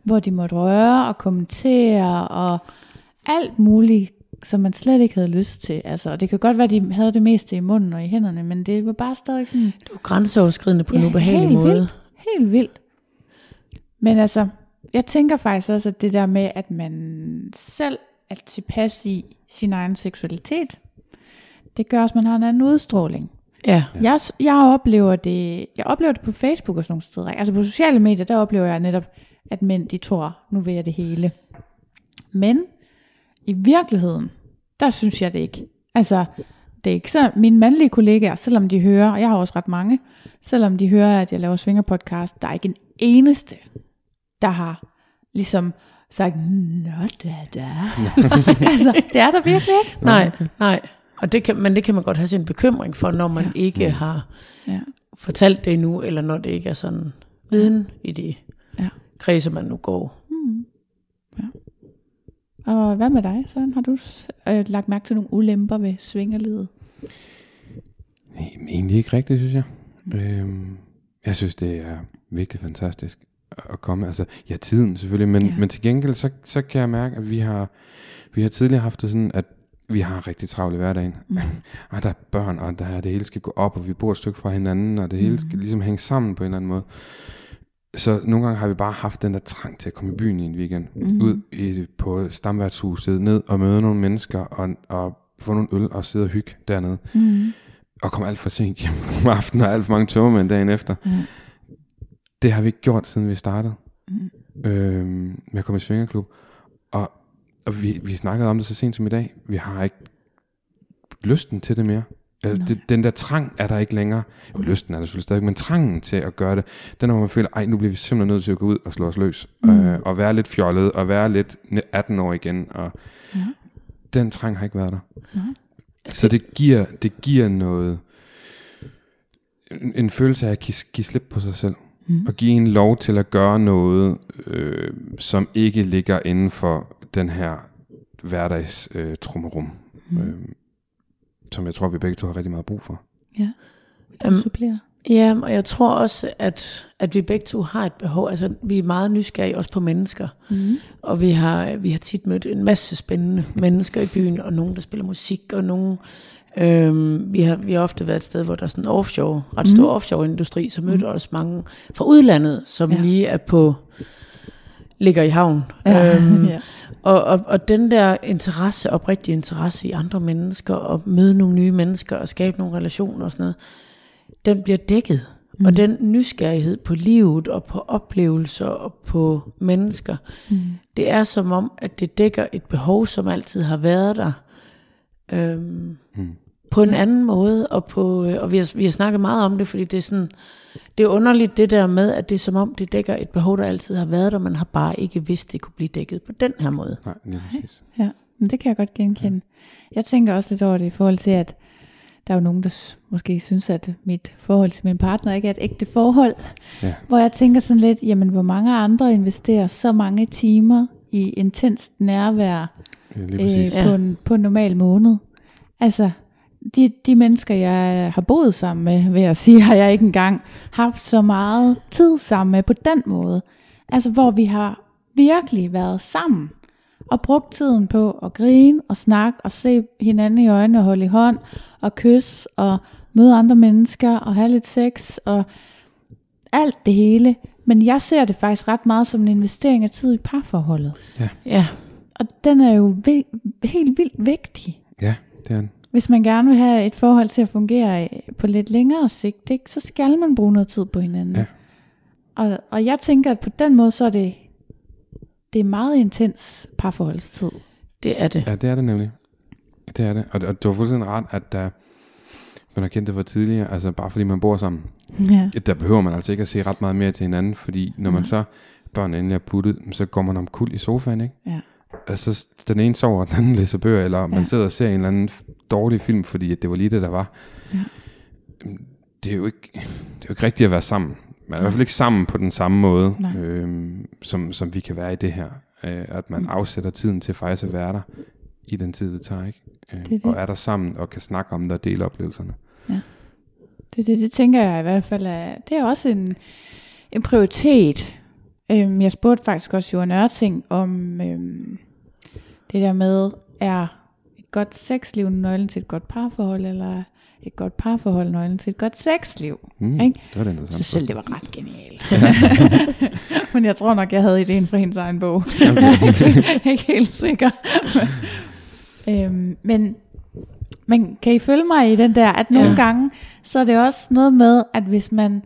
hvor de måtte røre og kommentere og alt muligt, som man slet ikke havde lyst til. Altså, det kan godt være, de havde det meste i munden og i hænderne, men det var bare stadig sådan... Det var grænseoverskridende på en ubehagelig måde. Helt vildt. Men altså, jeg tænker faktisk også, at det der med, at man selv er tilpas i sin egen seksualitet, det gør også, at man har en anden udstråling. Ja. Jeg oplever det på Facebook og sådan nogle steder. Altså på sociale medier, der oplever jeg netop, at mænd, de tror, nu vil jeg det hele. Men i virkeligheden, der synes jeg det ikke. Altså, det er ikke så, mine mandlige kollegaer, selvom de hører, og jeg har også ret mange, selvom de hører, at jeg laver svingerpodcast, der er ikke en eneste, der har ligesom sagt, nå da. Altså, det er der virkelig ikke. Nej. Og men det kan man godt have sin bekymring for, når man ikke har fortalt det endnu, eller når det ikke er sådan viden i de kredse, man nu går. Ja. Og hvad med dig, Søren? Har du lagt mærke til nogle ulemper ved svingerlivet? Nej, egentlig ikke rigtigt, synes jeg. Jeg synes, det er virkelig fantastisk at komme. Altså, ja, tiden selvfølgelig, men til gengæld, så kan jeg mærke, at vi har tidligere haft det sådan, at vi har rigtig travlt i hverdagen. Og der er børn, og det hele skal gå op, og vi bor et stykke fra hinanden, og det hele skal ligesom hænge sammen på en eller anden måde. Så nogle gange har vi bare haft den der trang til at komme i byen i en weekend. Ud på stamværtshuset, ned og møde nogle mennesker, og få nogle øl og sidde og hygge dernede. Og komme alt for sent hjem om aftenen, og alt for mange tømmermænd dagen efter. Det har vi ikke gjort, siden vi startede. Med at komme i svingerklub. Og vi snakkede om det så sent som i dag. Vi har ikke lysten til det mere. Altså, den der trang er der ikke længere. Jo, lysten er der selvfølgelig stadig, men trangen til at gøre det, den når man føler, nu bliver vi simpelthen nødt til at gå ud og slå os løs. Og være lidt fjollet, og være lidt 18 år igen. Og den trang har ikke været der. Så det giver noget, en følelse af at give slip på sig selv. Og give en lov til at gøre noget, som ikke ligger inden for den her hverdags trummerum, som jeg tror, vi begge to har rigtig meget brug for. Ja, supplerer. Ja, og jeg tror også, at vi begge to har et behov. Altså, vi er meget nysgerrige også på mennesker. Og vi har tit mødt en masse spændende mennesker i byen, og nogen, der spiller musik, og nogen... Vi har ofte været et sted, hvor der er sådan en ret stor offshore-industri, så mødte også mange fra udlandet, som lige er ligger i havn. Og den der oprigtig interesse i andre mennesker, og møde nogle nye mennesker, og skabe nogle relationer og sådan noget, den bliver dækket. Og den nysgerrighed på livet, og på oplevelser, og på mennesker, det er som om, at det dækker et behov, som altid har været der, på en anden måde, og vi har snakket meget om det, fordi det er sådan, det er underligt det der med, at det er som om det dækker et behov, der altid har været der, man har bare ikke vidst, det kunne blive dækket på den her måde. Nej, lige præcis. Ja, men det kan jeg godt genkende. Jeg tænker også lidt over det i forhold til, at der er jo nogen, der måske synes, at mit forhold til min partner ikke er et ægte forhold, hvor jeg tænker sådan lidt, jamen hvor mange andre investerer så mange timer i intenst nærvær på en normal måned. Altså, de mennesker, jeg har boet sammen med, vil jeg sige, har jeg ikke engang haft så meget tid sammen med på den måde. Altså, hvor vi har virkelig været sammen og brugt tiden på at grine og snakke og se hinanden i øjnene og holde i hånd og kysse og møde andre mennesker og have lidt sex og alt det hele. Men jeg ser det faktisk ret meget som en investering af tid i parforholdet. Ja. Og den er jo helt vildt vigtig. Ja, det er den. Hvis man gerne vil have et forhold til at fungere på lidt længere sigt, ikke, så skal man bruge noget tid på hinanden. Ja. Og jeg tænker, at på den måde, så er det er meget intens parforholdstid. Det er det. Ja, det er det nemlig. Det er det. Og du har fuldstændig ret, at man har kendt det fra tidligere, altså bare fordi man bor sammen. Der behøver man altså ikke at se ret meget mere til hinanden, fordi når man så børn endelig er puttet, så går man omkuld i sofaen, ikke? Ja. Altså, den ene sover, den anden læser bøger, eller man sidder og ser en eller anden dårlig film, fordi det var lige det, der var. Ja. Det er jo ikke rigtigt at være sammen. Man er i hvert fald ikke sammen på den samme måde, som vi kan være i det her. At man afsætter tiden til faktisk at være der i den tid, det tager, ikke? Det. Og er der sammen og kan snakke om det og dele oplevelserne. Ja. Det tænker jeg i hvert fald, det er også en prioritet Jeg spurgte faktisk også Johan Ørting om det der med, er et godt sexliv nøglen til et godt parforhold, eller et godt parforhold nøglen til et godt sexliv. Ikke? Det var det interessant. Så selv det var ret genialt. Men jeg tror nok, jeg havde ideen fra hendes egen bog. Okay. Jeg er ikke helt sikker. Men kan I følge mig i den der, at nogle gange, så er det også noget med, at hvis man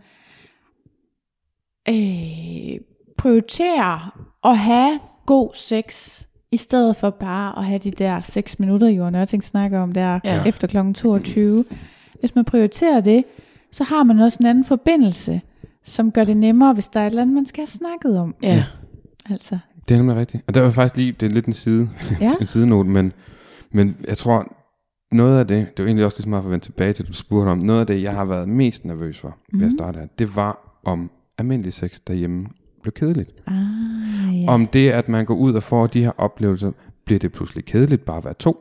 prioriterer at have god sex, i stedet for bare at have de der 6 minutter, Johan Ørting snakker om der, efter kl. 22. Hvis man prioriterer det, så har man også en anden forbindelse, som gør det nemmere, hvis der er et eller andet, man skal have snakket om. Ja. Altså. Det er nemlig rigtigt. Og der var faktisk lige, det er lidt en sidenote, men jeg tror, noget af det var egentlig også lige så meget for at vende tilbage til, du spurgte om, noget af det, jeg har været mest nervøs for, ved at starte her, det var om almindelig sex derhjemme blev kedeligt. Om det, at man går ud og får de her oplevelser, bliver det pludselig kedeligt bare at være 2.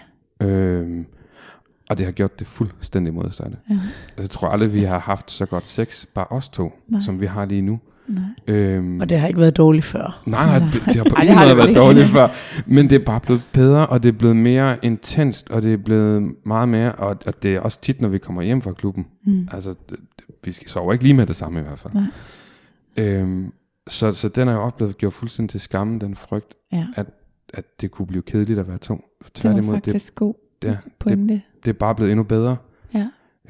Og det har gjort det fuldstændig modsatte. Altså, jeg tror aldrig, vi har haft så godt sex, bare os 2, som vi har lige nu. Og det har ikke været dårligt før. Nej, det har på ingen måde været dårligt før. Men det er bare blevet bedre, og det er blevet mere intenst, og det er blevet meget mere, og det er også tit, når vi kommer hjem fra klubben. Altså, vi sover ikke lige med det samme i hvert fald. Så den er jo oplevet gjort fuldstændig til skamme, den frygt, at det kunne blive kedeligt at være 2. Det var faktisk god pointe. Det er bare blevet endnu bedre. Ja.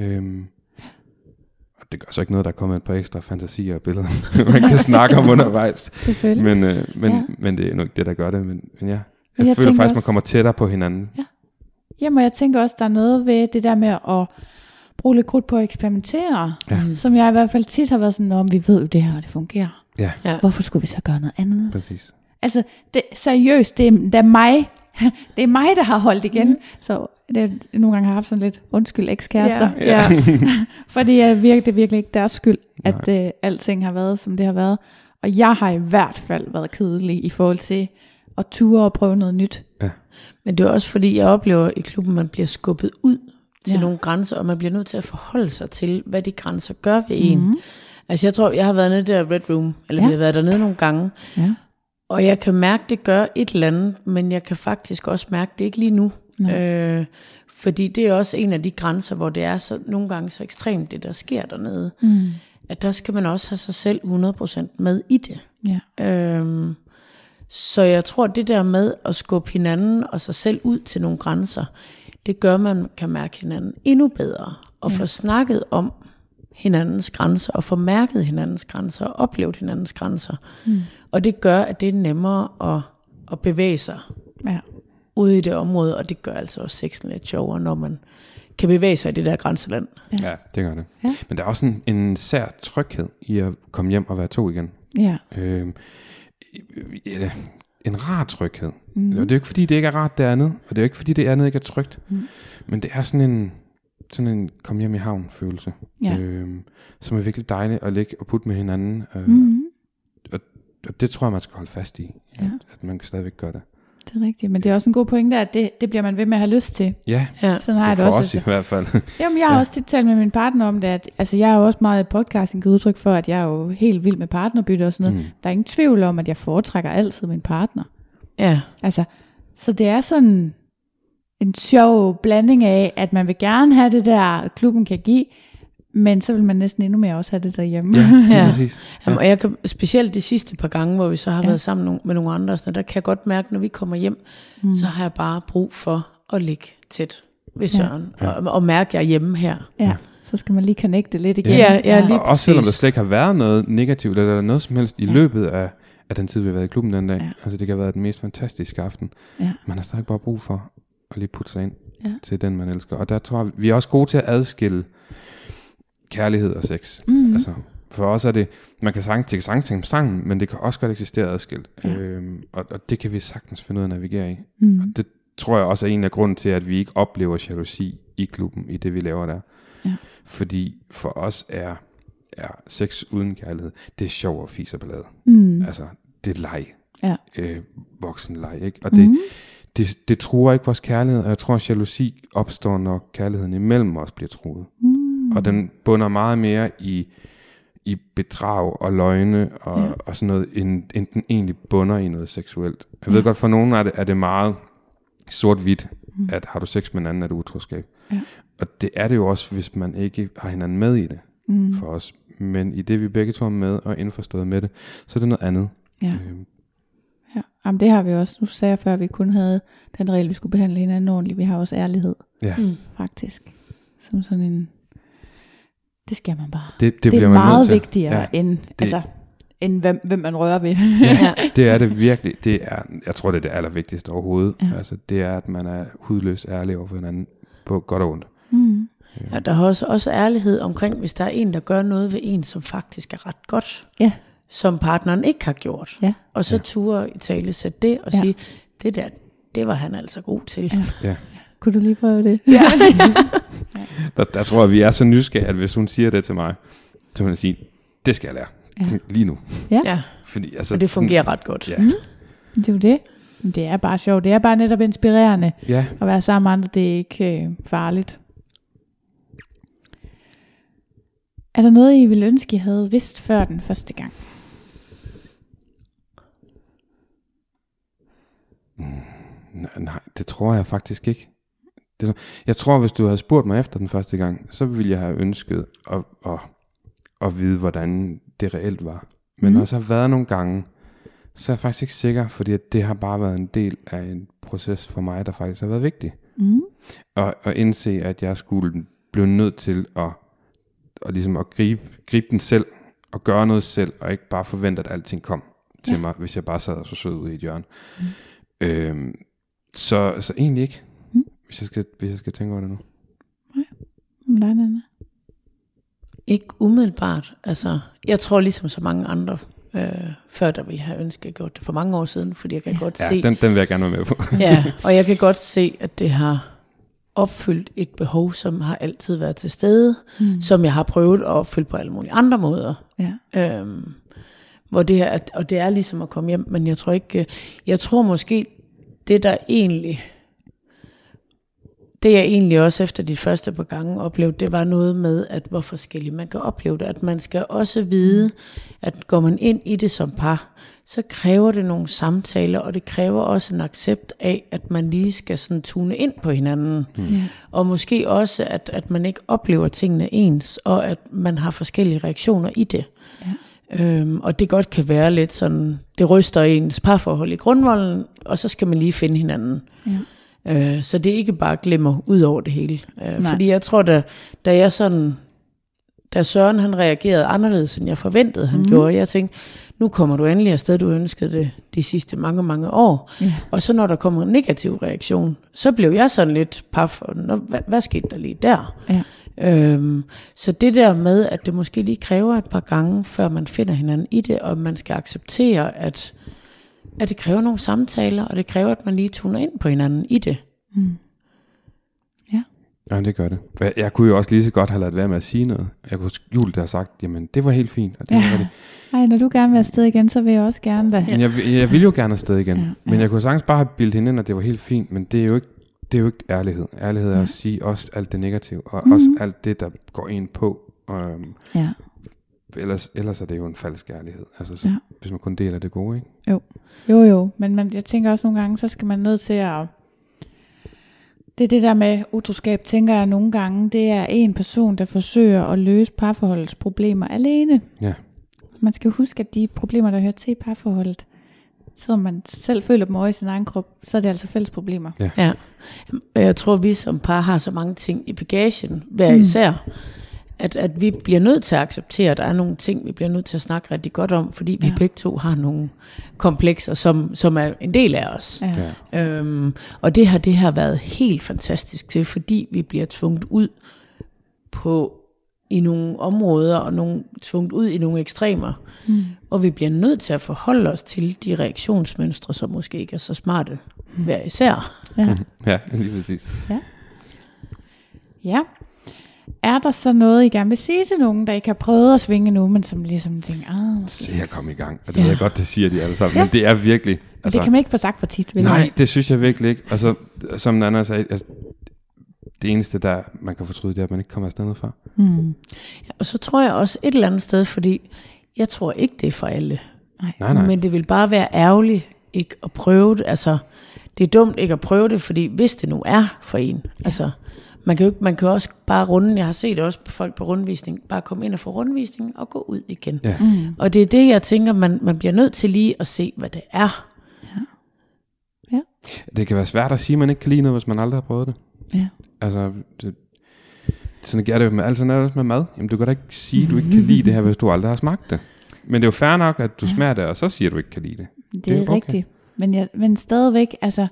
Og det gør så ikke noget, der er kommet et par ekstra fantasier og billeder, man kan snakke om undervejs. Selvfølgelig. Men det er nok det, der gør det. Men ja, jeg føler faktisk, også, man kommer tættere på hinanden. Ja. Jamen, jeg tænker også, der er noget ved det der med at bruge lidt krudt på at eksperimentere, som jeg i hvert fald tit har været sådan, om vi ved jo det her, og det fungerer. Ja. Hvorfor skulle vi så gøre noget andet? Præcis. Altså, seriøst, det er mig. Det er mig, der har holdt igen. Så nogle gange har jeg haft sådan lidt undskyld ekskærester. Fordi det er virkelig ikke deres skyld, at alting har været, som det har været. Og jeg har i hvert fald været kedelig i forhold til at ture og prøve noget nyt. Ja. Men det er også fordi, jeg oplever i klubben, man bliver skubbet ud til nogle grænser, og man bliver nødt til at forholde sig til, hvad de grænser gør ved en. Altså jeg tror, jeg har været nede i det der Red Room, eller vi har været dernede nogle gange, og jeg kan mærke, det gør et eller andet, men jeg kan faktisk også mærke, det ikke lige nu. Fordi det er også en af de grænser, hvor det er så nogle gange så ekstremt, det der sker dernede, at der skal man også have sig selv 100% med i det. Så jeg tror, det der med at skubbe hinanden og sig selv ud til nogle grænser, det gør, man kan mærke hinanden endnu bedre, og få snakket om hinandens grænser, og få mærket hinandens grænser, og oplevet hinandens grænser. Og det gør, at det er nemmere at bevæge sig ude i det område, og det gør altså også sexen lidt sjovere, når man kan bevæge sig i det der grænseland. Ja, det gør det. Men der er også en sær tryghed i at komme hjem og være 2 igen. En rar tryghed. Og det er jo ikke fordi det ikke er rart det andet, og det er jo ikke fordi det andet ikke er trygt, men det er sådan en kom hjem i havn følelse, som er virkelig dejlig at ligge og putte med hinanden, og det tror jeg man skal holde fast i, at man kan stadigvæk gøre det. Det er rigtigt, men det er også en god pointe, at det bliver man ved med at have lyst til. Ja, sådan har jeg det for også. Os i hvert fald. Jamen, jeg har også tit talt med min partner om det, at altså, jeg er jo også meget i podcasting givet udtryk for, at jeg er jo helt vild med partnerbytte og sådan noget. Der er ingen tvivl om, at jeg foretrækker altid min partner. Altså, så det er sådan en sjov blanding af, at man vil gerne have det der, klubben kan give, men så vil man næsten endnu mere også have det derhjemme. Præcis. Jamen, og jeg kan, specielt de sidste par gange, hvor vi så har været sammen med nogle andre, sådan, der kan jeg godt mærke, når vi kommer hjem, så har jeg bare brug for at ligge tæt ved Søren, og mærke, at jeg er hjemme her. Så skal man lige connecte lidt igen. Lige og også selvom der slet ikke har været noget negativt, eller noget som helst i løbet af den tid, vi har været i klubben den dag. Altså det kan have været den mest fantastiske aften. Man har stadig bare brug for at lige putte sig ind til den, man elsker. Og der tror jeg, vi er også gode til at adskille kærlighed og sex. Altså, for os er det, man kan sagtens tænke sammen, men det kan også godt eksistere adskilt. Og det kan vi sagtens finde ud af at navigere i. Og det tror jeg også er en af grunden til, at vi ikke oplever jalousi i klubben, i det vi laver der. Fordi for os er sex uden kærlighed, det er sjov og fis og ballade. Altså, det er leg. Voksen leg, ikke? Og det truer ikke vores kærlighed, og jeg tror, at jalousi opstår, når kærligheden imellem os bliver truet. Og den bunder meget mere i bedrag og løgne og sådan noget, end den egentlig bunder i noget seksuelt. Jeg ved godt, for nogen er det meget sort-hvidt, at har du sex med en anden, er det utroskab. Ja. Og det er det jo også, hvis man ikke har hinanden med i det for os. Men i det, vi begge to er med og indforstået med det, så er det noget andet. Ja. Ja. Jamen, det har vi også. Nu sagde jeg før, at vi kun havde den regel, vi skulle behandle hinanden ordentligt. Vi har også ærlighed, faktisk. Som sådan en... Det skal man bare. Det er meget vigtigere end hvem man rører ved. Ja, det er det virkelig. Jeg tror, det er det allervigtigste overhovedet. Ja. Altså, det er, at man er hudløs ærlig over for hinanden på godt og ondt. Ja, der er også ærlighed omkring, hvis der er en, der gør noget ved en, som faktisk er ret godt, som partneren ikke har gjort. Ja. Og så turde i tale sætte det og sige, det der, det var han altså god til. Ja. Kunne du lige prøve det? Ja. Der tror jeg, vi er så nysgerrige, at hvis hun siger det til mig, så vil jeg sige, det skal jeg lære. Lige nu. Ja. Fordi, altså, og det fungerer ret godt. Ja. Det er jo det. Det er bare sjovt. Det er bare netop inspirerende at være sammen med andre. Det er ikke farligt. Er der noget, I ville ønske, I havde vidst før den første gang? Nej, det tror jeg faktisk ikke. Jeg tror, hvis du havde spurgt mig efter den første gang, så ville jeg have ønsket at vide, hvordan det reelt var. Men når det så har været nogle gange, så er jeg faktisk ikke sikker, fordi det har bare været en del af en proces for mig, der faktisk har været vigtig. Og indse, at jeg skulle blive nødt til at ligesom at gribe den selv, og gøre noget selv, og ikke bare forvente, at alting kom til mig, hvis jeg bare sad og så sød ud i et hjørne. Så egentlig ikke, hvis jeg skal tænke over det nu. Nej. Ikke umiddelbart. Altså, jeg tror ligesom så mange andre, før der ville have ønsket at gjort det for mange år siden, fordi jeg kan godt se... Den vil jeg gerne være med på. Ja, og jeg kan godt se, at det har opfyldt et behov, som har altid været til stede, som jeg har prøvet at opfylde på alle mulige andre måder. Ja. Hvor det her, og det er ligesom at komme hjem, men jeg tror ikke, jeg tror måske, det jeg egentlig også efter de første par gange oplevede, det var noget med, at hvor forskelligt man kan opleve det. At man skal også vide, at går man ind i det som par, så kræver det nogle samtaler, og det kræver også en accept af, at man lige skal sådan tune ind på hinanden. Og måske også, at man ikke oplever tingene ens, og at man har forskellige reaktioner i det. Og det godt kan være lidt sådan, det ryster ens parforhold i grundvolden, og så skal man lige finde hinanden. Så det er ikke bare glemmer ud over det hele. Fordi jeg tror, da Søren han reagerede anderledes, end jeg forventede, han gjorde, jeg tænkte, nu kommer du endelig afsted, du ønskede det de sidste mange, mange år. Og så når der kommer en negativ reaktion, så blev jeg sådan lidt paf, og hvad skete der lige der? Så det der med, at det måske lige kræver et par gange, før man finder hinanden i det, og man skal acceptere, at det kræver nogle samtaler, og det kræver, at man lige tuner ind på hinanden i det. Ja, det gør det. Jeg kunne jo også lige så godt have ladet være med at sige noget. Jeg kunne Julie, der har sagt, jamen det var helt fint. Og det var det. Ej, når du gerne vil afsted igen, så vil jeg også gerne da. Men jeg vil jo gerne afsted igen. Men jeg kunne sagtens bare have bildet hende ind, at det var helt fint. Men det er jo ikke ærlighed. Ærlighed er at sige også alt det negative, og også alt det, der går ind på. Ellers er det jo en falsk ærlighed. Altså, så, hvis man kun deler det gode, ikke? Jo. Men jeg tænker også nogle gange, så skal man nødt til at... Det der med utroskab, tænker jeg nogle gange, det er en person, der forsøger at løse parforholdets problemer alene. Ja. Man skal huske, at de problemer, der hører til i parforholdet, selvom man selv føler dem over i sin egen krop, så er det altså fælles problemer. Ja. Jeg tror, vi som par har så mange ting i bagagen, hver især, at vi bliver nødt til at acceptere, at der er nogle ting, vi bliver nødt til at snakke rigtig godt om, fordi vi begge to har nogle komplekser, som er en del af os. Og det har været helt fantastisk til, fordi vi bliver tvunget ud i nogle områder, og tvunget ud i nogle ekstremer. Og vi bliver nødt til at forholde os til de reaktionsmønstre, som måske ikke er så smarte hver især. Ja, lige præcis. Ja. Er der så noget, I gerne vil sige til nogen, der ikke har prøvet at svinge nu, men som ligesom tænker, Se at komme i gang. Og det er godt, det siger de alle sammen. Men det er virkelig... Altså, det kan man ikke få sagt for tit, vel? Nej, det synes jeg virkelig ikke. Altså, som Nana sagde, altså, det eneste, der man kan fortryde, det er, at man ikke kommer afsted fra. Ja, og så tror jeg også et eller andet sted, fordi jeg tror ikke, det er for alle. Nej. Men det vil bare være ærgerligt ikke at prøve det. Altså, det er dumt ikke at prøve det, fordi hvis det nu er for en, altså, man kan også bare runde, jeg har set også på folk på rundvisning, bare komme ind og få rundvisning og gå ud igen. Ja. Og det er det, jeg tænker, man bliver nødt til lige at se, hvad det er. Ja. Det kan være svært at sige, at man ikke kan lide noget, hvis man aldrig har prøvet det. Ja. Altså, sådan er det jo med alt, sådan er det også med mad. Jamen, du kan da ikke sige, at du ikke kan lide det her, hvis du aldrig har smagt det. Men det er jo fair nok, at du smager det, og så siger du ikke kan lide det. Det er okay. Rigtigt. Men stadigvæk, altså...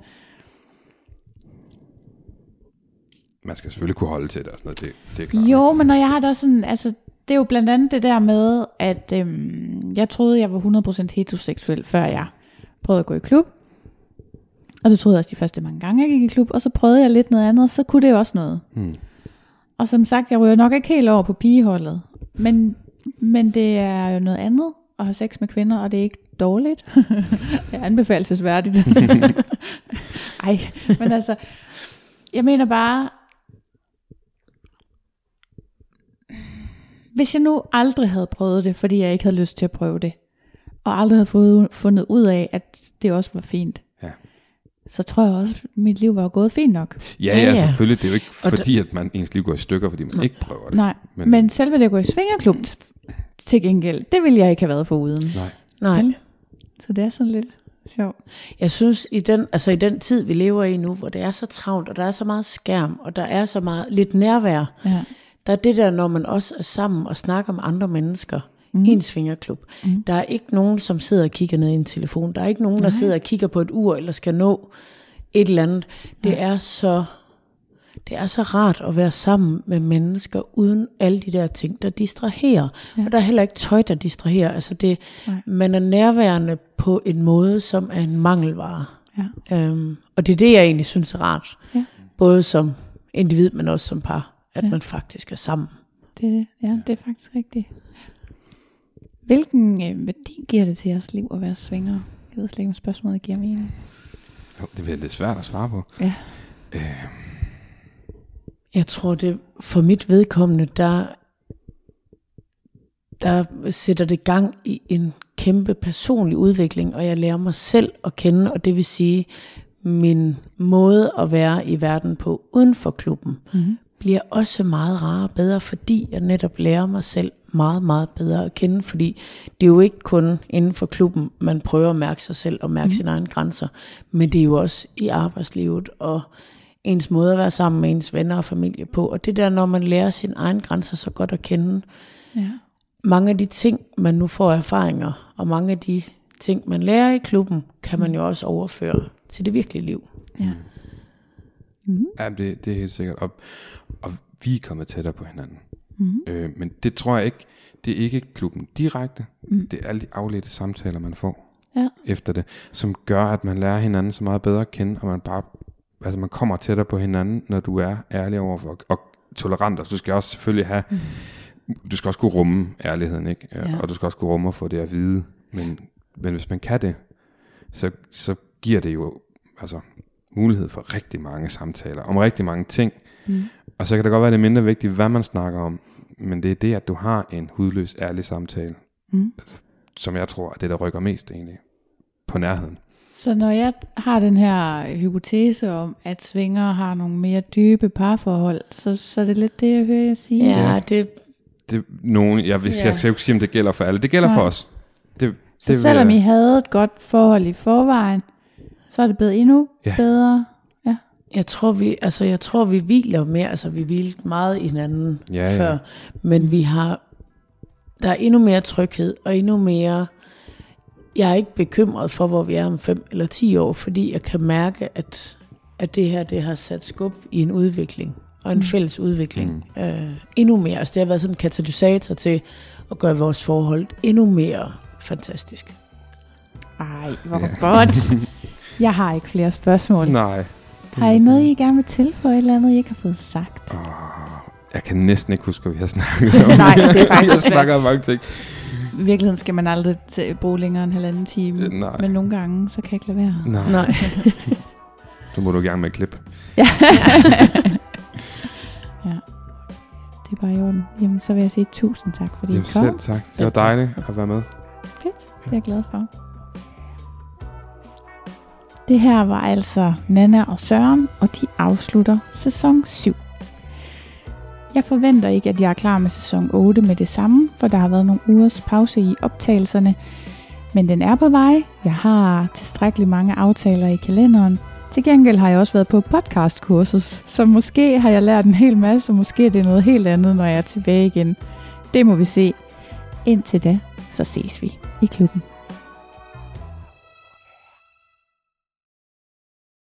Man skal selvfølgelig kunne holde til det og sådan noget, det er klart. Jo, men når jeg har da sådan, altså, det er jo blandt andet det der med, at jeg troede, jeg var 100% heteroseksuel, før jeg prøvede at gå i klub. Og så troede jeg også de første mange gange, jeg gik i klub, og så prøvede jeg lidt noget andet, og så kunne det jo også noget. Og som sagt, jeg ryger nok ikke helt over på pigeholdet, men det er jo noget andet at have sex med kvinder, og det er ikke dårligt. Det er anbefalelsesværdigt. Ej, men altså, jeg mener bare, hvis jeg nu aldrig havde prøvet det, fordi jeg ikke havde lyst til at prøve det, og aldrig havde fundet ud af, at det også var fint, så tror jeg også, at mit liv var gået fint nok. Ja, selvfølgelig. Det er jo ikke fordi, at ens liv går i stykker, fordi man ikke prøver det. Nej, men selve det at gå i svingerklub til gengæld, det ville jeg ikke have været foruden. Nej. Så det er sådan lidt sjovt. Jeg synes, i den tid, vi lever i nu, hvor det er så travlt, og der er så meget skærm, og der er så meget lidt nærvær, der er det der, når man også er sammen og snakker med andre mennesker, i en svingerklub. Der er ikke nogen, som sidder og kigger ned i en telefon. Der er ikke nogen, der sidder og kigger på et ur, eller skal nå et eller andet. Det er så rart at være sammen med mennesker, uden alle de der ting, der distraherer. Og der er heller ikke tøj, der distraherer. Altså man er nærværende på en måde, som er en mangelvare. Og det er det, jeg egentlig synes er rart. Både som individ, men også som par, at man faktisk er sammen. Det er det. Ja, det er faktisk rigtigt. Hvilken værdi giver det til jeres liv at være swinger? Jeg ved slet ikke, om spørgsmålet giver mening. Det bliver lidt svært at svare på. Ja. Jeg tror, det for mit vedkommende, der sætter det gang i en kæmpe personlig udvikling, og jeg lærer mig selv at kende, og det vil sige, min måde at være i verden på uden for klubben, bliver også meget rarere og bedre, fordi jeg netop lærer mig selv meget, meget bedre at kende, fordi det er jo ikke kun inden for klubben, man prøver at mærke sig selv og mærke sine egne grænser, men det er jo også i arbejdslivet og ens måde at være sammen med ens venner og familie på, og det der, når man lærer sine egne grænser så godt at kende, mange af de ting, man nu får erfaringer, og mange af de ting, man lærer i klubben, kan man jo også overføre til det virkelige liv. Ja, det er helt sikkert. Og vi er kommet tættere på hinanden. Men det tror jeg ikke, det er ikke klubben direkte. Det er alle de afledte samtaler, man får efter det, som gør, at man lærer hinanden så meget bedre at kende, og man kommer tættere på hinanden, når du er ærlig overfor, og tolerant. Og du skal også selvfølgelig have, du skal også kunne rumme ærligheden, ikke? Og du skal også kunne rumme at få det at vide. Men hvis man kan det, så giver det jo mulighed for rigtig mange samtaler om rigtig mange ting. Og så kan det godt være, det er mindre vigtigt, hvad man snakker om, men det er det, at du har en hudløs, ærlig samtale, som jeg tror er det, der rykker mest egentlig på nærheden. Så når jeg har den her hypotese om, at swinger har nogle mere dybe parforhold, så er det lidt det, jeg hører jer sige? Ja, det nogen, jeg skal jo ikke sige, om det gælder for alle. Det gælder for os. Så selvom I havde et godt forhold i forvejen, så er det blevet endnu bedre? Jeg tror, vi hviler mere, vi hvilede meget i hinanden før, men der er endnu mere tryghed, og endnu mere, jeg er ikke bekymret for, hvor vi er om 5 eller 10 år, fordi jeg kan mærke, at det her, det har sat skub i en udvikling, og en fælles udvikling, endnu mere. Det har været sådan en katalysator til at gøre vores forhold endnu mere fantastisk. Ej, hvor godt. Jeg har ikke flere spørgsmål. Nej. Har I noget, I gerne vil tilføje, eller andet, I ikke har fået sagt? Jeg kan næsten ikke huske, hvad vi har snakket om. Nej, det er faktisk jeg snakker om mange ting. I virkeligheden skal man aldrig bruge længere end 1,5 time. Men nogle gange, så kan jeg ikke lade være. Nej. Så må du gerne med et klip. bare i orden. Jamen, så vil jeg sige tusind tak, fordi I kom. Selv tak. Det var dejligt at være med. Fedt, det er jeg glad for. Det her var altså Nanna og Søren, og de afslutter sæson 7. Jeg forventer ikke, at jeg er klar med sæson 8 med det samme, for der har været nogle ugers pause i optagelserne. Men den er på vej. Jeg har tilstrækkeligt mange aftaler i kalenderen. Til gengæld har jeg også været på podcastkursus, så måske har jeg lært en hel masse, og måske er det noget helt andet, når jeg er tilbage igen. Det må vi se. Indtil da, så ses vi i klubben.